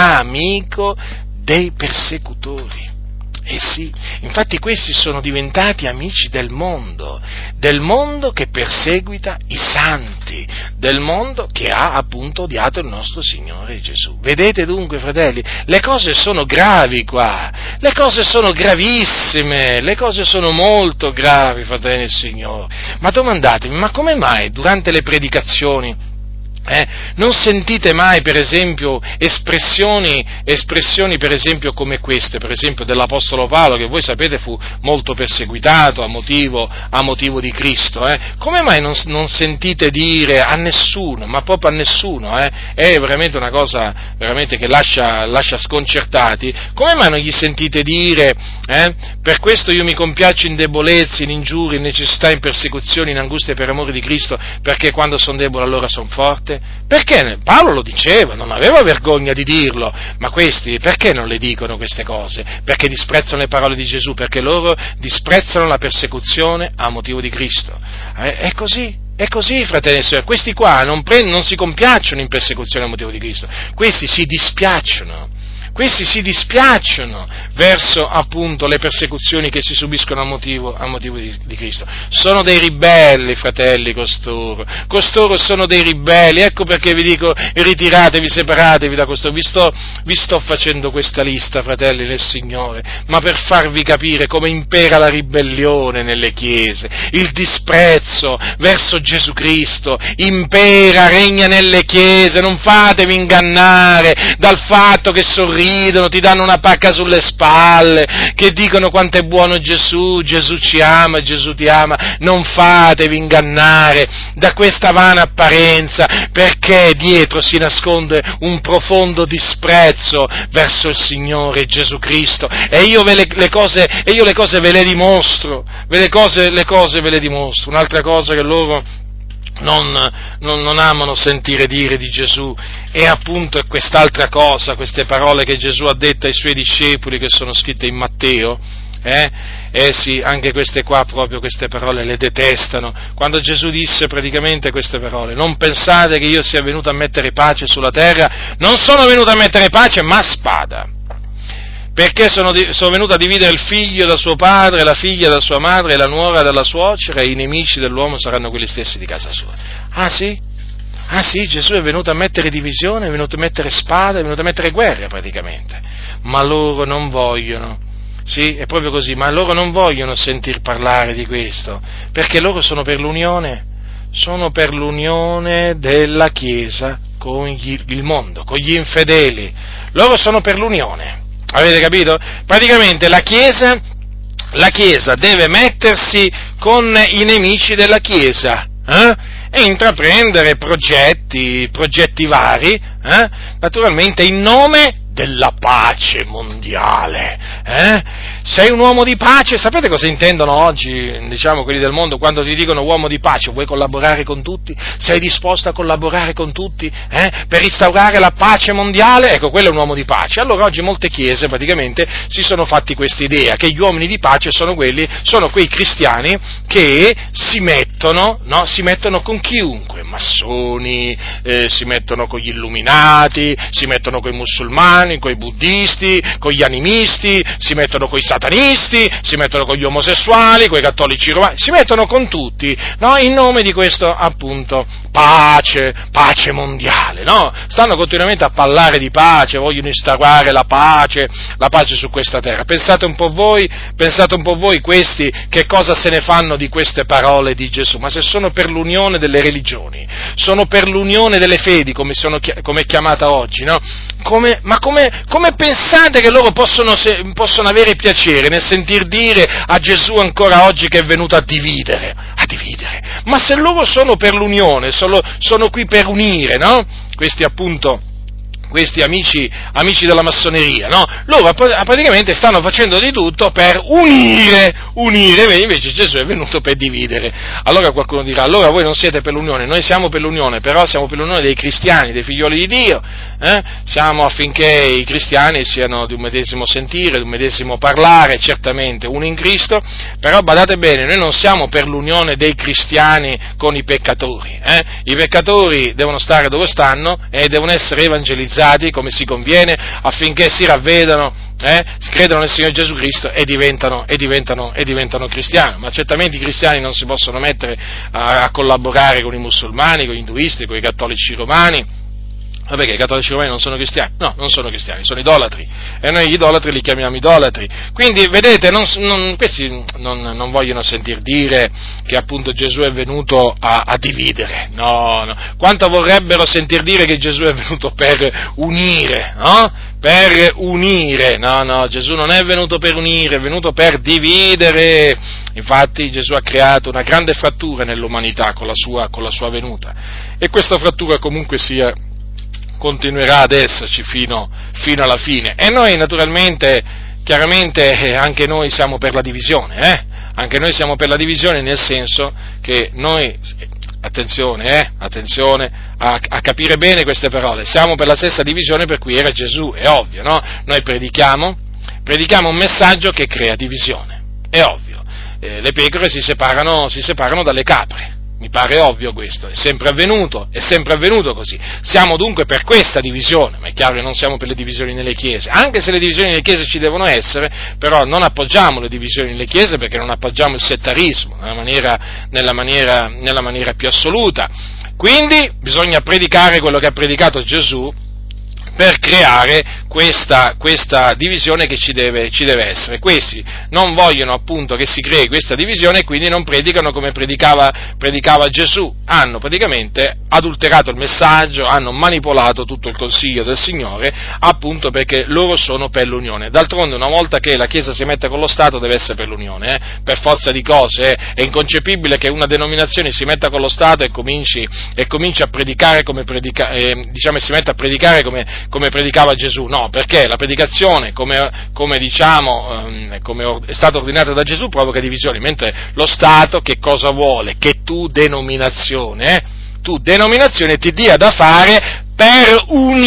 amico dei persecutori. Eh sì, infatti questi sono diventati amici del mondo, del mondo che perseguita i santi, del mondo che ha appunto odiato il nostro Signore Gesù. Vedete dunque, fratelli, le cose sono gravi qua, le cose sono gravissime, le cose sono molto gravi, fratelli del Signore. Ma domandatevi, ma come mai durante le predicazioni Eh, non sentite mai, per esempio, espressioni, espressioni per esempio come queste, per esempio dell'Apostolo Paolo, che voi sapete fu molto perseguitato a motivo, a motivo di Cristo, eh? Come mai non, non sentite dire a nessuno, ma proprio a nessuno, eh? È veramente una cosa veramente che lascia, lascia sconcertati, come mai non gli sentite dire, eh? Per questo io mi compiaccio in debolezze, in ingiurie, in necessità, in persecuzioni, in angustie per amore di Cristo, perché quando sono debole allora sono forte? Perché Paolo lo diceva, non aveva vergogna di dirlo, ma questi perché non le dicono queste cose? Perché disprezzano le parole di Gesù, perché loro disprezzano la persecuzione a motivo di Cristo. È così, è così, fratelli e sorelle, questi qua non, pre- non si compiacciono in persecuzione a motivo di Cristo, questi si dispiacciono. Questi si dispiacciono verso appunto le persecuzioni che si subiscono a motivo, a motivo di, di Cristo. Sono dei ribelli, fratelli, costoro. Costoro sono dei ribelli, ecco perché vi dico ritiratevi, separatevi da costoro. Vi sto, vi sto facendo questa lista, fratelli del Signore, ma per farvi capire come impera la ribellione nelle chiese, il disprezzo verso Gesù Cristo, impera, regna nelle chiese, non fatevi ingannare dal fatto che sorride ridono, ti danno una pacca sulle spalle, che dicono quanto è buono Gesù, Gesù ci ama, Gesù ti ama. Non fatevi ingannare da questa vana apparenza, perché dietro si nasconde un profondo disprezzo verso il Signore Gesù Cristo, e io ve le, le cose, e io le cose ve le dimostro, ve le cose, le cose ve le dimostro. Un'altra cosa che loro Non, non, non amano sentire dire di Gesù è appunto quest'altra cosa, queste parole che Gesù ha detto ai suoi discepoli, che sono scritte in Matteo. Eh? Eh sì, anche queste qua, proprio queste parole le detestano. Quando Gesù disse praticamente queste parole: non pensate che io sia venuto a mettere pace sulla terra, non sono venuto a mettere pace ma spada. Perché sono, sono venuto a dividere il figlio da suo padre, la figlia da sua madre, la nuora dalla suocera, e i nemici dell'uomo saranno quelli stessi di casa sua. Ah sì? Ah sì, Gesù è venuto a mettere divisione, è venuto a mettere spada, è venuto a mettere guerra praticamente. Ma loro non vogliono, sì, è proprio così, ma loro non vogliono sentir parlare di questo, perché loro sono per l'unione, sono per l'unione della Chiesa con gli, il mondo, con gli infedeli. Loro sono per l'unione. Avete capito? Praticamente la Chiesa, la Chiesa deve mettersi con i nemici della Chiesa, eh? E intraprendere progetti, progetti vari, eh? Naturalmente in nome della pace mondiale. Eh? Sei un uomo di pace? Sapete cosa intendono oggi, diciamo, quelli del mondo quando ti dicono uomo di pace? Vuoi collaborare con tutti? Sei disposto a collaborare con tutti? Eh? Per instaurare la pace mondiale? Ecco, quello è un uomo di pace. Allora oggi molte chiese praticamente si sono fatti questa idea, che gli uomini di pace sono quelli, sono quei cristiani che si mettono, no? Si mettono con chiunque, massoni, eh, si mettono con gli illuminati, si mettono con i musulmani, con i buddisti, con gli animisti, si mettono con i satanisti, si mettono con gli omosessuali, con i cattolici romani, si mettono con tutti, no? In nome di questo, appunto, pace, pace mondiale, no? Stanno continuamente a parlare di pace, vogliono instaurare la pace, la pace su questa terra. Pensate un po' voi, pensate un po' voi questi che cosa se ne fanno di queste parole di Gesù, ma se sono per l'unione delle religioni, sono per l'unione delle fedi, come, sono, come è chiamata oggi, no? Come, ma come, come pensate che loro possono, se, possono avere piacere nel sentir dire a Gesù ancora oggi che è venuto a dividere, a dividere? Ma se loro sono per l'unione, sono, sono qui per unire, no? Questi appunto, questi amici, amici della massoneria, no? Loro praticamente stanno facendo di tutto per unire, unire, invece Gesù è venuto per dividere. Allora qualcuno dirà: allora voi non siete per l'unione, noi siamo per l'unione, però siamo per l'unione dei cristiani, dei figlioli di Dio, eh? Siamo affinché i cristiani siano di un medesimo sentire, di un medesimo parlare, certamente uno in Cristo, però badate bene, noi non siamo per l'unione dei cristiani con i peccatori, eh? I peccatori devono stare dove stanno e devono essere evangelizzati come si conviene, affinché si ravvedano, eh, credono nel Signore Gesù Cristo e diventano, e diventano, e diventano cristiani. Ma certamente i cristiani non si possono mettere a, a collaborare con i musulmani, con gli induisti, con i cattolici romani. Ma perché i cattolici romani non sono cristiani? No, non sono cristiani, sono idolatri, e noi gli idolatri li chiamiamo idolatri. Quindi, vedete, non, non, questi non, non vogliono sentir dire che appunto Gesù è venuto a, a dividere, no, no, quanto vorrebbero sentir dire che Gesù è venuto per unire, no? Per unire, no, no, Gesù non è venuto per unire, è venuto per dividere. Infatti Gesù ha creato una grande frattura nell'umanità con la sua, con la sua venuta, e questa frattura comunque sia continuerà ad esserci fino, fino alla fine. E noi naturalmente, chiaramente, anche noi siamo per la divisione, eh? Anche noi siamo per la divisione, nel senso che noi, attenzione, eh? Attenzione a, a capire bene queste parole, siamo per la stessa divisione per cui era Gesù, è ovvio, no? Noi predichiamo, predichiamo un messaggio che crea divisione, è ovvio, eh, le pecore si separano, si separano dalle capre. Mi pare ovvio questo, è sempre avvenuto, è sempre avvenuto così. Siamo dunque per questa divisione, ma è chiaro che non siamo per le divisioni nelle chiese, anche se le divisioni nelle chiese ci devono essere, però non appoggiamo le divisioni nelle chiese perché non appoggiamo il settarismo nella maniera, nella maniera, nella maniera più assoluta. Quindi bisogna predicare quello che ha predicato Gesù per creare questa, questa divisione che ci deve, ci deve essere. Questi non vogliono appunto che si crei questa divisione e quindi non predicano come predicava, predicava Gesù, hanno praticamente adulterato il messaggio, hanno manipolato tutto il consiglio del Signore, appunto perché loro sono per l'unione. D'altronde, una volta che la Chiesa si mette con lo Stato, deve essere per l'unione, eh? per forza di cose. Eh? È inconcepibile che una denominazione si metta con lo Stato e cominci, e cominci a predicare come predica, eh, diciamo, si mette a predicare come, come predicava Gesù. No, perché la predicazione, come, come diciamo, ehm, come è stata ordinata da Gesù, provoca divisioni, mentre lo Stato che cosa vuole? Che tu denominazione, eh, tu denominazione ti dia da fare per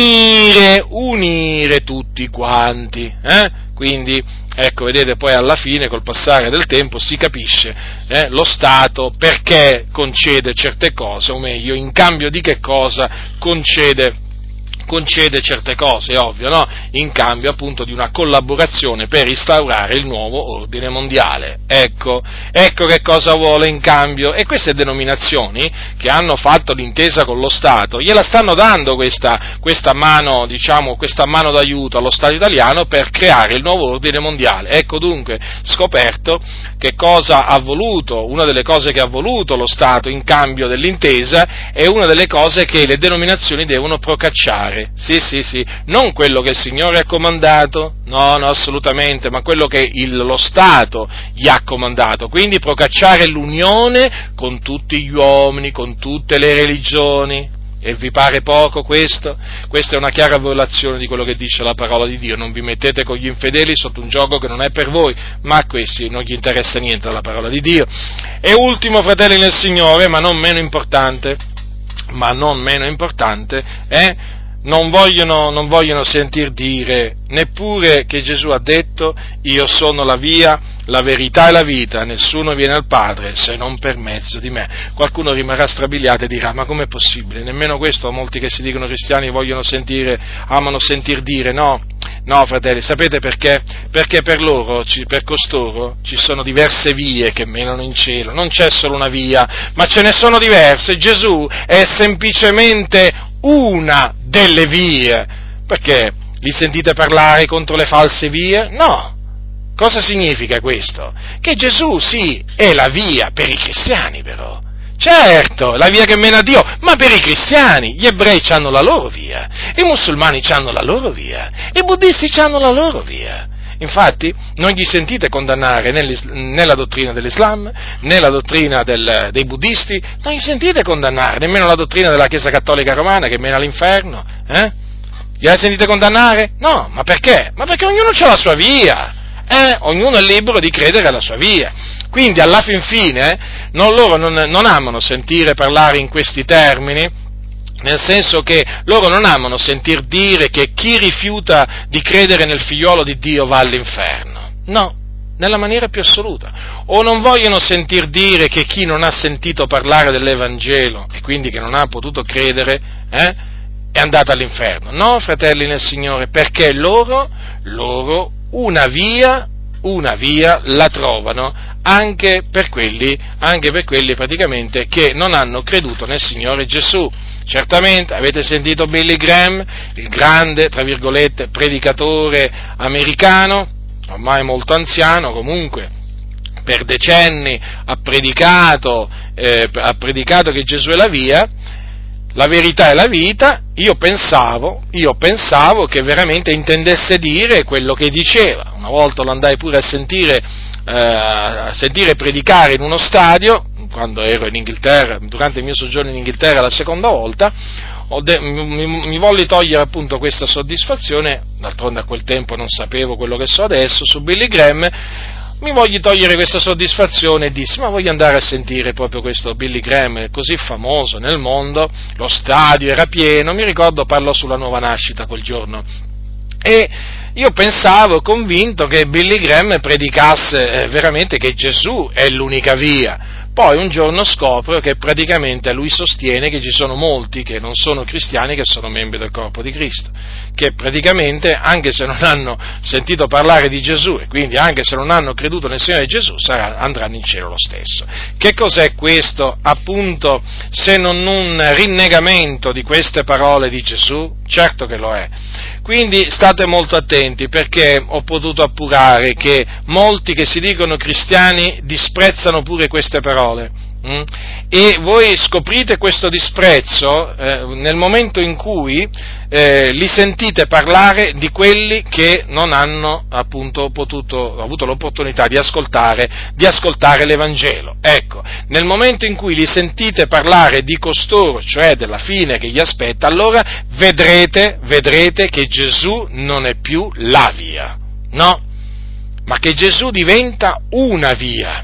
unire, unire tutti quanti, eh? Quindi, ecco, vedete, poi alla fine, col passare del tempo, si capisce eh, lo Stato perché concede certe cose, o meglio, in cambio di che cosa concede concede certe cose, è ovvio, no? In cambio appunto di una collaborazione per instaurare il nuovo ordine mondiale. Ecco, ecco che cosa vuole in cambio. E queste denominazioni che hanno fatto l'intesa con lo Stato, gliela stanno dando questa, questa mano, diciamo, questa mano d'aiuto allo Stato italiano per creare il nuovo ordine mondiale. Ecco dunque scoperto che cosa ha voluto, una delle cose che ha voluto lo Stato in cambio dell'intesa è una delle cose che le denominazioni devono procacciare. Sì, sì, sì, non quello che il Signore ha comandato, no, no, assolutamente, ma quello che il, lo Stato gli ha comandato, quindi procacciare l'unione con tutti gli uomini, con tutte le religioni. E vi pare poco questo? Questa è una chiara violazione di quello che dice la parola di Dio. Non vi mettete con gli infedeli sotto un gioco che non è per voi, ma a questi non gli interessa niente della parola di Dio. E ultimo, fratelli nel Signore, ma non meno importante, ma non meno importante, è Non vogliono, non vogliono sentir dire neppure che Gesù ha detto: io sono la via, la verità e la vita, nessuno viene al Padre se non per mezzo di me. Qualcuno rimarrà strabiliato e dirà: ma com'è possibile? Nemmeno questo molti che si dicono cristiani vogliono sentire, amano sentir dire. No, no fratelli, sapete perché? Perché per loro, per costoro, ci sono diverse vie che menano in cielo, non c'è solo una via, ma ce ne sono diverse. Gesù è semplicemente una delle vie. Perché li sentite parlare contro le false vie? No. Cosa significa questo? Che Gesù sì è la via per i cristiani, però. Certo, la via che mena a Dio, ma per i cristiani. Gli ebrei hanno la loro via, i musulmani hanno la loro via, i buddisti hanno la loro via. Infatti non gli sentite condannare né la dottrina dell'Islam, né la dottrina del, dei buddisti, non gli sentite condannare, nemmeno la dottrina della Chiesa Cattolica Romana che mena all'inferno, eh? Gliela sentite condannare? No, ma perché? Ma perché ognuno ha la sua via, eh? Ognuno è libero di credere alla sua via. Quindi alla fin fine non, loro non, non amano sentire parlare in questi termini, nel senso che loro non amano sentir dire che chi rifiuta di credere nel figliolo di Dio va all'inferno. No, nella maniera più assoluta. O non vogliono sentir dire che chi non ha sentito parlare dell'Evangelo e quindi che non ha potuto credere, eh, è andato all'inferno. No, fratelli nel Signore, perché loro, loro una via, una via la trovano anche per quelli, anche per quelli praticamente che non hanno creduto nel Signore Gesù. Certamente avete sentito Billy Graham, il grande, tra virgolette, predicatore americano, ormai molto anziano, comunque per decenni ha predicato, eh, ha predicato che Gesù è la via, la verità è la vita. Io pensavo, io pensavo che veramente intendesse dire quello che diceva. Una volta lo andai pure a sentire, eh, a sentire predicare in uno stadio, quando ero in Inghilterra, durante il mio soggiorno in Inghilterra la seconda volta, ho de- mi, mi volli togliere appunto questa soddisfazione, d'altronde a quel tempo non sapevo quello che so adesso, su Billy Graham, mi voglio togliere questa soddisfazione e dissi: ma voglio andare a sentire proprio questo Billy Graham, così famoso nel mondo, lo stadio era pieno, mi ricordo parlò sulla nuova nascita quel giorno, e io pensavo, convinto, che Billy Graham predicasse eh, veramente che Gesù è l'unica via. Poi un giorno scopro che praticamente lui sostiene che ci sono molti che non sono cristiani che sono membri del corpo di Cristo, che praticamente anche se non hanno sentito parlare di Gesù e quindi anche se non hanno creduto nel Signore Gesù sarà, andranno in cielo lo stesso. Che cos'è questo appunto se non un rinnegamento di queste parole di Gesù? Certo che lo è. Quindi state molto attenti, perché ho potuto appurare che molti che si dicono cristiani disprezzano pure queste parole. Mm? E voi scoprite questo disprezzo eh, nel momento in cui eh, li sentite parlare di quelli che non hanno appunto potuto, avuto l'opportunità di ascoltare, di ascoltare l'Evangelo. Ecco, nel momento in cui li sentite parlare di costoro, cioè della fine che gli aspetta, allora vedrete, vedrete che Gesù non è più la via, no, ma che Gesù diventa una via.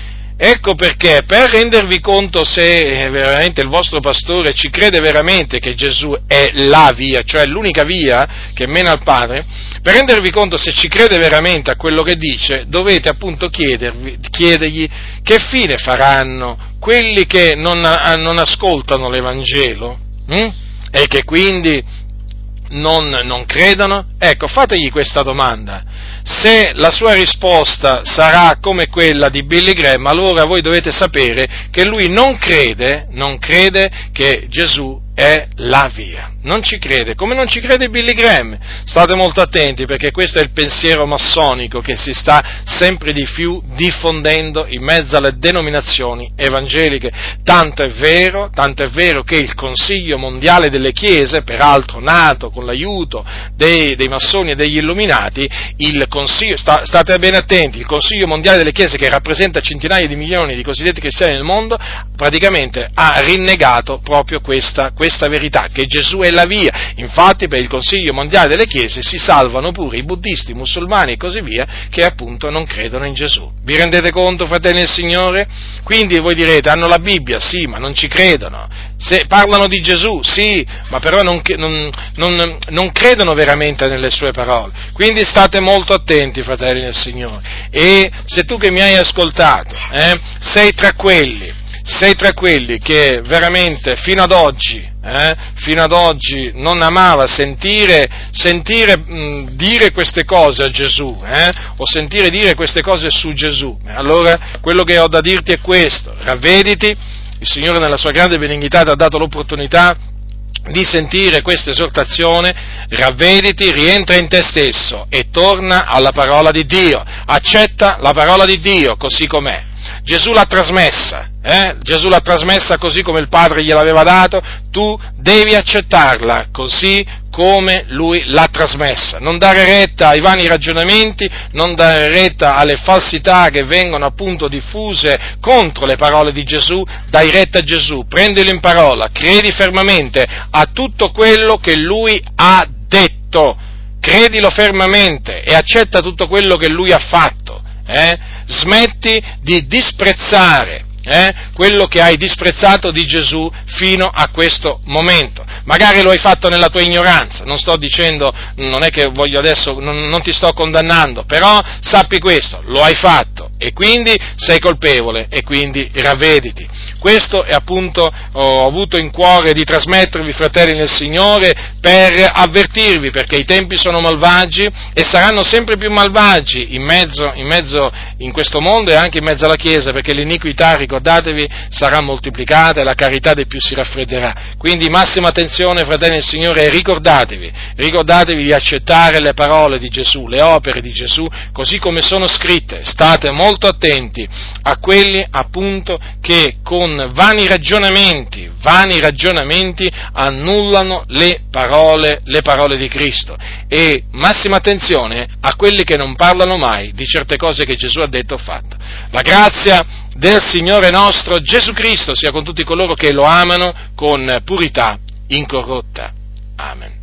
Ecco perché, per rendervi conto se veramente il vostro pastore ci crede veramente che Gesù è la via, cioè l'unica via che mena al Padre, per rendervi conto se ci crede veramente a quello che dice, dovete appunto chiedervi, chiedergli che fine faranno quelli che non, non ascoltano l'Evangelo hm? e che quindi non, non credono. Ecco, fategli questa domanda. Se la sua risposta sarà come quella di Billy Graham, allora voi dovete sapere che lui non crede, non crede che Gesù è la via. Non ci crede, come non ci crede Billy Graham. State molto attenti, perché questo è il pensiero massonico che si sta sempre di più diffondendo in mezzo alle denominazioni evangeliche. Tanto è vero, tanto è vero che il Consiglio Mondiale delle Chiese, peraltro nato con l'aiuto dei, dei massoni e degli illuminati, il Consiglio, sta, state bene attenti, il Consiglio Mondiale delle Chiese, che rappresenta centinaia di milioni di cosiddetti cristiani nel mondo, praticamente ha rinnegato proprio questa, questa verità, che Gesù è la via. Infatti per il Consiglio Mondiale delle Chiese si salvano pure i buddisti, i musulmani e così via, che appunto non credono in Gesù. Vi rendete conto, fratelli del Signore? Quindi voi direte, hanno la Bibbia, sì, ma non ci credono. Se parlano di Gesù, sì, ma però non, non, non, non credono veramente nelle sue parole. Quindi state molto attenti, fratelli del Signore. E se tu che mi hai ascoltato, eh, sei tra quelli, sei tra quelli che veramente fino ad oggi, eh, fino ad oggi non amava sentire, sentire mh, dire queste cose a Gesù, eh, o sentire dire queste cose su Gesù, allora quello che ho da dirti è questo: ravvediti. Il Signore nella sua grande benignità ti ha dato l'opportunità di sentire questa esortazione, ravvediti, rientra in te stesso e torna alla parola di Dio, accetta la parola di Dio così com'è. Gesù l'ha trasmessa, eh? Gesù l'ha trasmessa così come il Padre gliel'aveva dato, tu devi accettarla così come Lui l'ha trasmessa, non dare retta ai vani ragionamenti, non dare retta alle falsità che vengono appunto diffuse contro le parole di Gesù. Dai retta a Gesù, prendilo in parola, credi fermamente a tutto quello che Lui ha detto, credilo fermamente e accetta tutto quello che Lui ha fatto. Eh? Smetti di disprezzare eh, quello che hai disprezzato di Gesù fino a questo momento. Magari lo hai fatto nella tua ignoranza, non sto dicendo, non è che voglio adesso, non, non ti sto condannando, però sappi questo, lo hai fatto e quindi sei colpevole e quindi ravvediti. Questo è appunto, ho avuto in cuore di trasmettervi, fratelli nel Signore, per avvertirvi, perché i tempi sono malvagi e saranno sempre più malvagi in mezzo, in mezzo, in questo mondo e anche in mezzo alla Chiesa, perché l'iniquità, ricordatevi, sarà moltiplicata e la carità dei più si raffredderà. Quindi massima attenzione, fratelli nel Signore, e ricordatevi, ricordatevi di accettare le parole di Gesù, le opere di Gesù, così come sono scritte. State molto attenti a quelli appunto che con vani ragionamenti, vani ragionamenti annullano le parole, le parole di Cristo, e massima attenzione a quelli che non parlano mai di certe cose che Gesù ha detto o fatto. La grazia del Signore nostro Gesù Cristo sia con tutti coloro che lo amano con purità incorrotta. Amen.